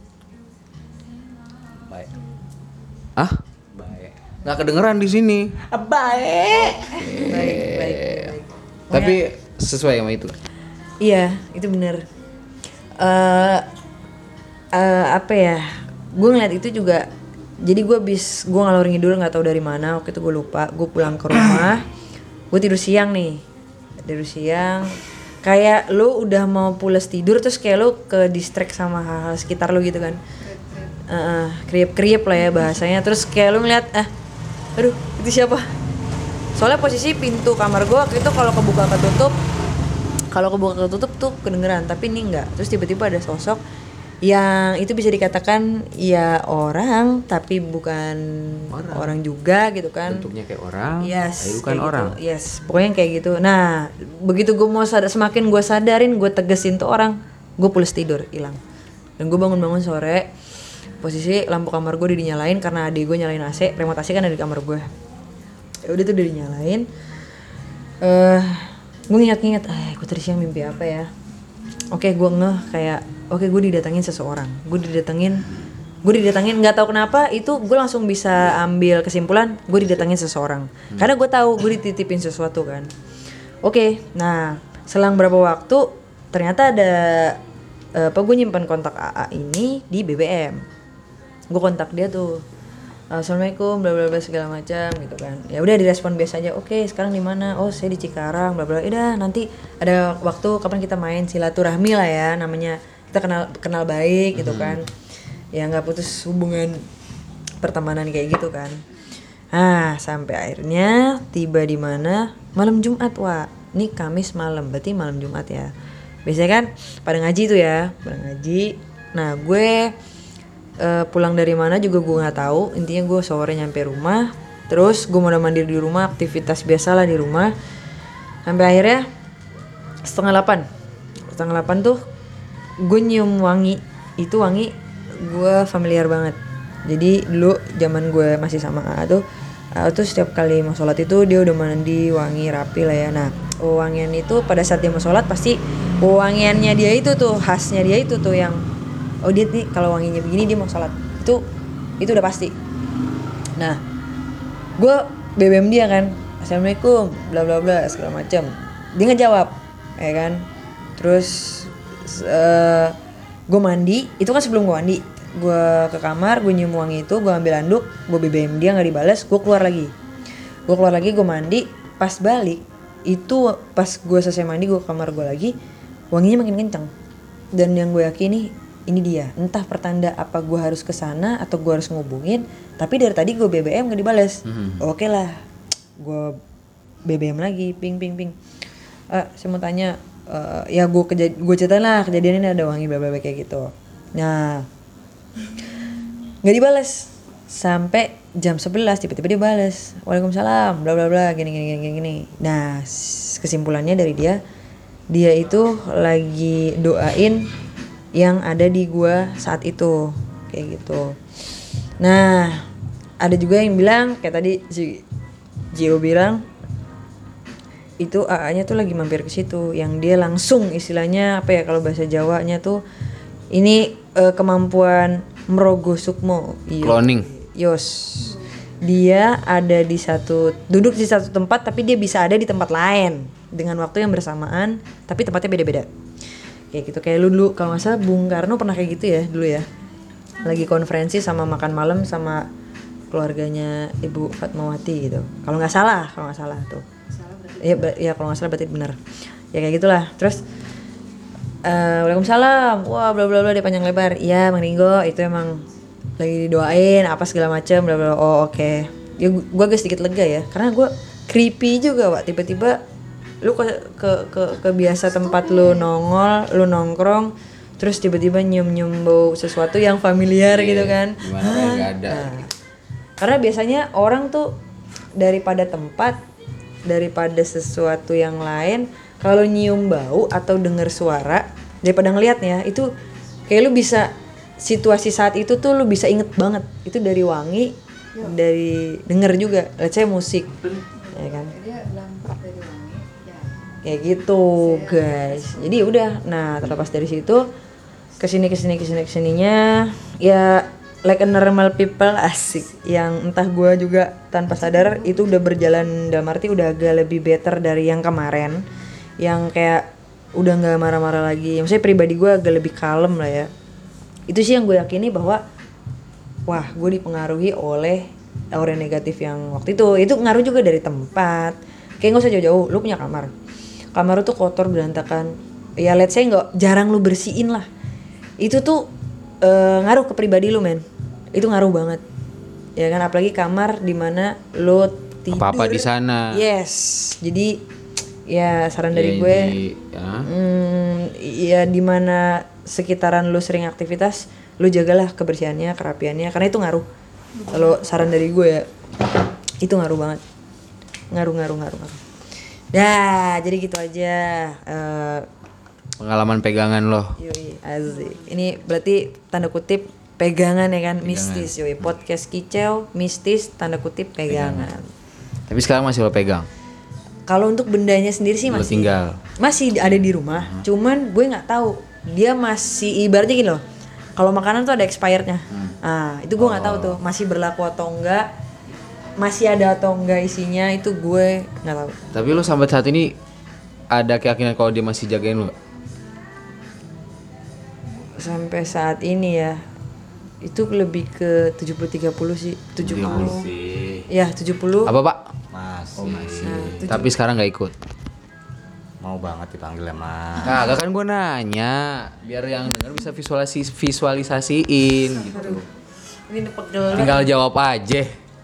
Speaker 1: Baik.
Speaker 4: Ah?
Speaker 1: Baik.
Speaker 4: Nggak kedengeran di sini.
Speaker 2: Baik. Baik, baik, baik.
Speaker 4: Tapi sesuai sama itu.
Speaker 2: Iya, itu bener. Uh, uh, apa ya? Gue ngeliat itu juga. Jadi gue bis, gue ngalor ngidul nggak tahu dari mana. Waktu itu gue lupa. Gue pulang ke rumah. Gue tidur siang nih. Tidur siang. Kayak lo udah mau pulas tidur terus kayak lo ke distract sama hal-hal sekitar lo gitu kan. Uh, kriep-kriep lah ya bahasanya. Terus kayak lo ngeliat, ah, aduh itu siapa? Soalnya posisi pintu kamar gue waktu itu kalau kebuka ketutup, kalau kebuka ketutup tuh kedengeran, tapi ini enggak. Terus tiba-tiba ada sosok yang itu bisa dikatakan ya orang, tapi bukan orang, orang juga gitu kan.
Speaker 4: Bentuknya kayak orang,
Speaker 2: yes,
Speaker 4: tapi bukan
Speaker 2: kayak
Speaker 4: orang.
Speaker 2: Gitu. Yes, pokoknya kayak gitu. Nah, begitu gue mau sadar, semakin gue sadarin, gue tegesin tuh orang, gue pulas tidur, hilang. Dan gue bangun-bangun sore, posisi lampu kamar gue udah dinyalain karena adik gue nyalain A C, remote A C kan ada di kamar gue. Ya udah tuh udah dinyalain. Eh, uh, gue ngingat-ngingat, ah, gue tadi siang mimpi apa ya? Oke, okay, gue ngeh kayak, oke okay, gue didatengin seseorang, gue didatengin, gue didatengin nggak tahu kenapa itu gue langsung bisa ambil kesimpulan gue didatengin seseorang, hmm. karena gue tahu gue dititipin sesuatu kan. Oke, okay, nah selang berapa waktu ternyata ada uh, apa gue nyimpan kontak A A ini di B B M, gue kontak dia tuh. Assalamualaikum bla bla bla segala macam gitu kan. Ya udah direspon biasa aja. Oke, sekarang di mana? Oh, saya di Cikarang bla bla. Udah nanti ada waktu kapan kita main silaturahmi lah ya namanya. Kita kenal kenal baik gitu kan. Ya nggak putus hubungan pertemanan kayak gitu kan. Ah, sampai akhirnya tiba di mana? Malam Jumat, Wak. Ini Kamis malam, berarti malam Jumat ya. Biasanya kan pada ngaji tuh ya, pada ngaji. Nah, gue Uh, pulang dari mana juga gue nggak tahu. Intinya gue sore nyampe rumah, terus gue mau mandiri di rumah, aktivitas biasa lah di rumah. Sampai akhirnya setengah delapan, setengah delapan tuh gue nyium wangi. Itu wangi gue familiar banget. Jadi dulu zaman gue masih sama A A tuh, A A tuh setiap kali mau sholat itu dia udah mandi wangi rapi lah ya. Nah, wangian itu pada saat dia mau sholat pasti wangiannya dia itu tuh khasnya dia itu tuh yang oh dia nih kalau wanginya begini dia mau sholat, itu itu udah pasti. Nah, gue B B M dia kan, assalamualaikum, bla bla bla segala macam. Dia ngejawab, ya kan. Terus uh, gue mandi, itu kan sebelum gue mandi, gue ke kamar, gue nyium wangi itu, gue ambil handuk, gue B B M dia nggak dibales, gue keluar lagi, gue keluar lagi, gue mandi, pas balik itu pas gue selesai mandi gue ke kamar gue lagi, wanginya makin kencang. Dan yang gue yakini ini dia, entah pertanda apa gue harus kesana atau gue harus ngubungin, tapi dari tadi gue B B M gak dibales. Mm-hmm. Oke lah, gue B B M lagi, ping ping ping. Uh, saya mau tanya, uh, ya gue kejad- gue ceritain lah kejadian ini ada wangi bla bla bla kayak gitu. Nah, nggak dibales sampai jam sebelas tiba-tiba dia bales, waalaikumsalam, bla bla bla, gini gini gini gini. Nah, kesimpulannya dari dia, dia itu lagi doain yang ada di gua saat itu kayak gitu. Nah, ada juga yang bilang kayak tadi si Gio bilang itu A A-nya tuh lagi mampir ke situ, yang dia langsung istilahnya apa ya kalau bahasa Jawanya tuh ini uh, kemampuan merogoh sukmo. Iyo.
Speaker 4: Cloning.
Speaker 2: Yos. Dia ada di satu duduk di satu tempat tapi dia bisa ada di tempat lain dengan waktu yang bersamaan tapi tempatnya beda-beda. Kayak gitu kayak lu dulu kalau nggak salah Bung Karno pernah kayak gitu ya dulu ya. Lagi konferensi sama makan malam sama keluarganya Ibu Fatmawati gitu. Kalau nggak salah, kalau nggak salah tuh. Iya, ya kalau nggak salah berarti benar. Ya kayak gitulah. Terus uh, Waalaikumsalam. Wah, bla bla bla dia panjang lebar. Iya, Bang Ringo itu emang lagi didoain apa segala macam bla bla. Oh, oke. Okay. Ya gua agak sedikit lega ya. Karena gua creepy juga, Pak. Tiba-tiba lu ke ke ke kebiasa tempat lu nongol, lu nongkrong, terus tiba-tiba nyium-nyium bau sesuatu yang familiar
Speaker 4: Yeah,
Speaker 2: gitu kan.
Speaker 4: Gimana orang nggak ada.
Speaker 2: Nah, karena biasanya orang tuh daripada tempat, daripada sesuatu yang lain, kalau nyium bau atau dengar suara, daripada ngelihatnya itu kayak lu bisa situasi saat itu tuh lu bisa inget banget. Itu dari wangi, dari denger juga. Let's say musik, ya kan?
Speaker 3: Dia bilang dari wangi, ya.
Speaker 2: Kayak gitu guys. Jadi udah, nah terlepas dari situ kesini kesini kesini kesininya ya like a normal people asik yang entah gue juga tanpa sadar itu udah berjalan dalam arti udah agak lebih better dari yang kemarin yang kayak udah nggak marah-marah lagi. Maksudnya pribadi gue agak lebih kalem lah ya. Itu sih yang gue yakini bahwa wah gue dipengaruhi oleh aura negatif yang waktu itu. Itu ngaruh juga dari tempat. Kayak nggak usah jauh-jauh. Lu punya kamar. Kamar lu tuh kotor berantakan. Ya let's say nggak jarang lu bersihin lah. Itu tuh uh, ngaruh ke pribadi lu men. Itu ngaruh banget. Ya kan apalagi kamar di mana lu tidur.
Speaker 4: Apa-apa di sana.
Speaker 2: Yes. Jadi ya saran dari
Speaker 4: Ya,
Speaker 2: gue
Speaker 4: jadi, ya.
Speaker 2: hmm, ya di mana sekitaran lu sering aktivitas, lu jagalah kebersihannya, kerapiannya karena itu ngaruh. Kalau saran dari gue ya itu ngaruh banget. Ngaruh ngaruh ngaruh ngaruh. Dah, jadi gitu aja. Uh,
Speaker 4: Pengalaman pegangan lo.
Speaker 2: Yoi, asik. Ini berarti tanda kutip pegangan ya kan, mistis yoi. Podcast kicau, mistis, tanda kutip pegangan.
Speaker 4: Tapi sekarang masih lo pegang.
Speaker 2: Kalau untuk bendanya sendiri sih
Speaker 4: Lo
Speaker 2: masih
Speaker 4: tinggal.
Speaker 2: masih ada di rumah.
Speaker 4: Hmm.
Speaker 2: Cuman gue nggak tahu dia masih ibaratnya gini loh. Kalau makanan tuh ada expirednya.
Speaker 4: Hmm.
Speaker 2: Nah itu gue nggak tahu tuh masih berlaku atau enggak, masih ada atau enggak isinya itu gue nggak tahu.
Speaker 4: Tapi lo sampai saat ini ada keyakinan kalau dia masih jagain lo?
Speaker 2: Sampai saat ini ya itu lebih ke tujuh puluh tiga puluh sih. tujuh puluh.
Speaker 1: Masih.
Speaker 2: Ya tujuh puluh.
Speaker 4: Apa pak?
Speaker 1: Masih.
Speaker 4: Oh masih.
Speaker 2: Nah, tujuh-
Speaker 4: Tapi sekarang nggak ikut.
Speaker 1: Mau banget dipanggil sama.
Speaker 4: Kagak kan gue nanya biar yang denger bisa visualisasi visualisasiin gitu.
Speaker 2: Ini pegel.
Speaker 4: Tinggal jawab aja.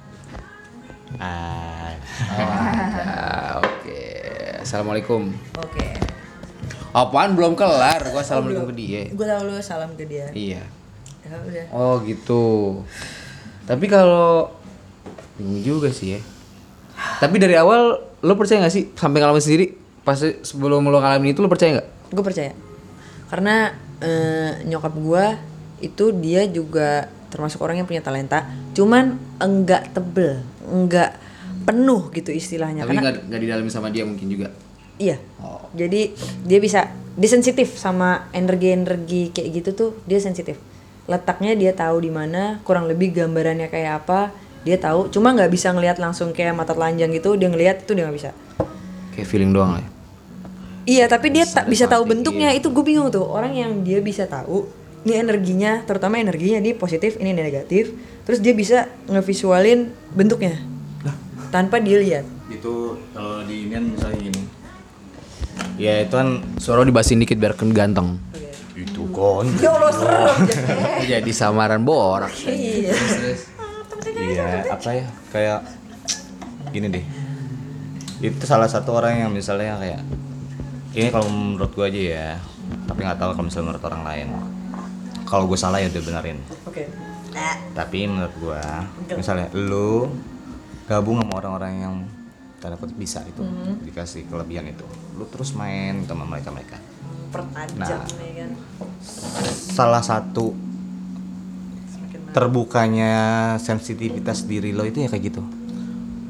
Speaker 1: Ah.
Speaker 4: Ya, oke. Assalamualaikum.
Speaker 2: Oke.
Speaker 4: Apaan belum kelar? Gua assalamualaikum ke dia.
Speaker 2: Gue tahu lu salam ke dia.
Speaker 4: Iya.
Speaker 2: Ya udah.
Speaker 4: Oh gitu. Tapi kalau bingung juga sih ya. Tapi dari awal lo percaya gak sih sampai ngalamin sendiri? Pas sebelum lo ngalamin itu lo percaya nggak?
Speaker 2: Gue percaya. Karena eh, nyokap gue itu dia juga termasuk orang yang punya talenta. Cuman enggak tebel, enggak penuh gitu istilahnya.
Speaker 4: Tapi
Speaker 2: Karena
Speaker 4: nggak nggak didalami sama dia mungkin juga.
Speaker 2: iya.
Speaker 4: Oh.
Speaker 2: Jadi dia bisa dia sensitif sama energi-energi kayak gitu tuh dia sensitif. Letaknya dia tahu di mana, kurang lebih gambarannya kayak apa dia tahu. Cuma nggak bisa ngelihat langsung kayak mata telanjang gitu. Dia ngelihat itu dia nggak bisa.
Speaker 4: Kayak feeling doang lah ya.
Speaker 2: Iya tapi dia tak bisa tahu
Speaker 1: something,
Speaker 2: bentuknya.
Speaker 1: iya.
Speaker 2: Itu gue bingung tuh orang yang dia bisa tahu ini energinya, terutama energinya dia positif, ini negatif. Terus dia bisa ngevisualin bentuknya tanpa dia lihat.
Speaker 1: Itu kalau di ini misalnya gini. Ya itu kan
Speaker 4: Suara dibasin dikit biar kan ganteng.
Speaker 1: itu kon.
Speaker 2: Ya Allah serem.
Speaker 4: Jadi samaran borak.
Speaker 2: Iya.
Speaker 1: Iya, apa ya? Kayak gini deh. Itu salah satu orang yang misalnya kayak ini kalau menurut gue aja ya, tapi nggak tahu kalau misalnya menurut orang lain. Kalau gue salah ya udah benerin.
Speaker 2: Oke.
Speaker 1: Tapi menurut gue, misalnya lu gabung sama orang-orang yang tanda kutip bisa itu, dikasih kelebihan itu, lu terus main sama mereka-mereka.
Speaker 2: Pertajam
Speaker 1: Nah.
Speaker 2: nih kan.
Speaker 1: Salah satu terbukanya sensitivitas diri lo itu ya kayak gitu.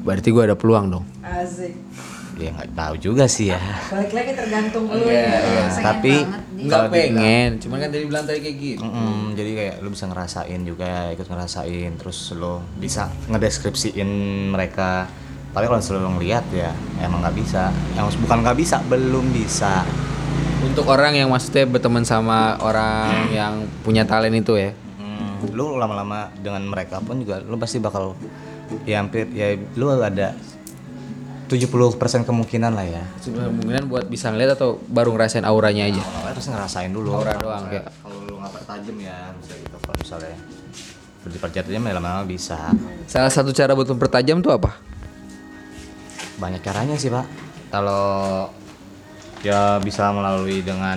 Speaker 4: Berarti gue ada peluang dong.
Speaker 2: Asik.
Speaker 1: Ya nggak tahu juga sih ya.
Speaker 2: Balik lagi tergantung lu
Speaker 4: Iya,
Speaker 2: ya.
Speaker 4: iya.
Speaker 3: Pengen
Speaker 1: Tapi
Speaker 3: banget dia.
Speaker 4: Nggak
Speaker 1: kalau dibilang-
Speaker 4: pengen, cuman kan tadi bilang tadi kayak gitu.
Speaker 1: Mm-mm, jadi kayak lu bisa ngerasain juga, ikut ngerasain, terus lu bisa ngedeskripsiin mereka. Tapi kalau selalu ngeliat ya emang nggak bisa, emang bukan nggak bisa, belum bisa.
Speaker 4: Untuk orang yang maksudnya berteman sama orang yang punya talent itu ya.
Speaker 1: Mm, lu lama-lama dengan mereka pun juga lu pasti bakal ya hampir ya lu ada tujuh puluh persen kemungkinan lah ya.
Speaker 4: Kemungkinan buat bisa ngeliat atau baru ngerasain auranya aja.
Speaker 1: Awalnya pasti ngerasain dulu.
Speaker 4: Aura doang,
Speaker 1: Misalnya,
Speaker 4: ya.
Speaker 1: Kalau lu nggak pertajam ya bisa gitu. Kalau misalnya berpertajam ya lama-lama bisa.
Speaker 4: Salah satu cara buat mempertajam tuh apa?
Speaker 1: Banyak caranya sih pak. Kalau ya bisa melalui dengan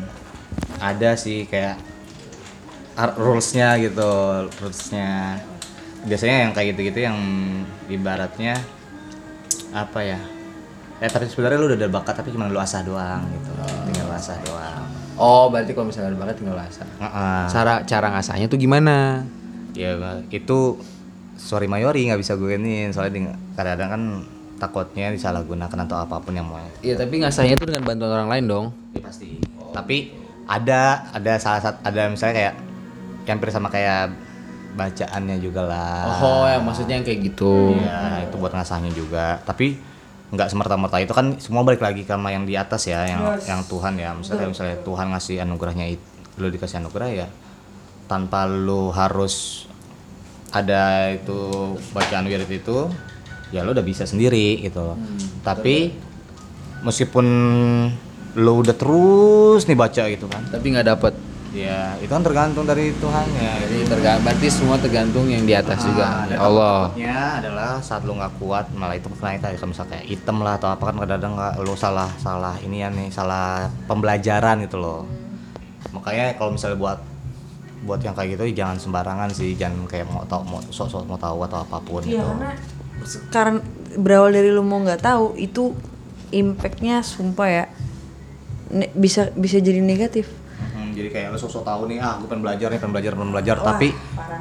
Speaker 1: ada sih kayak art rulesnya gitu, rulesnya. Biasanya yang kayak gitu-gitu yang ibaratnya apa ya? Eh tapi sebenarnya lu udah ada bakat tapi cuma lu asah doang gitu. Tinggal lu asah doang.
Speaker 4: Oh, berarti kalau misalnya ada bakat tinggal asah.
Speaker 1: Heeh.
Speaker 4: Cara cara ngasahnya tuh gimana?
Speaker 1: Ya itu sorry mayori nggak bisa gue ini soalnya di- kadang-kadang kan takutnya disalahgunakan atau apapun yang mau.
Speaker 4: Iya, tapi ngasahnya tuh dengan bantuan orang lain dong.
Speaker 1: Ya pasti. Tapi ada ada salah satu ada misalnya kayak hampir sama kayak bacaannya juga lah.
Speaker 4: Oh, ya maksudnya yang kayak gitu.
Speaker 1: Iya, itu buat ngasahnya juga. Tapi nggak semerta-merta itu kan semua balik lagi sama yang di atas ya, yang yang Tuhan ya. Misalnya misalnya Tuhan ngasih anugerahnya itu, lu dikasih anugerah ya tanpa lu harus ada itu bacaan wirid itu, ya lu udah bisa sendiri gitu. Tapi meskipun lu udah terus nih baca gitu kan,
Speaker 4: Tapi nggak dapet.
Speaker 1: ya itu kan tergantung dari Tuhan ya.
Speaker 4: Jadi terga- berarti semua tergantung yang di atas juga.
Speaker 1: dan
Speaker 4: Ya Allah.
Speaker 1: takutnya adalah saat lu nggak kuat malah itu kena itu kalau misalnya kayak item lah atau apa kan kadang-kadang nggak lu salah salah ini ya nih salah pembelajaran gitu loh. Makanya kalau misalnya buat buat yang kayak gitu jangan sembarangan sih, jangan kayak mau tahu mau sok-sok mau tahu atau apapun
Speaker 2: Iya
Speaker 1: gitu.
Speaker 2: karena sekarang berawal dari lu mau nggak tahu itu impactnya sumpah ya ne- bisa bisa jadi negatif.
Speaker 1: Hmm, jadi kayak lu sok-sok tahu nih ah gue pengen belajar nih pengen belajar pengen belajar
Speaker 2: Wah,
Speaker 1: tapi
Speaker 2: parah.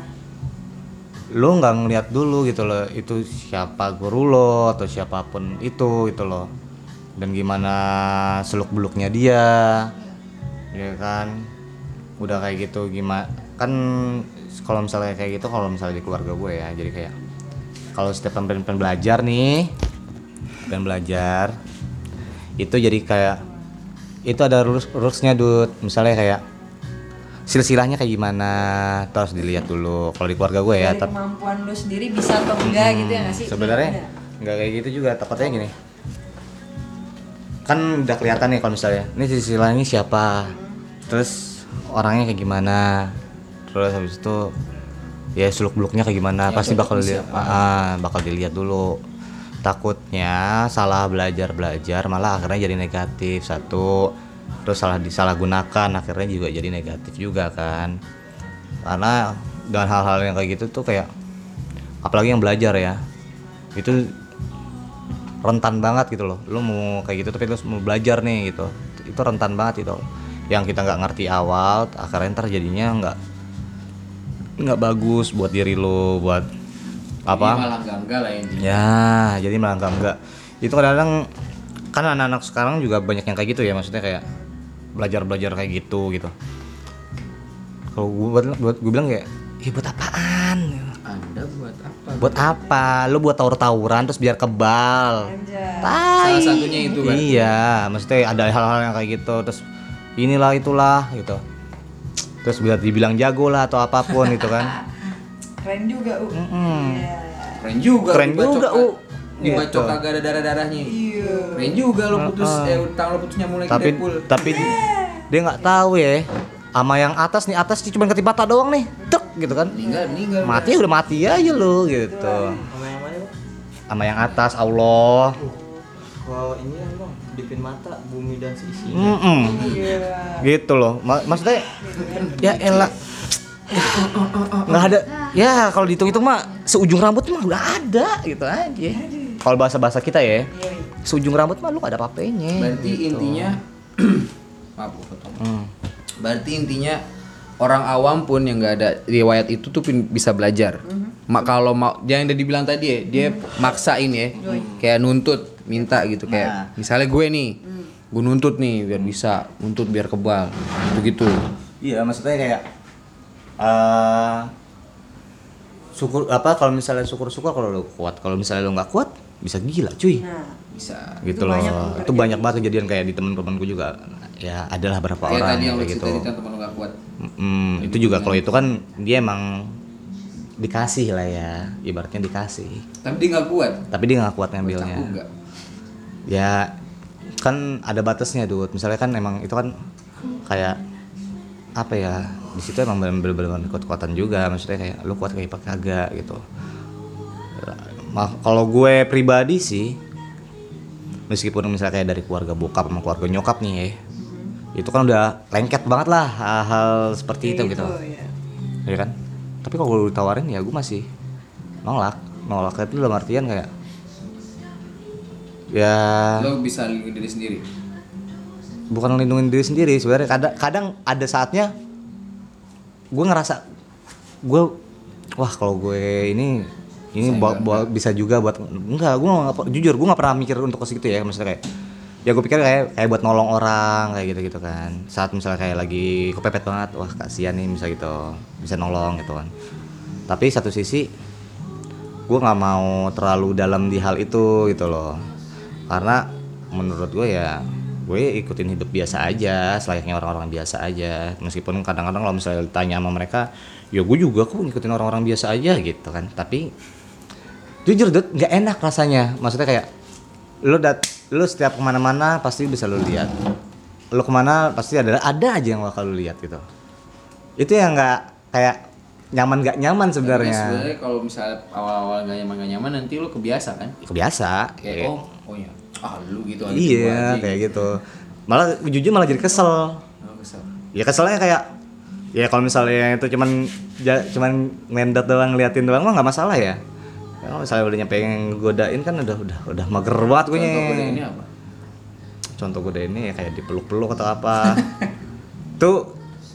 Speaker 1: lu nggak ngeliat dulu gitu loh itu siapa guru lo atau siapapun itu gitu loh dan gimana seluk beluknya dia ya kan udah kayak gitu gimana kan kalau misalnya kayak gitu kalau misalnya di keluarga gue ya jadi kayak kalau setiap pengen, pengen belajar nih pengen belajar itu jadi kayak itu ada rules rulesnya Dut misalnya kayak silsilahnya kayak gimana terus dilihat dulu kalau di keluarga gue ya
Speaker 2: Dari
Speaker 1: tapi
Speaker 2: kemampuan lu sendiri bisa atau enggak gitu ya nggak sih?
Speaker 1: sebenarnya
Speaker 2: Iya.
Speaker 1: nggak kayak gitu juga takutnya gini kan udah kelihatan nih kalau misalnya ini silsilahnya siapa terus orangnya kayak gimana terus habis itu ya seluk beluknya kayak gimana
Speaker 4: Ya,
Speaker 1: pasti bakal
Speaker 4: cocoknya
Speaker 1: dilihat ah, bakal dilihat dulu takutnya salah belajar belajar malah akhirnya jadi negatif satu terus salah disalahgunakan akhirnya juga jadi negatif juga kan karena dengan hal-hal yang kayak gitu tuh kayak apalagi yang belajar ya itu rentan banget gitu loh lu mau kayak gitu tapi lu mau belajar nih gitu itu rentan banget itu yang kita nggak ngerti awal akhirnya ntar jadinya nggak nggak bagus buat diri lu buat apa
Speaker 4: Jadi malah enggak lah intinya.
Speaker 1: ya jadi malah nggak nggak itu kadang-kadang kan anak-anak sekarang juga banyak yang kayak gitu ya maksudnya kayak belajar-belajar kayak gitu gitu kalau gue buat, buat gue bilang kayak ya buat apaan
Speaker 4: Anda buat apa?
Speaker 1: buat apa lu buat tawur-tawuran terus biar kebal tai.
Speaker 4: Salah satunya itu kan.
Speaker 1: Iya maksudnya ada hal-hal yang kayak gitu terus inilah itulah gitu terus biar dibilang jago lah atau apapun gitu kan.
Speaker 2: Keren juga U.
Speaker 1: Mm-mm.
Speaker 2: Iya.
Speaker 4: Keren juga.
Speaker 1: Keren
Speaker 4: dibacok
Speaker 1: juga,
Speaker 4: ka-
Speaker 1: U.
Speaker 4: Dibacok
Speaker 1: Gitu.
Speaker 4: kagak ada darah-darahnya.
Speaker 2: Iya.
Speaker 4: Keren juga lo putus
Speaker 1: Uh-uh.
Speaker 4: eh utang lo putus nyambung lagi
Speaker 1: tapi
Speaker 4: Deadpool.
Speaker 1: tapi dia nggak tahu ya sama yang atas nih atas cuma ketimpa mata doang nih tek gitu kan
Speaker 4: Meninggal, meninggal.
Speaker 1: mati udah mati aja lu gitu sama yang atas Allah.
Speaker 5: Kalau ini kan bang, dipin mata, bumi dan seisinya.
Speaker 1: Mm-mm. Gitu loh. Ma- maksudnya ya elah. Nggak ada. Ya kalau dihitung-hitung mah seujung rambut mah udah ada gitu aja. Kalau bahasa-bahasa kita ya, seujung rambut mah lu gak ada apa-apanya.
Speaker 4: Berarti
Speaker 1: gitu.
Speaker 4: intinya maaf gua potong.
Speaker 1: Hmm.
Speaker 4: Berarti intinya orang awam pun yang nggak ada riwayat itu tuh pin- bisa belajar. mak kalau mau yang udah dibilang tadi ya, dia maksain ya, kayak nuntut, minta gitu kayak
Speaker 1: Nah.
Speaker 4: misalnya gue nih, gue nuntut nih biar bisa, nuntut biar kebal, begitu.
Speaker 1: Iya, maksudnya kayak eh syukur apa kalau misalnya syukur-syukur kalau lu kuat, kalau misalnya lu nggak kuat bisa gila cuy.
Speaker 2: Nah,
Speaker 4: Bisa.
Speaker 1: Gitu
Speaker 2: Itu
Speaker 1: loh.
Speaker 2: banyak
Speaker 1: Itu banyak banget kejadian kayak di temen-temenku juga. Ya adalah berapa
Speaker 4: Kayak
Speaker 1: orang
Speaker 4: tadi yang lo
Speaker 1: kayak gitu.
Speaker 4: ceritain kan teman lo gak kuat.
Speaker 1: Mm, itu juga kalau itu kan dia emang dikasih lah ya, ibaratnya dikasih.
Speaker 4: Tapi dia gak kuat.
Speaker 1: Tapi dia nggak kuat ngambilnya.
Speaker 4: Cakup nggak?
Speaker 1: Ya kan ada batasnya dude. Misalnya kan emang itu kan kayak apa ya, di situ emang bener-bener kuat-kuatan juga, maksudnya kayak lu kuat kayak pakai kagak gitu. Nah, kalau gue pribadi sih, meskipun misalnya kayak dari keluarga bokap sama keluarga nyokap nih ya, itu kan udah lengket banget lah hal-hal seperti itu
Speaker 2: kayak
Speaker 1: gitu,
Speaker 2: ya.
Speaker 1: ya kan. Tapi kalau gue ditawarin ya gue masih nolak, nolak itu dalam artian kayak ya
Speaker 4: Lo bisa lindungi diri sendiri.
Speaker 1: bukan melindungi diri sendiri sebenarnya. Kadang kadang ada saatnya gue ngerasa gue wah kalau gue ini ini buat, buat bisa juga buat enggak, gue nggak, jujur gue nggak pernah mikir untuk ke situ ya, maksudnya kayak ya gue pikir kayak kayak buat nolong orang kayak gitu gitu kan, saat misalnya kayak lagi kepepet banget, wah kasihan nih bisa gitu, bisa nolong gitu kan. Tapi satu sisi gue nggak mau terlalu dalam di hal itu gitu loh, karena menurut gue ya gue ikutin hidup biasa aja, selayaknya orang-orang biasa aja. Meskipun kadang-kadang kalau misalnya ditanya sama mereka, ya gue juga kok ngikutin orang-orang biasa aja gitu kan. Tapi jujur Dut, nggak enak rasanya. Maksudnya kayak lu dat, lu setiap kemana-mana pasti bisa lu lihat. Lu kemana pasti ada ada aja yang bakal lu lihat gitu. Itu yang nggak kayak nyaman nggak nyaman
Speaker 4: Tapi
Speaker 1: sebenarnya.
Speaker 4: sebenarnya kalau misalnya awal-awal gak nyaman gak nyaman nanti lo kebiasa kan?
Speaker 1: Kebiasa.
Speaker 4: Kayak oh, oh ya, ah lu gitu. aja, gua
Speaker 1: Iya
Speaker 4: aja,
Speaker 1: kayak gitu. Malah jujur malah jadi kesel.
Speaker 4: Oh, kesel.
Speaker 1: Ya keselnya kayak ya kalau misalnya itu cuman ja, cuman ngendat doang ngeliatin doang mah nggak masalah ya. Kalau misalnya udah nyampe godain kan udah udah udah mager banget gue.
Speaker 4: Contoh gue ini apa?
Speaker 1: Contoh godain ini ya kayak dipeluk-peluk atau apa. Tuh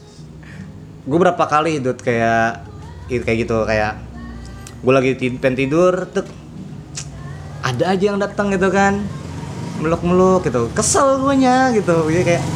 Speaker 1: gue berapa kali hidup kayak kayak gitu, kayak gue lagi tid- pengen tidur tuh ada aja yang datang gitu kan, meluk-meluk gitu, kesel gue nya gitu. Ya kayak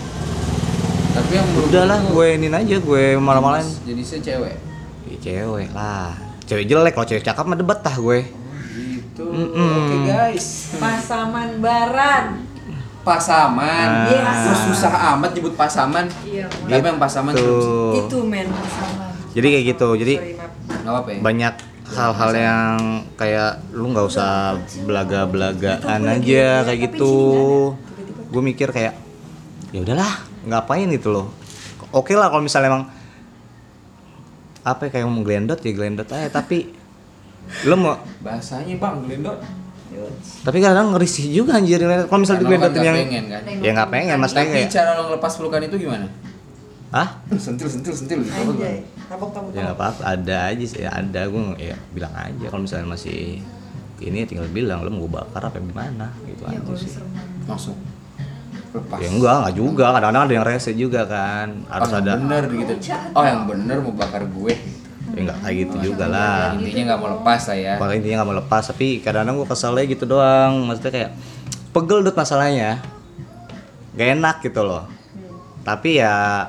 Speaker 4: Tapi yang menurut
Speaker 1: udahlah
Speaker 4: lu
Speaker 1: gue inin aja, gue malah-malahin.
Speaker 4: jadi saya cewek.
Speaker 1: Ya, cewek lah, cewek jelek, kalau cewek cakep mah debat tah gue.
Speaker 4: Gitu.
Speaker 1: Mm-mm.
Speaker 4: Oke guys.
Speaker 2: Pasaman baran.
Speaker 4: Pasaman.
Speaker 1: Ah.
Speaker 2: Yes.
Speaker 4: Lu susah amat nyebut pasaman.
Speaker 2: Iya.
Speaker 4: Tapi yang pasaman
Speaker 1: Tuh.
Speaker 4: terus sih.
Speaker 2: Itu men.
Speaker 1: Jadi kayak gitu, jadi
Speaker 2: Sorry, maaf.
Speaker 4: Enggak apa-apa ya.
Speaker 1: banyak hal-hal yang kayak lu nggak usah belaga-belagaan aja kayak
Speaker 2: tapi
Speaker 1: gitu.
Speaker 2: di sini nggak ada. Tiba-tiba.
Speaker 1: Gue mikir kayak ya udahlah, ngapain itu loh. Oke lah kalau misalnya emang apa ya, kayak mau gelendot ya gelendot aja, tapi lu mau
Speaker 4: Bahasanya Bang, gelendot.
Speaker 1: tapi kadang ngerisih juga anjir gelendot. Kalau misalnya
Speaker 4: Karena lo kan
Speaker 1: digelendotin
Speaker 4: nggak
Speaker 1: yang
Speaker 4: pengen kan.
Speaker 1: ya nggak pengen maksudnya
Speaker 4: Tapi
Speaker 1: kayak
Speaker 4: cara lo ngelepas pelukan itu gimana?
Speaker 1: ah
Speaker 4: Sentil sentil sentil gitu apa gimana?
Speaker 2: Anjay. Tabok-tabok.
Speaker 1: ya nggak apa-apa, ada aja sih, ada gue ya bilang aja kalau misalnya masih ini tinggal bilang lu mau gue bakar apa gimana gitu
Speaker 3: Ya
Speaker 1: aja
Speaker 3: kalau
Speaker 1: sih.
Speaker 3: serem
Speaker 4: Langsung lepas.
Speaker 1: Ya enggak, enggak juga. Kadang-kadang ada yang rese juga kan. Harus
Speaker 4: oh, yang
Speaker 1: ada.
Speaker 4: bener gitu. Oh yang bener mau bakar gue.
Speaker 1: Ya enggak kayak gitu juga lah.
Speaker 4: Intinya nggak mau lepas lah ya.
Speaker 1: Makanya intinya enggak mau lepas, tapi kadang-kadang gue keselnya gitu doang. Maksudnya kayak pegel Dut masalahnya. Gak enak gitu loh. Tapi ya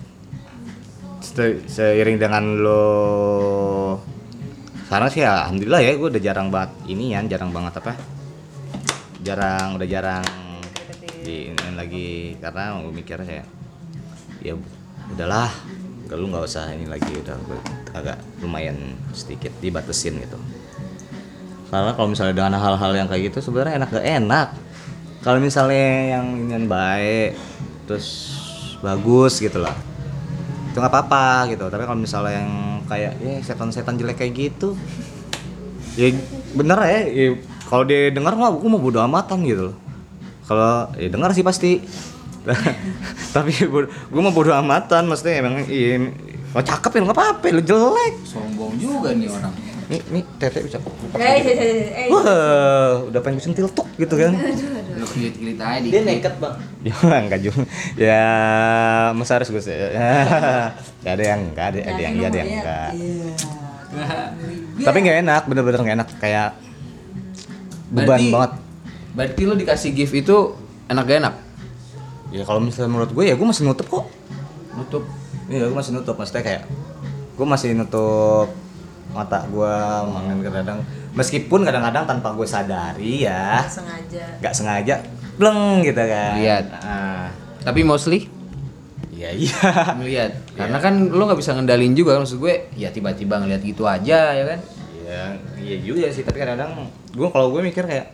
Speaker 1: se- seiring dengan lo sekarang sih ya alhamdulillah ya gue udah jarang banget ini ya, jarang banget apa? Jarang, udah jarang di ini lagi karena gue mikirnya kayak ya udahlah, lu nggak usah ini lagi, udah gue agak lumayan sedikit dibatasin gitu. Karena kalau misalnya dengan hal-hal yang kayak gitu sebenarnya enak gak enak. Kalau misalnya yang ingin baik terus bagus gitu lah, itu nggak apa-apa gitu. Tapi kalau misalnya yang kayak ya setan-setan jelek kayak gitu, ya bener ya, ya kalau dia dengar mah gue mau bodo amatan gitu loh. Kalau ya dengar sih pasti. Tapi gue mau bodo amatan, maksudnya emang iya, mau cakep ya nggak apa-apa, lu jelek.
Speaker 4: Sombong juga nih orang.
Speaker 1: Nih, nih tete bisa.
Speaker 2: Eh, eh, eh, eh.
Speaker 1: Wah, udah pengen gue sentil tuk gitu kan.
Speaker 4: Lu kilit-kilit aja
Speaker 5: Dia
Speaker 4: dikit.
Speaker 5: nekat bang.
Speaker 1: Ya enggak juga. Ya, masa harus gue sih. Ya ada yang enggak, ada, ada yang iya, ada yang enggak.
Speaker 2: Iya.
Speaker 1: Tapi nggak enak, bener-bener nggak enak, kayak beban
Speaker 4: Berarti-
Speaker 1: banget.
Speaker 4: Berarti lo dikasih gift itu enak gak enak?
Speaker 1: Ya kalau misalnya menurut gue ya gue masih nutup kok.
Speaker 4: Nutup.
Speaker 1: Iya gue masih nutup, maksudnya kayak gue masih nutup mata gue, mungkin kadang meskipun kadang-kadang tanpa gue sadari ya,
Speaker 2: Nggak sengaja.
Speaker 1: nggak sengaja, bleng gitu kan.
Speaker 4: Lihat.
Speaker 1: Nah,
Speaker 4: Tapi mostly
Speaker 1: iya iya.
Speaker 4: ngelihat. Karena kan lo nggak bisa ngendalin juga kan, maksud gue. Ya tiba-tiba ngelihat gitu aja ya kan.
Speaker 1: Iya, iya juga sih, tapi kadang-kadang gue kalau gue mikir kayak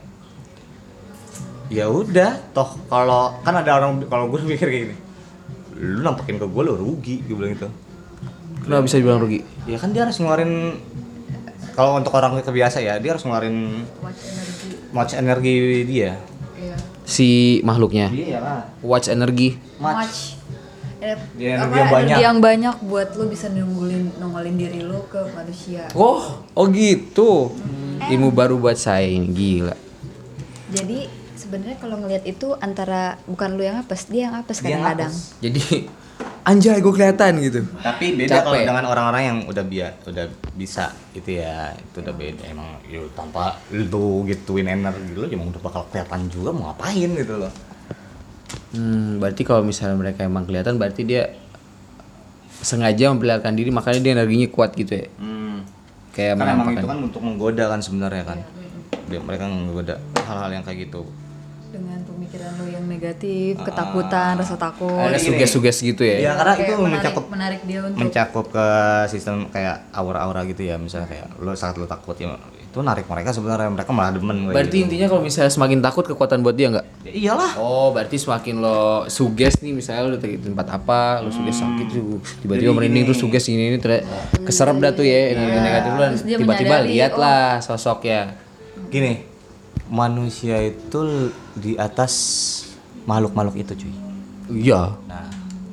Speaker 1: ya udah, toh kalau kan ada orang kalau gue mikir kayak gini, lu nampakin ke gue lu rugi, gue bilang gitu.
Speaker 4: Kenapa bisa dibilang rugi?
Speaker 1: Ya kan dia harus ngeluarin, kalau untuk orang kebiasa ya dia harus ngeluarin
Speaker 3: Watch energi.
Speaker 1: watch energi dia.
Speaker 3: Iya.
Speaker 4: Si makhluknya.
Speaker 1: Iya lah.
Speaker 4: Watch energi.
Speaker 3: Watch. Eh,
Speaker 1: Dia
Speaker 3: apa,
Speaker 1: energi yang banyak.
Speaker 3: energi yang banyak buat lo bisa nunggulin nongolin diri lo ke manusia.
Speaker 4: Oh, oh gitu. Ilmu baru buat saya ini, gila.
Speaker 3: Jadi sebenarnya kalau ngelihat itu antara bukan lu yang apes, dia yang apes
Speaker 1: Dia
Speaker 3: kadang-kadang.
Speaker 1: ngapus.
Speaker 4: Jadi anjay gue kelihatan gitu.
Speaker 1: Tapi beda kalau
Speaker 4: Capek.
Speaker 1: dengan orang-orang yang udah biar udah bisa itu ya, itu udah beda emang. Yo tanpa lu gituin energi lu emang udah bakal kelihatan juga mau ngapain gitu loh.
Speaker 4: Hmm, berarti kalau misalnya mereka emang kelihatan berarti dia sengaja memperlihatkan diri, makanya dia energinya kuat gitu ya.
Speaker 1: Hmm.
Speaker 4: Kayak
Speaker 1: Karena emang
Speaker 4: menampakkan.
Speaker 1: itu kan untuk menggoda kan sebenarnya kan. Dia, mereka menggoda hal-hal yang kayak gitu.
Speaker 3: Dengan pemikiran lo yang negatif, ketakutan, rasa takut.
Speaker 4: Ada
Speaker 1: gini.
Speaker 4: suges-suges gitu ya.
Speaker 1: Ya karena
Speaker 3: Kayak
Speaker 1: itu
Speaker 3: menarik,
Speaker 1: mencakup
Speaker 3: menarik dia untuk
Speaker 1: mencakup ke sistem kayak aura-aura gitu ya, misalnya kayak lo saat lo takut ya itu narik mereka sebenarnya, mereka malah demen kayak
Speaker 4: Berarti
Speaker 1: gitu.
Speaker 4: intinya kalau misalnya semakin takut kekuatan buat dia nggak?
Speaker 1: Ya iyalah.
Speaker 4: Oh, berarti semakin lo suges nih, misalnya lo di tempat apa, lo suges sakit tuh, tiba-tiba
Speaker 1: Jadi
Speaker 4: merinding
Speaker 1: gini.
Speaker 4: terus suges ini ini terus keserap dah tuh ya energi negatif lo, dan
Speaker 3: Terus dia
Speaker 4: tiba-tiba
Speaker 3: menyadari,
Speaker 4: lihatlah sosoknya.
Speaker 1: Gini, manusia itu di atas makhluk-makhluk itu cuy.
Speaker 4: Iya.
Speaker 1: Nah,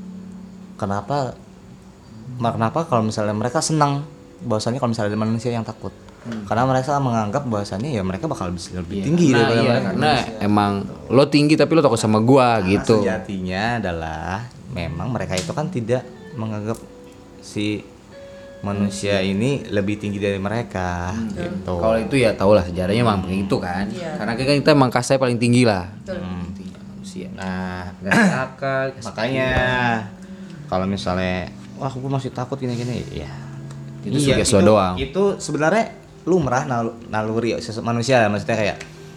Speaker 1: kenapa ma- kenapa kalau misalnya mereka senang bahwasannya kalau misalnya ada manusia yang takut? Karena mereka menganggap bahwasannya ya mereka bakal bisa lebih tinggi
Speaker 4: Nah,
Speaker 1: daripada
Speaker 4: iya,
Speaker 1: mereka.
Speaker 4: karena emang lo tinggi tapi lo takut sama gua
Speaker 1: Karena
Speaker 4: gitu.
Speaker 1: sejatinya adalah memang mereka itu kan tidak menganggap si manusia ini lebih tinggi dari mereka gitu.
Speaker 4: Kalau itu ya tau lah sejarahnya emang begitu kan. Karena kita, kita emang kasih paling tinggi lah.
Speaker 1: Hmm.
Speaker 4: Tinggi manusia.
Speaker 1: Nah,
Speaker 4: Gak akal.
Speaker 1: makanya kalau misalnya wah gue masih takut gini-gini ya
Speaker 4: Itu
Speaker 1: iya,
Speaker 4: suges lo doang.
Speaker 1: Itu sebenarnya lumrah nal- naluri sesu- manusia, maksudnya kayak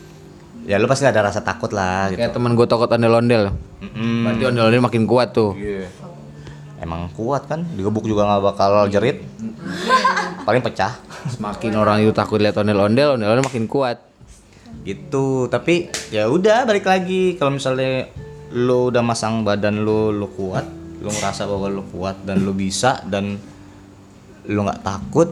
Speaker 1: ya lu pasti ada rasa takut lah gitu.
Speaker 4: Kayak teman gue takut ondel-ondel.
Speaker 1: Mm-mm.
Speaker 4: Berarti ondel-ondel makin kuat tuh.
Speaker 1: Iya. Emang kuat kan, digebuk juga nggak bakal jerit, paling pecah
Speaker 4: Semakin orang itu takut lihat ondel-ondel, ondel-ondel makin kuat.
Speaker 1: gitu. Tapi ya udah balik lagi, kalau misalnya lu udah masang badan lu, lu kuat, lu ngerasa bahwa lu kuat dan lu bisa dan lu nggak takut,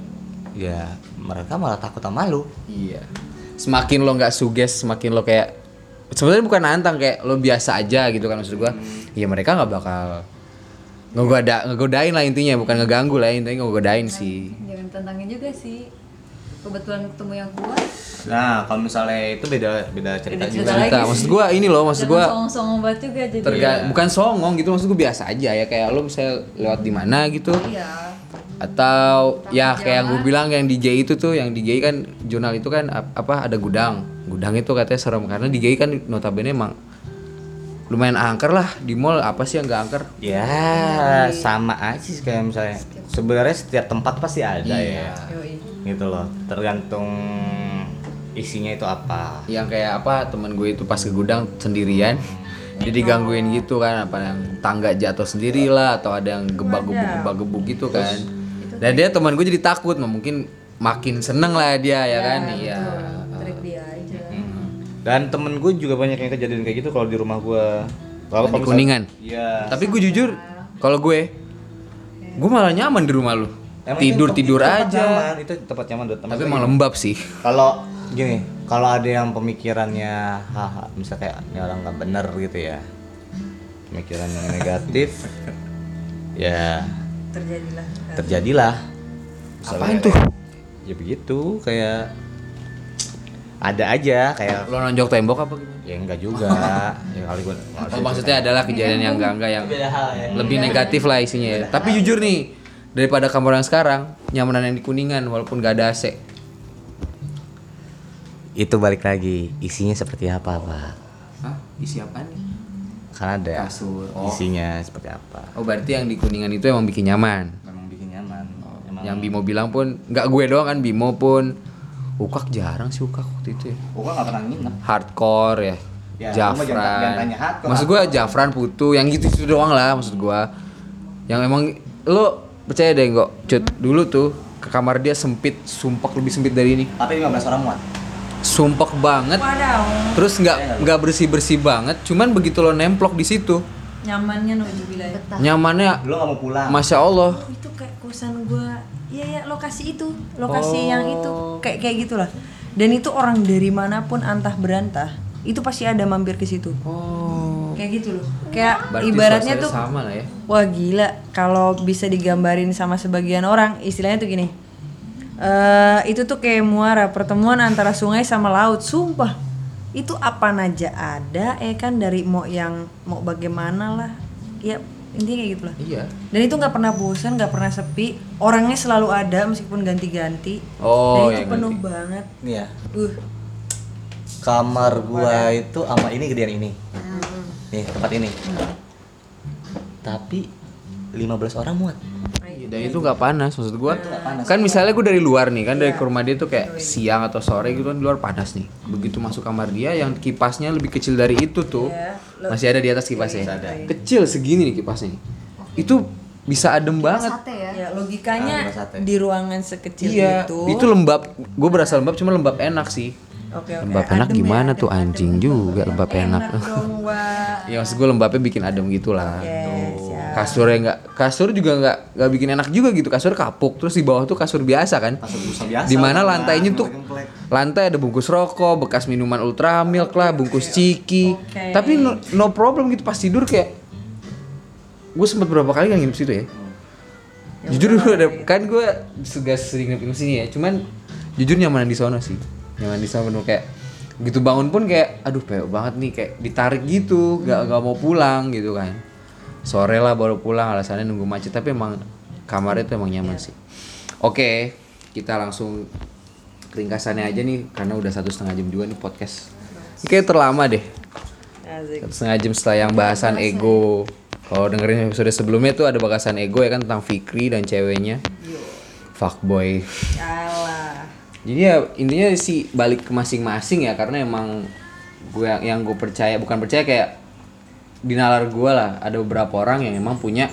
Speaker 1: ya mereka malah takut sama lu.
Speaker 4: Iya. Semakin lo nggak suges, semakin lo kayak sebenarnya bukan nantang, kayak lo biasa aja gitu kan, maksud gua. Ya mereka nggak bakal ngegoda ngegodain lah intinya, bukan ngeganggu lah intinya, ngegodain sih.
Speaker 3: jangan tantangin juga sih. Kebetulan ketemu yang kuat.
Speaker 1: Nah kalau misalnya itu beda beda cerita
Speaker 3: Beda
Speaker 1: juga.
Speaker 3: cerita lagi.
Speaker 4: Cerita, maksud gua ini loh, maksud
Speaker 3: Jangan
Speaker 4: gua
Speaker 3: songong-songong banget juga jadi.
Speaker 4: terga- bukan songong gitu, maksud gua biasa aja ya, kayak lo misalnya lewat di mana gitu.
Speaker 3: Iya.
Speaker 4: Atau ya kayak yang gue bilang yang D J itu tuh, yang D J kan jurnal itu kan ap- apa ada gudang. Gudang itu katanya serem karena D J kan notabene emang lumayan angker lah di mall, apa sih yang gak angker?
Speaker 1: Ya sama aja sih kayak misalnya sebenarnya setiap tempat pasti ada ya,
Speaker 3: Yoi.
Speaker 1: gitu loh. Tergantung isinya itu apa.
Speaker 4: Yang kayak apa, temen gue itu pas ke gudang sendirian dia digangguin gitu kan, apa yang tangga jatuh sendiri lah, atau ada yang gebak-gebuk gebak-gebuk gitu kan. Dan dia teman gue jadi takut, nah, mungkin makin seneng lah dia ya kan. Iya.
Speaker 3: Trik dia aja.
Speaker 1: Dan temen gue juga banyak yang kejadian kayak gitu kalau di rumah gue. Kalau
Speaker 4: Di Kuningan.
Speaker 1: Iya.
Speaker 4: Tapi gue jujur, kalau gue gue malah nyaman di rumah lu.
Speaker 1: Emang
Speaker 4: Tidur
Speaker 1: itu-
Speaker 4: tidur
Speaker 1: itu tempat
Speaker 4: aja.
Speaker 1: nyaman, itu tempat nyaman buat teman.
Speaker 4: Tapi emang lembab sih.
Speaker 1: Kalau gini, kalau ada yang pemikirannya haha, misalnya kayak ini orang nggak bener gitu ya, pemikiran yang negatif, ya
Speaker 2: Terjadilah.
Speaker 1: terjadilah. Misalnya
Speaker 4: Apaan
Speaker 1: kayak-
Speaker 4: tuh?
Speaker 1: Ya begitu, kayak ada aja kayak
Speaker 4: Lo nonjok tembok apa gimana?
Speaker 1: ya enggak juga. Ya kali gue.
Speaker 4: Oh, maksudnya adalah kejadian yang enggak enggak yang
Speaker 1: Beda hal ya.
Speaker 4: lebih negatif lah isinya ya. Tapi jujur nih, daripada kamar yang sekarang, nyamanan yang di Kuningan walaupun gak ada A C.
Speaker 1: Itu balik lagi, isinya seperti apa, Pak?
Speaker 4: Hah? Isi apa nih?
Speaker 1: Kan ada
Speaker 4: Kasur. Oh.
Speaker 1: isinya seperti apa.
Speaker 4: Oh berarti yang di Kuningan itu emang bikin nyaman.
Speaker 1: Memang bikin nyaman. Emang
Speaker 4: Yang Bimo bilang pun, nggak gue doang kan, Bimo pun Ukak jarang sih Ukak waktu itu ya.
Speaker 1: gua nggak pernah nginep.
Speaker 4: Hardcore ya,
Speaker 1: Ya, lu mah jangan- jangan
Speaker 4: Jafran.
Speaker 1: tanya hardcore.
Speaker 4: Maksud gue Jafran Putu, yang gitu-gitu doang lah maksud gue. Yang emang lo percaya deh nggak, Cut, dulu tuh ke kamar dia sempit, sumpek lebih sempit dari ini.
Speaker 1: Tapi lima belas orang muat.
Speaker 4: Sumpek banget.
Speaker 2: Wadaw.
Speaker 4: Terus nggak nggak bersih bersih banget, cuman begitu lo nemplok di situ,
Speaker 2: Nyamannya nauzubillah.
Speaker 3: Betah.
Speaker 4: nyamannya,
Speaker 1: Lu nggak mau pulang.
Speaker 4: masya Allah.
Speaker 2: Oh, itu kayak kosan gua. Iya ya, lokasi itu, lokasi yang itu kayak kayak gitulah. Dan itu orang dari manapun antah berantah, itu pasti ada mampir ke situ.
Speaker 4: Oh.
Speaker 2: Kayak gitu loh. Kayak
Speaker 4: Berarti
Speaker 2: ibaratnya
Speaker 4: suasananya
Speaker 2: tuh
Speaker 4: sama lah ya.
Speaker 2: wah gila kalau bisa digambarin sama sebagian orang, istilahnya tuh gini. Eh itu tuh kayak muara pertemuan antara sungai sama laut, sumpah. Itu apa aja ada eh kan dari mau yang mau bagaimana lah. Ya intinya kayak gitulah.
Speaker 4: Iya.
Speaker 2: Dan itu nggak pernah bosan, nggak pernah sepi. Orangnya selalu ada meskipun ganti-ganti.
Speaker 4: Oh,
Speaker 2: Dan itu
Speaker 4: yang
Speaker 2: penuh
Speaker 4: ganti.
Speaker 2: banget.
Speaker 1: Nih ya,
Speaker 2: Uh,
Speaker 1: kamar gua itu sama ini gedean ini. Nih, tempat ini. Tapi lima belas orang muat.
Speaker 4: Dan itu nggak panas maksud gua.
Speaker 1: Itu nggak panas.
Speaker 4: Kan misalnya gua dari luar nih kan, dari ke rumah dia tuh kayak siang atau sore gitu kan, di luar panas nih. Begitu masuk kamar dia yang kipasnya lebih kecil dari itu tuh.
Speaker 2: Iya.
Speaker 4: Masih ada di atas kipasnya.
Speaker 1: Ada.
Speaker 4: Kecil segini nih kipasnya. Itu bisa adem banget.
Speaker 3: Sate ya.
Speaker 2: ya logikanya
Speaker 1: Ah, sate.
Speaker 2: di ruangan sekecil
Speaker 4: Iya,
Speaker 2: itu.
Speaker 4: itu lembab. Gue berasa lembab, cuma lembab enak sih.
Speaker 2: Oke, oke.
Speaker 4: Lembab enak
Speaker 2: Adem ya,
Speaker 4: gimana
Speaker 2: adem,
Speaker 4: tuh
Speaker 2: adem,
Speaker 4: anjing
Speaker 2: adem.
Speaker 4: juga lembab enak.
Speaker 2: dong, Wak.
Speaker 4: Ya maksud gue lembabnya bikin adem gitu lah.
Speaker 2: Yes, ya.
Speaker 4: Kasurnya nggak, kasur juga nggak nggak bikin enak juga gitu. Kasur kapuk, terus di bawah tuh kasur biasa kan.
Speaker 1: Kasur busa biasa.
Speaker 4: Di mana
Speaker 1: Bang.
Speaker 4: lantainya tuh
Speaker 1: Gemplek.
Speaker 4: lantai ada bungkus rokok, bekas minuman Ultramilk lah, bungkus ciki.
Speaker 2: Oke.
Speaker 4: Tapi no, no problem gitu pas tidur kayak gue sempet berapa kali kan nginep situ ya. Jujur dulu ada kan gue juga sering nginep di sini ya. Cuman jujur nyamanan di sono sih. Nyaman di sono kayak gitu bangun pun kayak aduh peok banget nih kayak ditarik gitu, nggak nggak mau pulang gitu kan. Sore lah baru pulang alasannya nunggu macet tapi emang kamarnya tuh emang nyaman sih. Oke, kita langsung ringkasannya aja nih karena udah satu setengah jam juga nih podcast. Ini kayak terlama deh.
Speaker 2: Asik.
Speaker 4: Satu setengah jam setelah yang bahasan ego. Kalau dengerin episode sebelumnya tuh ada bahasan ego ya kan tentang Fikri dan ceweknya. Fuckboy.
Speaker 2: Alah.
Speaker 4: Jadi ya intinya sih balik ke masing-masing ya karena emang gue yang, yang gue percaya bukan percaya kayak di nalar gue lah ada beberapa orang yang emang punya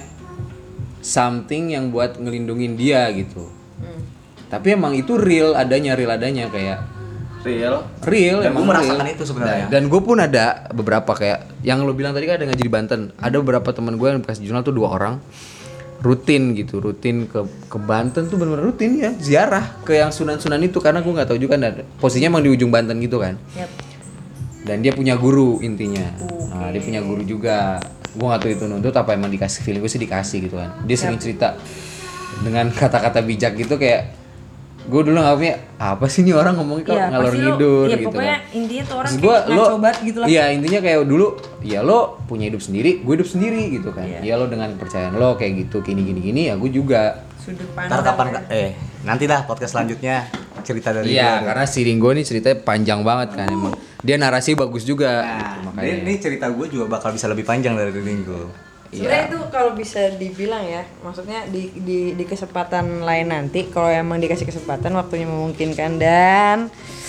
Speaker 4: something yang buat ngelindungin dia gitu. Tapi emang itu real adanya real adanya kayak
Speaker 1: Real.
Speaker 4: real
Speaker 1: Dan
Speaker 4: emang
Speaker 1: gua merasakan
Speaker 4: real.
Speaker 1: itu sebenarnya.
Speaker 4: Dan, dan gue pun ada beberapa kayak yang lo bilang tadi kan ada ngaji di Banten. Ada beberapa teman gue yang bekas di jurnal tuh dua orang rutin gitu, rutin ke ke Banten tuh benar-benar rutin ya ziarah ke yang sunan-sunan itu karena gue nggak tahu juga kan ada- posisinya emang di ujung Banten gitu kan.
Speaker 2: Yap.
Speaker 4: Dan dia punya guru intinya. Nah dia punya guru juga. Gue nggak tahu itu nuntut apa emang dikasih, feeling gue sih dikasih gitu kan. Dia sering cerita dengan kata-kata bijak gitu kayak gue dulu ngapnya apa sih nih orang ngomongnya kok
Speaker 2: Iya,
Speaker 4: ngalor
Speaker 2: pasti lo-
Speaker 4: ngidur
Speaker 2: iya,
Speaker 4: gitu
Speaker 2: pokoknya
Speaker 4: kan.
Speaker 2: intinya tuh orang
Speaker 4: Maksud
Speaker 2: kayak
Speaker 4: gua, lo
Speaker 2: ngaco banget gitu lah.
Speaker 4: iya intinya kayak dulu ya lo punya hidup sendiri gue hidup sendiri gitu kan.
Speaker 2: Iya.
Speaker 4: Iya lo dengan kepercayaan lo kayak gitu gini gini gini ya gue juga.
Speaker 2: Sudut
Speaker 1: Ntar
Speaker 2: pandang.
Speaker 1: kapan eh nanti lah podcast selanjutnya cerita dari
Speaker 4: Iya
Speaker 1: gua.
Speaker 4: karena si Ringo nih ceritanya panjang banget kan emang. Dia narasi bagus juga
Speaker 1: Nah,
Speaker 4: gitu, makanya.
Speaker 1: ini, ini cerita gue juga bakal bisa lebih panjang dari Ringo.
Speaker 2: Sebenarnya
Speaker 4: Iya.
Speaker 2: itu kalau bisa dibilang ya, maksudnya di, di di kesempatan lain nanti kalau emang dikasih kesempatan waktunya memungkinkan dan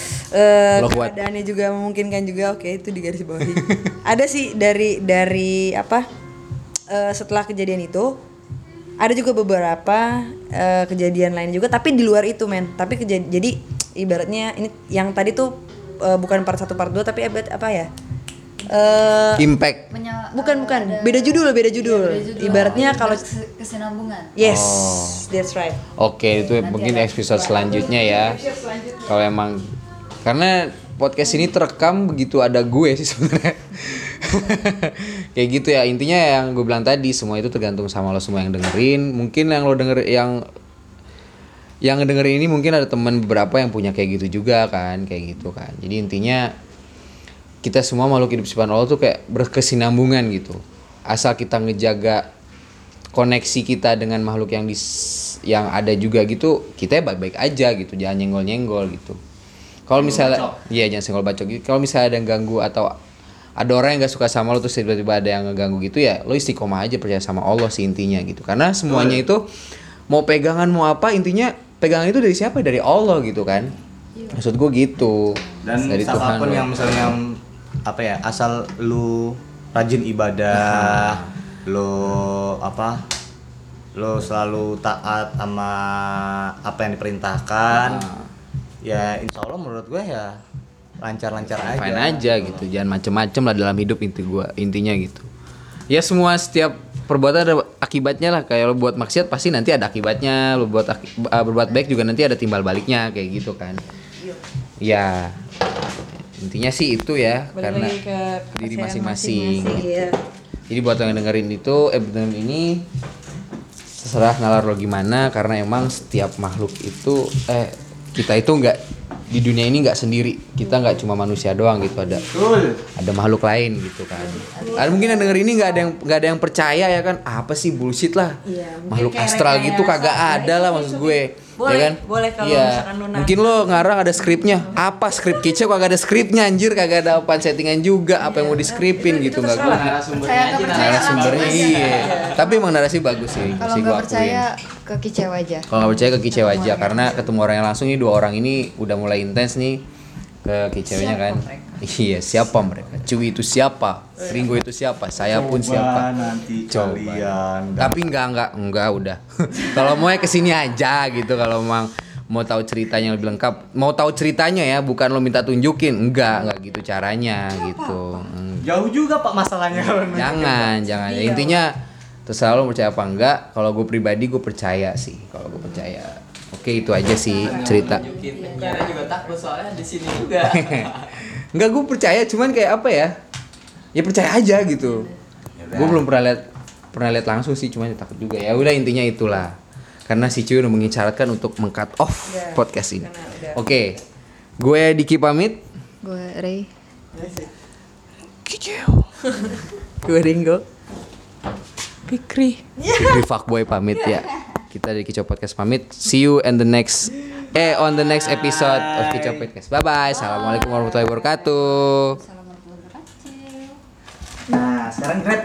Speaker 2: eh
Speaker 4: Lo kuat.
Speaker 2: keadaannya juga memungkinkan juga, oke itu di garis bawahi. Ada sih dari dari apa eh, setelah kejadian itu ada juga beberapa eh, kejadian lain juga tapi di luar itu men. Tapi kejadian jadi ibaratnya ini yang tadi tuh eh, bukan part satu part dua tapi abad apa ya? Eh
Speaker 4: Impact.
Speaker 3: Menya-
Speaker 2: bukan
Speaker 3: eh,
Speaker 2: bukan
Speaker 3: ada-
Speaker 2: beda judul beda judul.
Speaker 3: Iya, beda judul.
Speaker 2: Ibaratnya
Speaker 3: Oh,
Speaker 2: kalau
Speaker 3: kes- kesinambungan.
Speaker 2: yes,
Speaker 4: Oh.
Speaker 2: that's right.
Speaker 4: Oke, itu mungkin episode selanjutnya ya. Kalau emang karena podcast ini terekam begitu ada gue sih sebenarnya. Kayak gitu ya. Intinya yang gue bilang tadi semua itu tergantung sama lo semua yang dengerin. Mungkin yang lo denger yang yang dengerin ini mungkin ada teman beberapa yang punya kayak gitu juga kan, kayak gitu kan. Jadi intinya kita semua makhluk hidup sifat Allah tuh kayak berkesinambungan gitu. Asal kita ngejaga koneksi kita dengan makhluk yang di yang ada juga gitu, kita ya baik-baik aja gitu, jangan nyenggol-nyenggol gitu. Kalau misalnya iya jangan senggol bacok gitu. Kalau misalnya ada yang ganggu atau ada orang yang gak suka sama lo terus tiba-tiba ada yang ngeganggu gitu ya, lo istiqomah aja percaya sama Allah sih intinya gitu. Karena semuanya itu mau pegangan mau apa intinya pegangan itu dari siapa? Dari Allah gitu kan. Maksud gue gitu.
Speaker 1: Dan
Speaker 4: dari
Speaker 1: siapapun
Speaker 4: lo.
Speaker 1: yang misalnya yang apa ya, asal lu rajin ibadah, lu apa? Lu selalu taat sama apa yang diperintahkan. Ya insya Allah menurut gue ya lancar-lancar aja.
Speaker 4: Fine aja gitu. Jangan macem-macem lah dalam hidup inti gua, intinya gitu. Ya semua setiap perbuatan ada akibatnya lah. Kayak lo buat maksiat pasti nanti ada akibatnya. Lo buat aki- uh, berbuat baik juga nanti ada timbal baliknya kayak gitu kan. Ya intinya sih itu ya.
Speaker 2: Balik
Speaker 4: karena
Speaker 2: lagi ke
Speaker 4: diri
Speaker 2: kepercayaan
Speaker 4: masing-masing.
Speaker 2: masing-masing, iya.
Speaker 4: Jadi buat yang dengerin itu, eh dengerin ini terserah nalar lo gimana. Karena emang setiap makhluk itu eh kita itu nggak di dunia ini nggak sendiri, kita nggak cuma manusia doang gitu, ada ada makhluk lain gitu kan. Ada mungkin yang denger ini nggak ada yang nggak ada yang percaya ya kan, apa sih bullshit lah,
Speaker 2: Iya, mungkin
Speaker 4: makhluk
Speaker 2: kayak
Speaker 4: astral gitu
Speaker 2: rekayasa.
Speaker 4: kagak ada lah maksud gue.
Speaker 2: Boleh,
Speaker 4: Ya kan?
Speaker 2: boleh kalau
Speaker 4: Iya.
Speaker 2: misalkan lu
Speaker 4: Mungkin lo ngarang ada skripnya, apa skrip kicau kagak ada skripnya anjir, kagak ada apaan settingan juga, apa yang mau diskripin gitu nggak gue.
Speaker 3: Saya kepercayaan
Speaker 4: Narasumbernya
Speaker 3: aja.
Speaker 4: iya, tapi emang narasi bagus sih,
Speaker 3: Kalau
Speaker 4: sih
Speaker 3: nggak
Speaker 4: gua akuin.
Speaker 3: percaya ke kicau aja.
Speaker 4: Kalau nggak percaya ke kicau aja karena ketemu orangnya langsung nih, dua orang ini udah mulai intens nih ke kicaunya kan. Iya, siapa mereka? Cuy itu siapa? Ringo itu siapa? Saya pun siapa?
Speaker 1: Nanti
Speaker 4: Coba.
Speaker 1: kalian.
Speaker 4: Tapi enggak enggak enggak udah. Kalau mau ya kesini aja gitu, kalau memang mau tahu ceritanya lebih lengkap, mau tahu ceritanya ya, bukan lo minta tunjukin, enggak enggak gitu caranya gitu. Hmm.
Speaker 1: Jauh juga Pak masalahnya.
Speaker 4: Jangan, jangan. Ya, intinya terserah lo percaya apa enggak. Kalau gue pribadi gue percaya sih. Kalau gue percaya. Oke, itu aja sih cerita.
Speaker 5: Tunjukin penjara juga takut soalnya di sini juga.
Speaker 4: Enggak, gue percaya, cuman kayak apa ya? Ya percaya aja gitu. Gue belum pernah lihat pernah lihat langsung sih, cuman takut juga. Ya udah intinya itulah. Karena si Cuy udah mengisyaratkan untuk meng-cut off
Speaker 2: Ya,
Speaker 4: podcast ini.
Speaker 2: karena udah-
Speaker 4: Oke. Gue Diki pamit.
Speaker 3: Gue Ray.
Speaker 4: Gue Ringo. Fikri. Fikri fuckboy pamit ya. Kita dari Kicau Podcast pamit. See you in the next eh on the next episode of Kicau Podcast. Bye bye. Assalamualaikum warahmatullahi wabarakatuh.
Speaker 1: Nah, sekarang grab